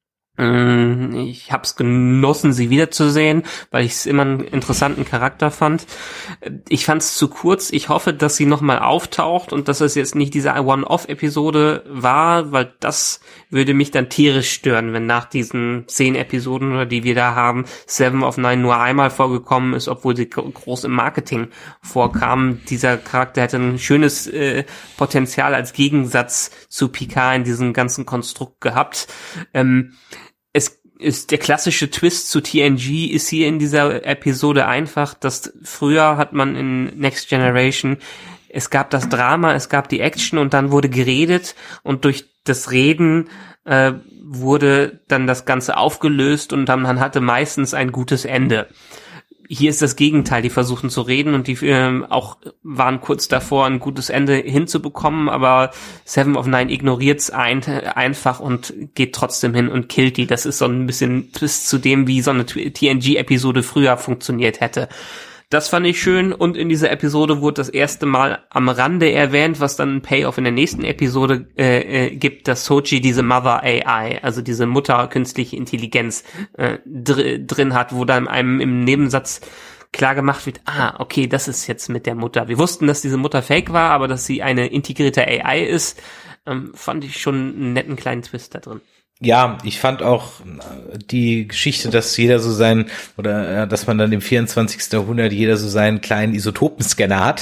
Ich habe es genossen, sie wiederzusehen, weil ich es immer einen interessanten Charakter fand. Ich fand es zu kurz. Ich hoffe, dass sie nochmal auftaucht und dass es jetzt nicht diese One-Off-Episode war, weil das würde mich dann tierisch stören, wenn nach diesen zehn Episoden, oder die wir da haben, Seven of Nine nur einmal vorgekommen ist, obwohl sie groß im Marketing vorkam. Dieser Charakter hätte ein schönes äh, Potenzial als Gegensatz zu Picard in diesem ganzen Konstrukt gehabt. Ähm, Es ist der klassische Twist zu T N G ist hier in dieser Episode einfach, dass früher hat man in Next Generation, es gab das Drama, es gab die Action und dann wurde geredet und durch das Reden äh, wurde dann das Ganze aufgelöst und dann man hatte meistens ein gutes Ende. Hier ist das Gegenteil, die versuchen zu reden und die äh, auch waren kurz davor, ein gutes Ende hinzubekommen, aber Seven of Nine ignoriert's ein, einfach und geht trotzdem hin und killt die. Das ist so ein bisschen Twist zu dem, wie so eine T N G-Episode früher funktioniert hätte. Das fand ich schön und in dieser Episode wurde das erste Mal am Rande erwähnt, was dann ein Payoff in der nächsten Episode äh, äh, gibt, dass Soji diese Mother A I, also diese Mutter künstliche Intelligenz äh, dr- drin hat, wo dann einem im Nebensatz klar gemacht wird, ah, okay, das ist jetzt mit der Mutter. Wir wussten, dass diese Mutter fake war, aber dass sie eine integrierte A I ist, ähm, fand ich schon einen netten kleinen Twist da drin. Ja, ich fand auch die Geschichte, dass jeder so sein, oder dass man dann im vierundzwanzigsten Jahrhundert jeder so seinen kleinen Isotopenscanner hat.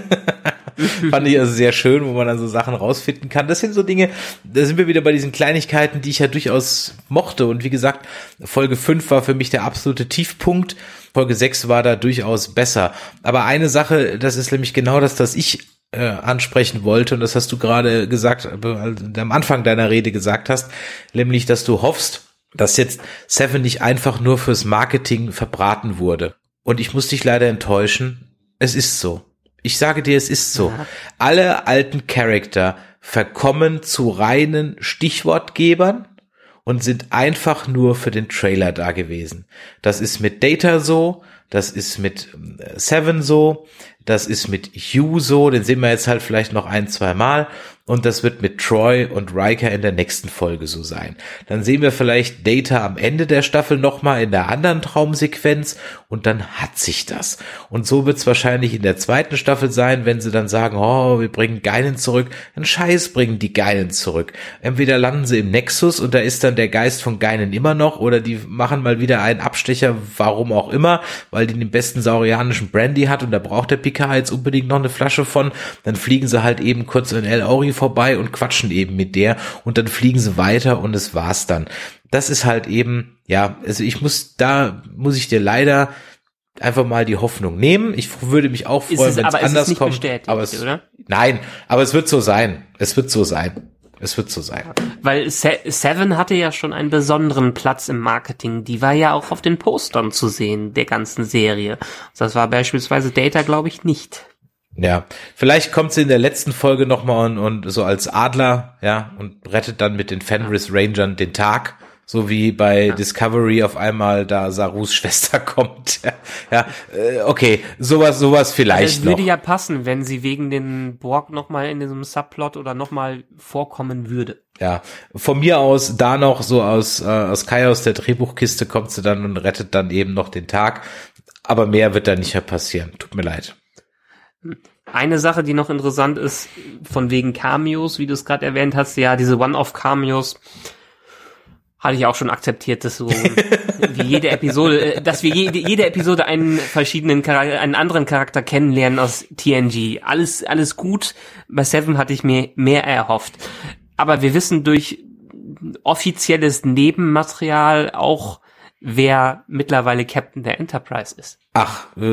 Fand ich also sehr schön, wo man dann so Sachen rausfinden kann. Das sind so Dinge, da sind wir wieder bei diesen Kleinigkeiten, die ich ja durchaus mochte. Und wie gesagt, Folge fünf war für mich der absolute Tiefpunkt. Folge sechs war da durchaus besser. Aber eine Sache, das ist nämlich genau das, was ich Äh, ansprechen wollte, und das hast du gerade gesagt, äh, am Anfang deiner Rede gesagt hast, nämlich, dass du hoffst, dass jetzt Seven nicht einfach nur fürs Marketing verbraten wurde. Und ich muss dich leider enttäuschen, es ist so. Ich sage dir, es ist so. Ja. Alle alten Charakter verkommen zu reinen Stichwortgebern und sind einfach nur für den Trailer da gewesen. Das ist mit Data so, das ist mit Seven so, das ist mit Hugh so, den sehen wir jetzt halt vielleicht noch ein, zwei Mal, und das wird mit Troy und Riker in der nächsten Folge so sein. Dann sehen wir vielleicht Data am Ende der Staffel nochmal in der anderen Traumsequenz und dann hat sich das. Und so wird es wahrscheinlich in der zweiten Staffel sein, wenn sie dann sagen, oh, wir bringen Guinan zurück. Ein Scheiß bringen die Guinan zurück. Entweder landen sie im Nexus und da ist dann der Geist von Guinan immer noch, oder die machen mal wieder einen Abstecher, warum auch immer, weil die den besten saurianischen Brandy hat und da braucht der Picard jetzt unbedingt noch eine Flasche von. Dann fliegen sie halt eben kurz in El Ori vorbei und quatschen eben mit der und dann fliegen sie weiter und es war's dann. Das ist halt eben, ja, also ich muss, da muss ich dir leider einfach mal die Hoffnung nehmen. Ich würde mich auch freuen, wenn es anders nicht kommt. Aber es, oder? Nein, aber es wird so sein. Es wird so sein. Es wird so sein. Weil Se- Seven hatte ja schon einen besonderen Platz im Marketing. Die war ja auch auf den Postern zu sehen, der ganzen Serie. Das war beispielsweise Data, glaube ich, nicht. Ja, vielleicht kommt sie in der letzten Folge nochmal und, und so als Adler, ja, und rettet dann mit den Fenris Rangern den Tag, so wie bei ja. Discovery auf einmal da Sarus Schwester kommt. Ja, äh, okay, sowas, sowas vielleicht noch. Das würde ja passen, wenn sie wegen den Borg nochmal in diesem Subplot oder nochmal vorkommen würde. Ja, von mir aus da noch so aus äh, aus Kai aus der Drehbuchkiste kommt sie dann und rettet dann eben noch den Tag, aber mehr wird da nicht mehr passieren. Tut mir leid. Eine Sache, die noch interessant ist, von wegen Cameos, wie du es gerade erwähnt hast, ja, diese One-Off-Cameos hatte ich auch schon akzeptiert, dass so wie jede Episode, dass wir jede, jede Episode einen verschiedenen Charakter, einen anderen Charakter kennenlernen aus T N G. Alles, alles gut. Bei Seven hatte ich mir mehr erhofft. Aber wir wissen durch offizielles Nebenmaterial auch, wer mittlerweile Captain der Enterprise ist. Ach, äh,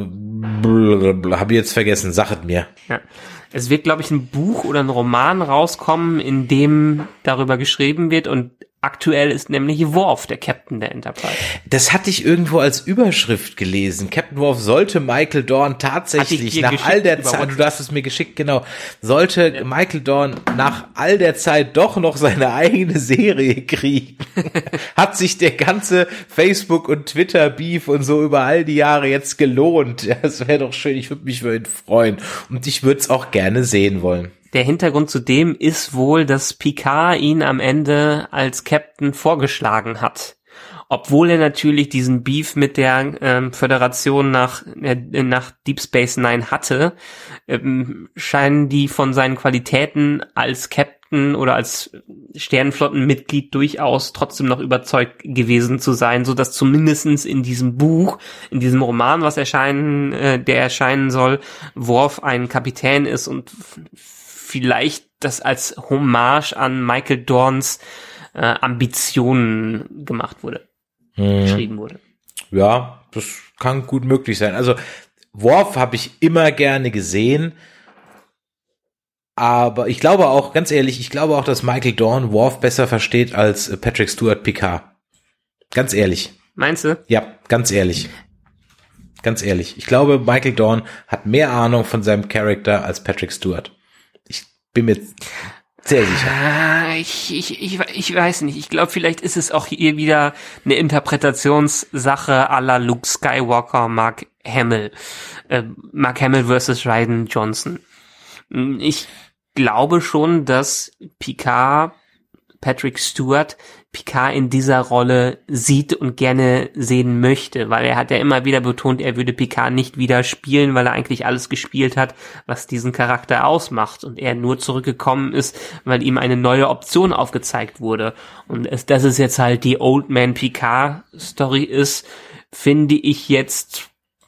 habe ich jetzt vergessen, sachet mir. Ja. Es wird, glaube ich, ein Buch oder ein Roman rauskommen, in dem darüber geschrieben wird, und Aktuell ist nämlich Worf der Captain der Enterprise. Das hatte ich irgendwo als Überschrift gelesen. Captain Worf sollte Michael Dorn tatsächlich nach all der Zeit, du hast es mir geschickt, genau, sollte ja. Michael Dorn nach all der Zeit doch noch seine eigene Serie kriegen. Hat sich der ganze Facebook- und Twitter-Beef und so über all die Jahre jetzt gelohnt. Ja, das wäre doch schön, ich würde mich für ihn freuen. Und ich würde es auch gerne sehen wollen. Der Hintergrund zu dem ist wohl, dass Picard ihn am Ende als Captain vorgeschlagen hat. Obwohl er natürlich diesen Beef mit der ähm, Föderation nach äh, nach Deep Space Nine hatte, ähm, scheinen die von seinen Qualitäten als Captain oder als Sternenflottenmitglied durchaus trotzdem noch überzeugt gewesen zu sein, so dass zumindestens in diesem Buch, in diesem Roman, was erscheinen, äh, der erscheinen soll, Worf ein Kapitän ist und f- vielleicht das als Hommage an Michael Dorns äh, Ambitionen gemacht wurde, hm. geschrieben wurde. Ja, das kann gut möglich sein. Also Worf habe ich immer gerne gesehen, aber ich glaube auch, ganz ehrlich, ich glaube auch, dass Michael Dorn Worf besser versteht als Patrick Stewart Picard. Ganz ehrlich. Meinst du? Ja, ganz ehrlich. Ganz ehrlich. Ich glaube, Michael Dorn hat mehr Ahnung von seinem Charakter als Patrick Stewart. Bin mir sehr sicher. Ah, ich, ich, ich, ich weiß nicht. Ich glaube, vielleicht ist es auch hier wieder eine Interpretationssache à la Luke Skywalker, Mark Hamill. Äh, Mark Hamill versus Rian Johnson. Ich glaube schon, dass Picard, Patrick Stewart, Picard in dieser Rolle sieht und gerne sehen möchte, weil er hat ja immer wieder betont, er würde Picard nicht wieder spielen, weil er eigentlich alles gespielt hat, was diesen Charakter ausmacht und er nur zurückgekommen ist, weil ihm eine neue Option aufgezeigt wurde. Und es, dass es jetzt halt die Old Man Picard Story ist, finde ich jetzt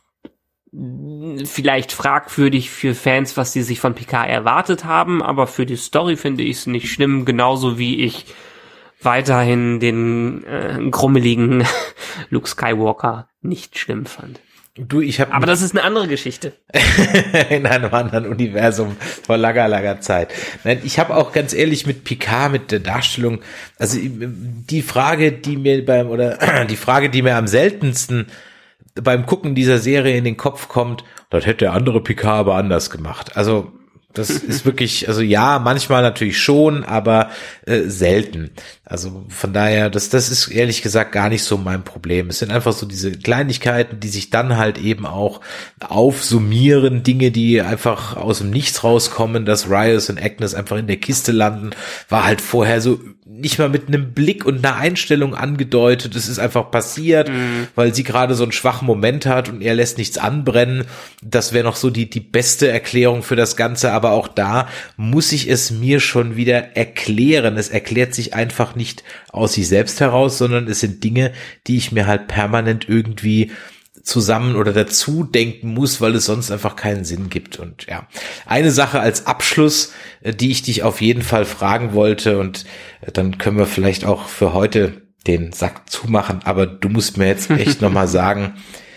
vielleicht fragwürdig für Fans, was sie sich von Picard erwartet haben, aber für die Story finde ich es nicht schlimm, genauso wie ich weiterhin den äh, grummeligen Luke Skywalker nicht schlimm fand. Du, ich hab Aber das ist eine andere Geschichte. In einem anderen Universum vor langer, langer Zeit. Nein, ich habe auch ganz ehrlich mit Picard, mit der Darstellung, also die Frage, die mir beim, oder die Frage, die mir am seltensten beim Gucken dieser Serie in den Kopf kommt, das hätte der andere Picard aber anders gemacht. Also das ist wirklich, also ja, manchmal natürlich schon, aber äh, selten. Also von daher, das das ist ehrlich gesagt gar nicht so mein Problem. Es sind einfach so diese Kleinigkeiten, die sich dann halt eben auch aufsummieren, Dinge, die einfach aus dem Nichts rauskommen, dass Rios und Agnes einfach in der Kiste landen, war halt vorher so nicht mal mit einem Blick und einer Einstellung angedeutet. Es ist einfach passiert, mhm. weil sie gerade so einen schwachen Moment hat und er lässt nichts anbrennen. Das wäre noch so die die beste Erklärung für das Ganze, aber auch da muss ich es mir schon wieder erklären. Es erklärt sich einfach nicht aus sich selbst heraus, sondern es sind Dinge, die ich mir halt permanent irgendwie zusammen oder dazu denken muss, weil es sonst einfach keinen Sinn gibt. Und ja, eine Sache als Abschluss, die ich dich auf jeden Fall fragen wollte, und dann können wir vielleicht auch für heute den Sack zumachen, aber du musst mir jetzt echt nochmal sagen,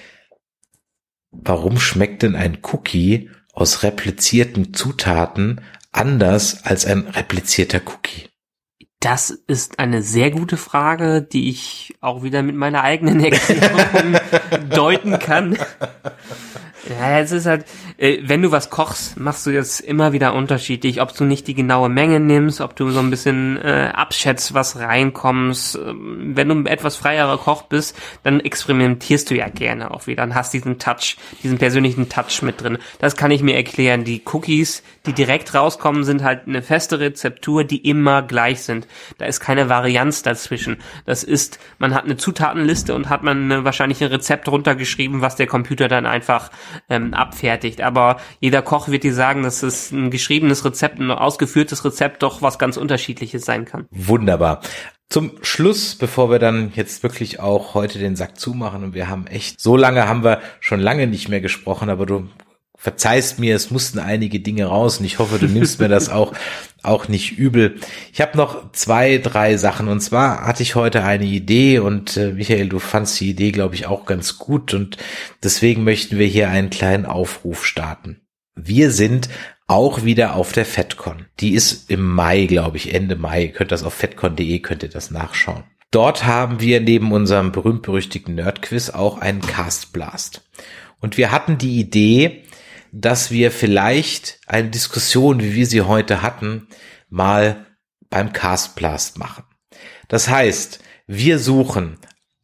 warum schmeckt denn ein Cookie aus replizierten Zutaten anders als ein replizierter Cookie? Das ist eine sehr gute Frage, die ich auch wieder mit meiner eigenen Erklärung deuten kann. Ja, es ist halt, äh, wenn du was kochst, machst du jetzt immer wieder unterschiedlich, ob du nicht die genaue Menge nimmst, ob du so ein bisschen äh, abschätzt, was reinkommst. Ähm, wenn du etwas freierer Koch bist, dann experimentierst du ja gerne auch wieder und hast diesen Touch, diesen persönlichen Touch mit drin. Das kann ich mir erklären. Die Cookies, die direkt rauskommen, sind halt eine feste Rezeptur, die immer gleich sind. Da ist keine Varianz dazwischen. Das ist, man hat eine Zutatenliste und hat man eine, wahrscheinlich ein Rezept runtergeschrieben, was der Computer dann einfach ähm, abfertigt. Aber jeder Koch wird dir sagen, dass es ein geschriebenes Rezept, ein ausgeführtes Rezept doch was ganz Unterschiedliches sein kann. Wunderbar. Zum Schluss, bevor wir dann jetzt wirklich auch heute den Sack zumachen, und wir haben echt, so lange haben wir schon lange nicht mehr gesprochen, aber du verzeihst mir, es mussten einige Dinge raus und ich hoffe, du nimmst mir das auch auch nicht übel. Ich habe noch zwei, drei Sachen, und zwar hatte ich heute eine Idee, und äh, Michael, du fandst die Idee, glaube ich, auch ganz gut, und deswegen möchten wir hier einen kleinen Aufruf starten. Wir sind auch wieder auf der FedCon. Die ist im Mai, glaube ich, Ende Mai. Ihr könnt das auf fedcon punkt de, könnt ihr das nachschauen. Dort haben wir neben unserem berühmt-berüchtigten Nerdquiz auch einen Castblast. Und wir hatten die Idee, dass wir vielleicht eine Diskussion, wie wir sie heute hatten, mal beim Castblast machen. Das heißt, wir suchen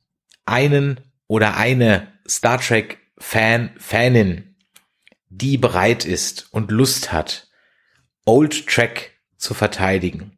einen oder eine Star Trek Fan, Fanin, die bereit ist und Lust hat, Old Trek zu verteidigen.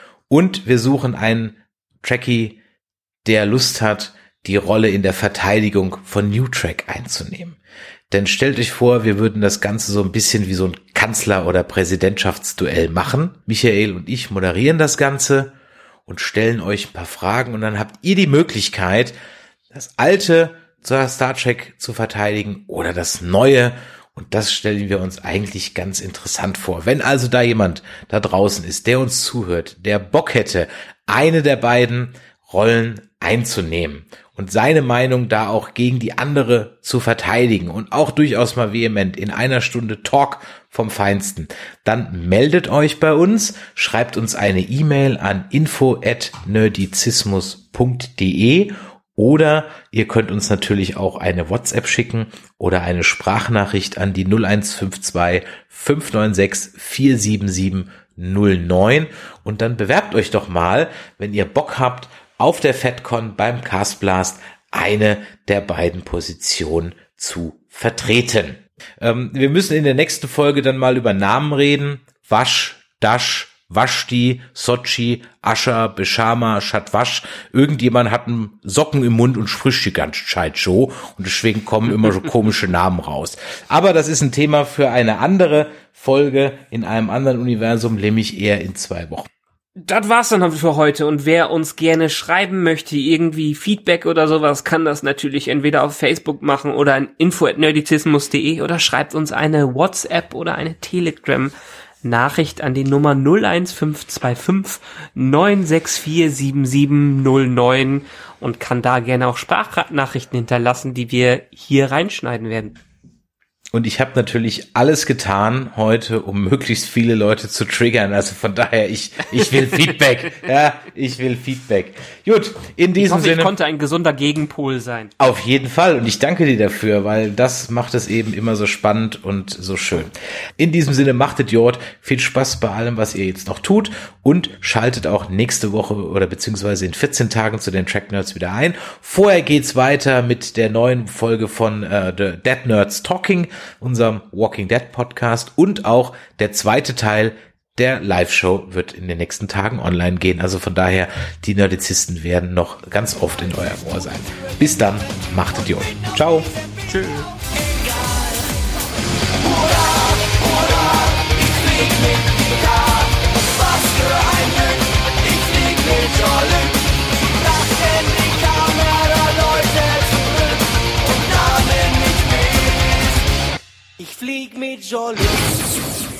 Und wir suchen einen Trekkie, der Lust hat, die Rolle in der Verteidigung von New Trek einzunehmen. Denn stellt euch vor, wir würden das Ganze so ein bisschen wie so ein Kanzler- oder Präsidentschaftsduell machen. Michael und ich moderieren das Ganze und stellen euch ein paar Fragen und dann habt ihr die Möglichkeit, das alte Star Trek zu verteidigen oder das neue. Und das stellen wir uns eigentlich ganz interessant vor. Wenn also da jemand da draußen ist, der uns zuhört, der Bock hätte, eine der beiden Rollen einzunehmen und seine Meinung da auch gegen die andere zu verteidigen und auch durchaus mal vehement in einer Stunde Talk vom Feinsten, dann meldet euch bei uns, schreibt uns eine E-Mail an info at nerdizismus punkt de oder ihr könnt uns natürlich auch eine WhatsApp schicken oder eine Sprachnachricht an die null eins fünf zwei fünf neun sechs vier sieben sieben null neun und dann bewerbt euch doch mal, wenn ihr Bock habt, auf der FedCon beim Castblast eine der beiden Positionen zu vertreten. Ähm, wir müssen in der nächsten Folge dann mal über Namen reden. Wasch, Dash, Vashti, Sochi, Ascha, Beshama, Shatwasch. Irgendjemand hat einen Socken im Mund und spricht die ganze Zeit so und deswegen kommen immer so komische Namen raus. Aber das ist ein Thema für eine andere Folge in einem anderen Universum, nämlich eher in zwei Wochen. Das war's dann für heute und wer uns gerne schreiben möchte, irgendwie Feedback oder sowas, kann das natürlich entweder auf Facebook machen oder an info at nerdizismus punkt de oder schreibt uns eine WhatsApp oder eine Telegram Nachricht an die Nummer null eins fünf zwei fünf neun sechs vier sieben sieben null neun und kann da gerne auch Sprachnachrichten hinterlassen, die wir hier reinschneiden werden. Und ich habe natürlich alles getan heute, um möglichst viele Leute zu triggern. Also von daher, ich ich will Feedback. Ja, ich will Feedback. Gut, in diesem ich hoffe, Sinne. Ich konnte ein gesunder Gegenpol sein. Auf jeden Fall. Und ich danke dir dafür, weil das macht es eben immer so spannend und so schön. In diesem Sinne, macht Idiot. Viel Spaß bei allem, was ihr jetzt noch tut. Und schaltet auch nächste Woche oder beziehungsweise in vierzehn Tagen zu den Track Nerds wieder ein. Vorher geht's weiter mit der neuen Folge von äh, The Dead Nerds Talking, unserem Walking Dead Podcast, und auch der zweite Teil der Live-Show wird in den nächsten Tagen online gehen. Also von daher, die Nerdizisten werden noch ganz oft in eurem Ohr sein. Bis dann, macht Idiot. Ciao. Tschüss. Ich flieg mit Jolly.